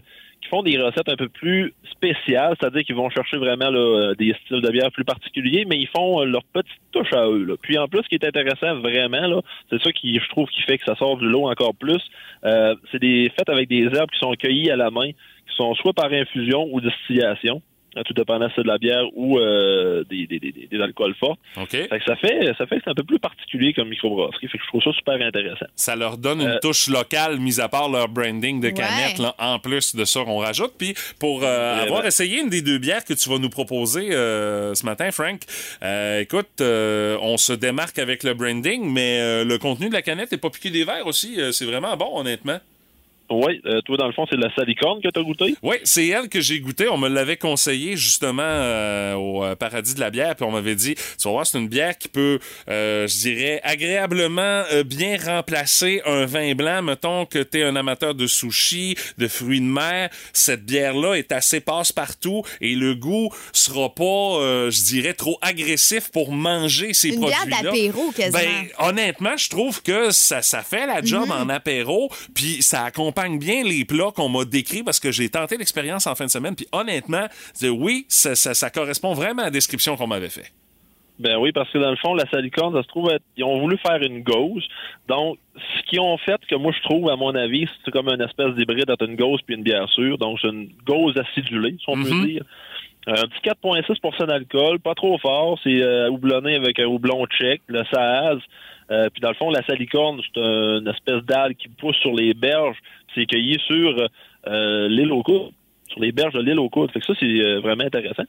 qui font des recettes un peu plus spéciales, c'est-à-dire qu'ils vont chercher vraiment là, des styles de bière plus particuliers, mais ils font leur petite touche à eux. Là. Puis en plus, ce qui est intéressant vraiment, là, c'est ça qui, je trouve, qui fait que ça sort du lot encore plus. Euh, c'est des fêtes avec des herbes qui sont cueillies à la main, qui sont soit par infusion ou distillation, tout dépendant si c'est de la bière ou euh, des, des, des, des alcools forts.
Okay.
Fait que ça fait ça fait que c'est un peu plus particulier comme microbrasserie. Fait que je trouve ça super intéressant.
Ça leur donne une
euh,
touche locale, mis à part leur branding de canette.
Ouais.
Là, en plus de ça, qu'on rajoute. Puis pour euh, avoir
ben,
essayé une des deux bières que tu vas nous proposer euh, ce matin, Frank, euh, écoute, euh, on se démarque avec le branding, mais euh, le contenu de la canette n'est pas piqué des verres aussi. Euh, c'est vraiment bon, honnêtement.
Oui, euh, toi, dans le fond, c'est de la salicorne que tu as goûté?
Oui, c'est elle que j'ai goûté. On me l'avait conseillé justement euh, au euh, Paradis de la bière, puis on m'avait dit, tu vas voir, c'est une bière qui peut, euh, je dirais, agréablement euh, bien remplacer un vin blanc. Mettons que tu es un amateur de sushi, de fruits de mer. Cette bière-là est assez passe-partout et le goût sera pas, euh, je dirais, trop agressif pour manger ces
une
produits-là.
Une bière d'apéro, quasiment.
Ben, honnêtement, je trouve que ça, ça fait la job mm-hmm. en apéro, puis ça accompagne bien les plats qu'on m'a décrits parce que j'ai tenté l'expérience en fin de semaine, puis honnêtement, oui, ça, ça, ça correspond vraiment à la description qu'on m'avait fait.
Ben oui, parce que dans le fond, la salicorne, ça se trouve être... Ils ont voulu faire une gauze. Donc, ce qu'ils ont fait, que moi je trouve, à mon avis, c'est comme une espèce d'hybride entre une gauze puis une bière sûre. Donc, c'est une gauze acidulée, si on mm-hmm. peut dire. Un petit quatre virgule six pour cent d'alcool, pas trop fort. C'est euh, houblonné avec un houblon tchèque, le Saaz. Euh, puis dans le fond, la salicorne, c'est une espèce d'algue qui pousse sur les berges. C'est cueilli sur euh, l'île aux Coudres, sur les berges de l'île aux Coudres. Fait que ça, c'est euh, vraiment intéressant.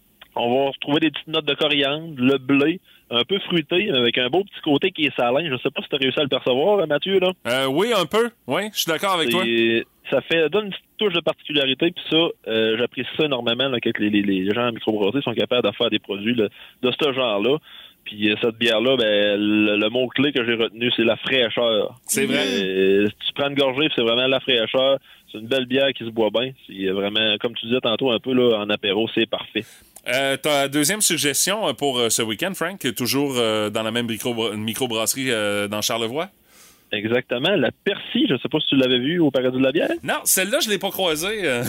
On va retrouver des petites notes de coriandre, le blé, un peu fruité, avec un beau petit côté qui est salin. Je sais pas si tu as réussi à le percevoir, Mathieu, là.
Euh, oui, un peu. Oui, je suis d'accord avec
c'est,
toi.
Ça fait donne une petite touche de particularité, puis ça, euh, j'apprécie ça énormément là, quand les, les, les gens en microbrasserie sont capables de faire des produits là, de ce genre-là. Puis cette bière-là, ben le, le mot-clé que j'ai retenu, c'est la fraîcheur.
C'est vrai.
Euh, tu prends une gorgée, c'est vraiment la fraîcheur. C'est une belle bière qui se boit bien. C'est vraiment, comme tu disais tantôt, un peu là en apéro, c'est parfait.
Euh, ta deuxième suggestion pour euh, ce week-end, Frank, toujours euh, dans la même micro- microbrasserie euh, dans Charlevoix?
Exactement. La Percy, je ne sais pas si tu l'avais vue au Paradis de la bière.
Non, celle-là, je l'ai pas croisée. Euh.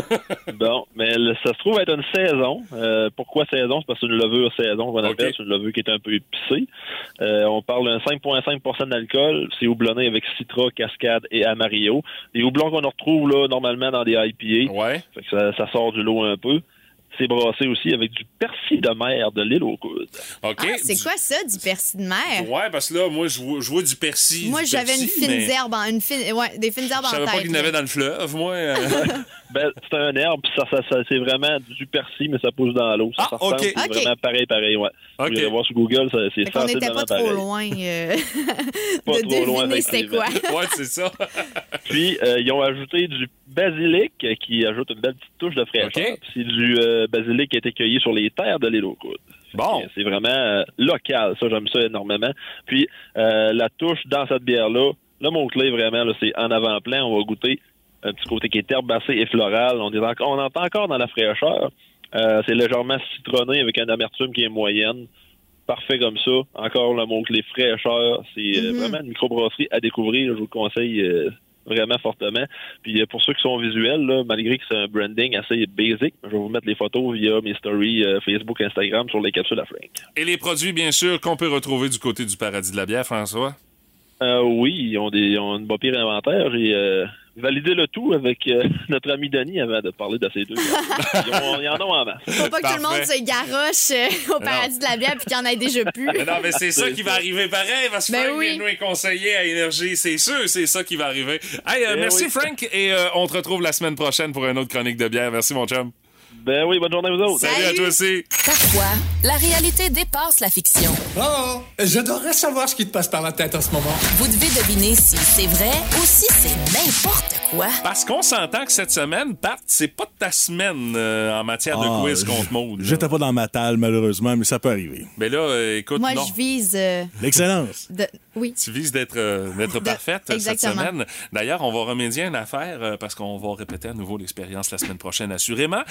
Bon, mais le, ça se trouve être une saison. Euh, pourquoi saison? C'est parce que c'est une levure saison qu'on appelle. Okay. C'est une levure qui est un peu épicée. Euh, on parle d'un cinq virgule cinq pour cent d'alcool. C'est houblonné avec Citra, Cascade et Amarillo. Les houblons qu'on retrouve là normalement dans des I P A.
Ouais.
Fait que ça, ça sort du lot un peu. C'est brassé aussi avec du persil de mer de l'île aux Coudres.
OK.
Ah, c'est du... quoi ça, du persil de mer?
Ouais, parce que là, moi, je vois, je vois du persil.
Moi,
du
j'avais
persil,
une fine
mais...
herbe, en, une fine, ouais, des fines herbes en tête.
Je savais pas qu'il y en avait dans le fleuve, moi.
Ben, c'est un herbe, puis ça, ça, ça, c'est vraiment du persil, mais ça pousse dans l'eau. Ça,
ah,
ça ressemble,
OK.
c'est
okay.
vraiment pareil, pareil, ouais.
OK.
Vous allez voir sur Google, ça, c'est
fait on n'était pas trop
pareil.
loin euh,
pas
de
trop
deviner
loin,
c'était quoi.
Ouais, c'est ça.
Puis, euh, ils ont ajouté du basilic, qui ajoute une belle petite touche de fraîcheur.
Okay.
C'est du euh, basilic qui a été cueilli sur les terres de l'île aux Coudres.
Bon.
C'est vraiment euh, local, ça, j'aime ça énormément. Puis, euh, la touche dans cette bière-là, le mot-clé, vraiment, là, c'est en avant-plan. On va goûter un petit côté qui est herbacé et floral. On, est encore, on entend encore dans la fraîcheur. Euh, c'est légèrement citronné avec une amertume qui est moyenne. Parfait comme ça. Encore le mot-clé fraîcheur. C'est mm-hmm. euh, vraiment une microbrasserie à découvrir. Je vous le conseille euh, vraiment fortement. Puis euh, pour ceux qui sont visuels, là, malgré que c'est un branding assez basic, je vais vous mettre les photos via mes stories euh, Facebook, Instagram sur les capsules à Frank.
Et les produits, bien sûr, qu'on peut retrouver du côté du Paradis de la bière, François?
Euh, oui, ils ont, des, ils ont une pas pire inventaire. J'ai euh, validé le tout avec euh, notre ami Denis avant de parler de ces deux. Ils, ont, ils en ont en masse.
Faut pas que Parfait. Tout le monde se garoche euh, au Paradis de la bière puis qu'il y en ait déjà plus.
Mais non, mais c'est, c'est ça qui ça. va arriver pareil, parce que
ben
Frank
oui.
nous est conseiller à Énergie. C'est sûr, c'est ça qui va arriver. Hey, euh, merci oui. Frank, et euh, on te retrouve la semaine prochaine pour une autre chronique de bière. Merci, mon chum.
Ben oui, bonne journée à vous autres.
Salut, Salut à toi aussi.
Parfois, la réalité dépasse la fiction.
Oh, j'adorerais savoir ce qui te passe par la tête en ce moment.
Vous devez deviner si c'est vrai ou si c'est n'importe quoi.
Parce qu'on s'entend que cette semaine, Pat, c'est pas ta semaine euh, en matière de ah, quiz contre Maud.
J'étais pas dans ma talle, malheureusement, mais ça peut arriver.
Mais là, euh, écoute,
Moi,
non.
je vise... Euh,
L'excellence.
De... Oui.
Tu vises d'être, euh, d'être de... parfaite
Exactement.
cette semaine. D'ailleurs, on va remédier à une affaire euh, parce qu'on va répéter à nouveau l'expérience la semaine prochaine, assurément. Puis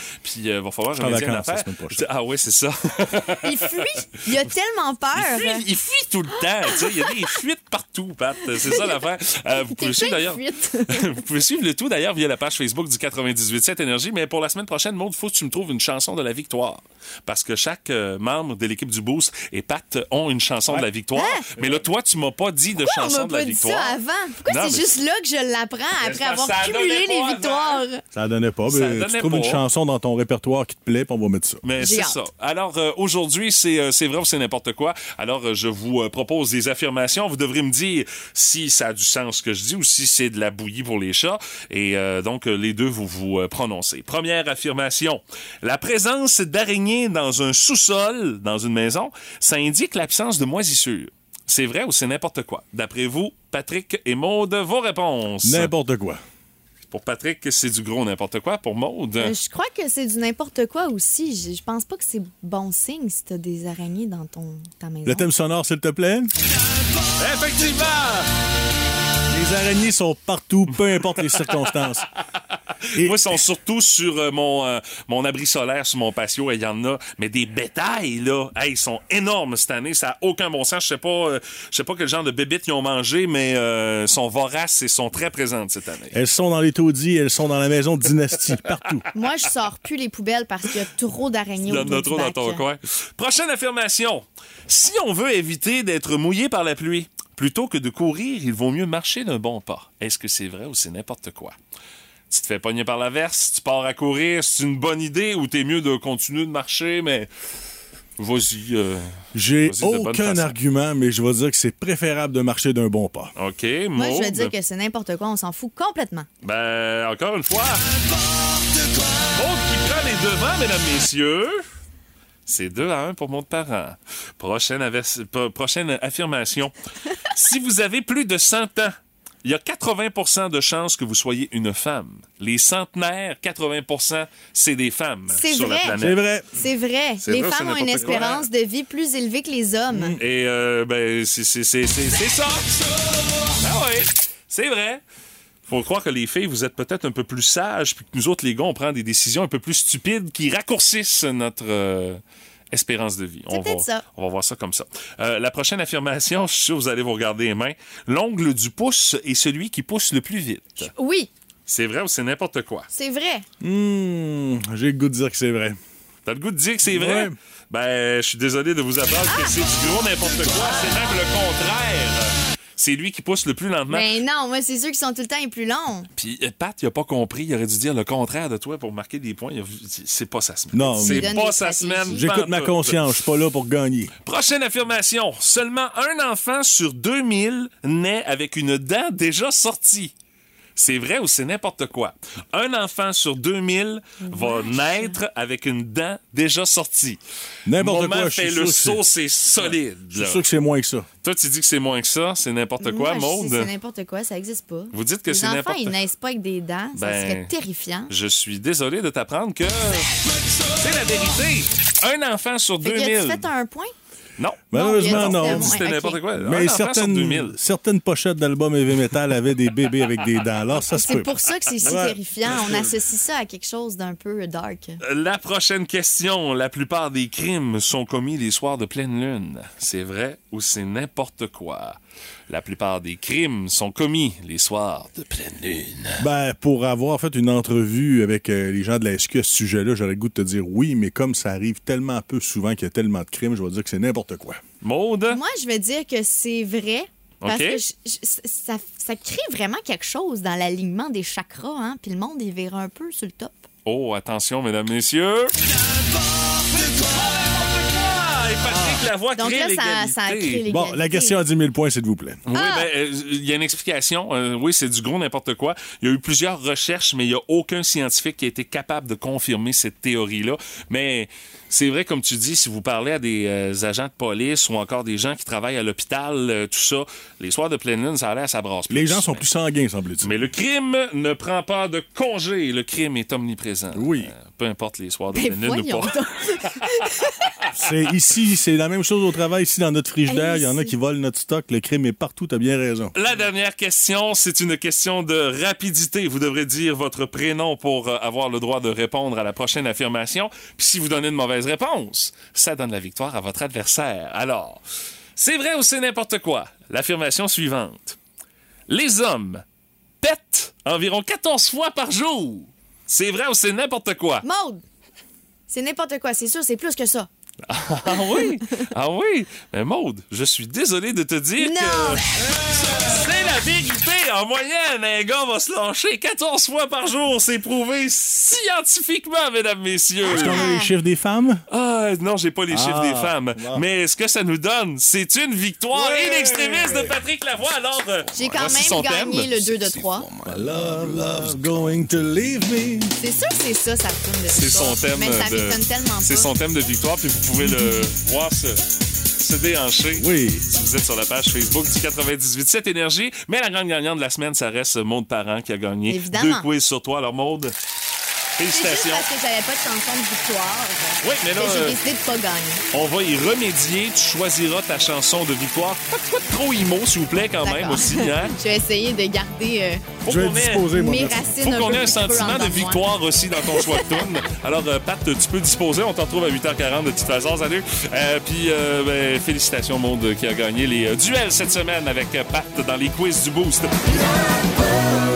puis euh, va falloir
Je suis en
remédier à
vacances la
l'affaire.
semaine prochaine.
Ah oui, c'est ça.
Il fuit. Il a tellement peur.
Il fuit, il fuit tout le temps. Tu sais, il y a des fuites partout, Pat. C'est ça l'affaire. Euh, vous pouvez suivre d'ailleurs. Vous pouvez suivre le tout d'ailleurs via la page Facebook du quatre-vingt-dix-huit sept Énergie. Mais pour la semaine prochaine, Maud, il faut que tu me trouves une chanson de la victoire. Parce que chaque euh, membre de l'équipe du Boost et Pat ont une chanson
Ouais.
de la victoire.
Ah!
Mais là, toi, tu m'as pas dit de
Pourquoi
chanson
on m'a
de la
pas dit
victoire.
ça avant? Pourquoi
Non,
c'est
mais-
juste là que je l'apprends
Mais
après
ça-
avoir
ça
cumulé
donnait
les
pas
victoires?
Ça donnait pas.
Ça
mais
donnait
tu trouves
pas.
une chanson dans ton répertoire qui te plaît, puis on va mettre ça.
Mais
J'ai
c'est
hâte.
ça. Alors, euh, aujourd'hui, c'est, euh, c'est vrai ou c'est n'importe quoi. Alors, euh, je vous euh, propose des affirmations. Vous devrez me dire si ça a du sens ce que je dis ou si c'est de la bouillie pour les chats. Et euh, donc, euh, les deux, vous vous euh, prononcez. Première affirmation. La présence d'araignées dans un sous-sol, dans une maison, ça indique l'absence de moisissure. C'est vrai ou c'est n'importe quoi? D'après vous, Patrick et Maude, vos réponses.
N'importe quoi.
Pour Patrick, c'est du gros n'importe quoi. Pour Maude...
Euh, je crois que c'est du n'importe quoi aussi. Je, je pense pas que c'est bon signe si t'as des araignées dans ton, ta maison.
Le thème sonore, s'il te plaît.
Effectivement!
Les araignées sont partout, peu importe les circonstances. Et-
Moi, ils sont surtout sur euh, mon, euh, mon abri solaire, sur mon patio, et il y en a. Mais des bétails, là, hey, ils sont énormes cette année. Ça n'a aucun bon sens. Je sais pas, euh, je sais pas quel genre de bébites ils ont mangé, mais euh, sont voraces et sont très présentes cette année.
Elles sont dans les taudis, elles sont dans la maison de Dynastie, partout.
Moi, je sors plus les poubelles parce qu'il y a trop d'araignées
Il y en
autour
a
du
trop dans
bac.
ton coin. Prochaine affirmation. Si on veut éviter d'être mouillé par la pluie, plutôt que de courir, il vaut mieux marcher d'un bon pas. Est-ce que c'est vrai ou c'est n'importe quoi? Tu te fais pogner par la verse, tu pars à courir, c'est une bonne idée ou t'es mieux de continuer de marcher, mais vas-y. Euh,
J'ai
vas-y de bonne
aucun
façon.
argument, mais je vais dire que c'est préférable de marcher d'un bon pas.
OK,
Moi, je vais
Maude.
dire que c'est n'importe quoi. On s'en fout complètement.
Ben, encore une fois. Maude qui prend les devants, mesdames, messieurs. C'est deux à un pour mon parent. Prochaine, avers- pro- prochaine affirmation. Si vous avez plus de cent ans, il y a quatre-vingts pour cent de chances que vous soyez une femme. Les centenaires, quatre-vingts pour cent, c'est des femmes
C'est
sur
vrai.
la planète.
C'est vrai.
C'est vrai.
C'est
Les
vrai,
femmes
c'est
ont une
n'importe quoi.
espérance de vie plus élevée que les hommes.
Et euh, ben, c'est c'est- c'est- c'est- c'est ça. Ah oui, c'est vrai. Faut croire que les filles, vous êtes peut-être un peu plus sages, puis que nous autres, les gars, on prend des décisions un peu plus stupides qui raccourcissent notre euh, espérance de vie.
C'est
On
peut-être
va,
ça.
on va voir ça comme ça. Euh, la prochaine affirmation, je suis sûr que vous allez vous regarder les mains. L'ongle du pouce est celui qui pousse le plus vite.
Oui,
C'est vrai ou c'est n'importe quoi?
c'est vrai.
Hmm, j'ai le goût de dire que c'est vrai.
T'as le goût de dire que c'est vrai?
Ouais.
Ben, je suis désolé de vous apprendre que c'est du gros n'importe quoi. C'est même le contraire. C'est lui qui pousse le plus lentement.
Mais non, moi, c'est sûr qu'ils sont tout le temps les plus longs.
Puis euh, Pat, il a pas compris. Il aurait dû dire le contraire de toi pour marquer des points. Il a vu- C'est pas sa semaine.
Non.
C'est
Il donne
pas
des
sa
stratégies.
semaine.
J'écoute ma
pantoute.
conscience, je suis pas là pour gagner.
Prochaine affirmation. Seulement un enfant sur deux mille naît avec une dent déjà sortie. C'est vrai ou c'est n'importe quoi? Un enfant sur deux mille va naître avec une dent déjà sortie.
N'importe
Moment
quoi, je
fait
suis
le
sûr que
saut, c'est solide.
Je
là.
suis sûr que c'est moins que ça.
Toi, tu dis que c'est moins que ça. C'est n'importe quoi,
Moi, je sais,
Maude?
c'est n'importe quoi, ça existe pas.
Vous dites que
les
c'est
enfants,
n'importe
ils
quoi.
naissent pas avec des dents. Ça
Ben,
serait terrifiant.
Je suis désolé de t'apprendre que c'est la vérité. Un enfant sur
Fait
deux
que
mille.
tu fait un point?
Non.
Malheureusement,
Non, il y a
non.
dit
C'était
Ok.
n'importe quoi. Un
Mais
enfant sur deux mille.
certaines, certaines pochettes d'albums heavy metal avaient des bébés avec des dents. Alors, ça se
C'est
peut.
pour ça que c'est si
Ouais.
terrifiant. On associe ça à quelque chose d'un peu dark.
La prochaine question. La plupart des crimes sont commis les soirs de pleine lune. C'est vrai ou c'est n'importe quoi? La plupart des crimes sont commis les soirs de pleine lune.
Ben, pour avoir fait une entrevue avec euh, les gens de la S Q à ce sujet-là, j'aurais le goût de te dire oui, mais comme ça arrive tellement peu souvent qu'il y a tellement de crimes, je vais dire que c'est n'importe quoi.
Maude?
Moi, je vais dire que c'est vrai. Parce
OK.
que je- je- ça, ça crée vraiment quelque chose dans l'alignement des chakras, hein? Puis le monde, il vire un peu sur le top.
Oh, attention, mesdames, messieurs. Ah, et Patrick Lavoie
Donc
crée
là, ça, ça crée
l'égalité.
l'égalité.
Bon, la question à dix mille points, s'il vous plaît.
Oui,
Ah!
ben, euh, il y a une explication. Euh, oui, c'est du gros n'importe quoi. Il y a eu plusieurs recherches, mais il n'y a aucun scientifique qui a été capable de confirmer cette théorie-là. Mais c'est vrai, comme tu dis, si vous parlez à des euh, agents de police ou encore des gens qui travaillent à l'hôpital, euh, tout ça, les soirs de pleine lune, ça a l'air, ça brasse plus.
Les gens sont plus sanguins, semble-t-il.
Mais le crime ne prend pas de congé. Le crime est omniprésent.
Oui.
Euh, peu importe les soirs de
Ben
pleine lune ou
voyons
pas.
donc.
C'est ici, c'est la même chose au travail ici dans notre frigidaire. Il y en a qui volent notre stock. Le crime est partout. T'as bien raison.
La dernière question, c'est une question de rapidité. Vous devrez dire votre prénom pour euh, avoir le droit de répondre à la prochaine affirmation. Puis si vous donnez une mauvaise réponse, ça donne la victoire à votre adversaire. Alors, c'est vrai ou c'est n'importe quoi? L'affirmation suivante. Les hommes pètent environ quatorze fois par jour. C'est vrai ou c'est n'importe quoi?
Maude! C'est n'importe quoi, c'est sûr, c'est plus que ça.
Ah oui? Ah oui? Mais Maude, je suis désolé de te dire
non.
que c'est la vérité. En moyenne, un gars va se lâcher quatorze fois par jour. C'est prouvé scientifiquement, mesdames, messieurs.
Est-ce qu'on a les chiffres des femmes?
Ah, non, j'ai pas les chiffres
ah,
des femmes.
Wow.
Mais ce que ça nous donne, c'est une victoire
ouais.
in extremis de Patrick Lavoie. Alors,
j'ai quand même gagné thème. Le deux de trois.
Love, love's going to leave me.
C'est sûr que c'est ça, ça tourne de
C'est son thème
mais ça
de...
m'étonne tellement pas.
C'est son thème de victoire, puis vous pouvez le voir se, se déhancher.
Oui.
Si vous êtes sur la page Facebook du quatre-vingt-dix-huit sept Énergie. Mais la grande gagnante de la semaine, ça reste Maude Parent qui a gagné
Évidemment.
deux quiz sur toi. Alors, Maude, félicitations.
C'est juste parce que j'avais pas de chanson de victoire.
Oui, mais là,
j'ai
euh,
décidé de pas gagner.
On va y remédier. Tu choisiras ta chanson de victoire. Pas, pas trop emo, s'il vous plaît, quand
D'accord.
même, aussi. Hein?
Je vais essayer de garder euh,
Faut
je vais
qu'on ait,
disposer, moi,
mes racines
faut
un
qu'on
peu
ait un
un
sentiment
peu
de
en
victoire aussi dans ton choix de tune. Alors, euh, Pat, tu peux disposer. On t'en retrouve à huit heures quarante de toute façon. Salut. Euh, Puis, euh, ben, félicitations, Maude, qui a gagné les euh, duels cette semaine avec euh, Pat dans les quiz du Boost.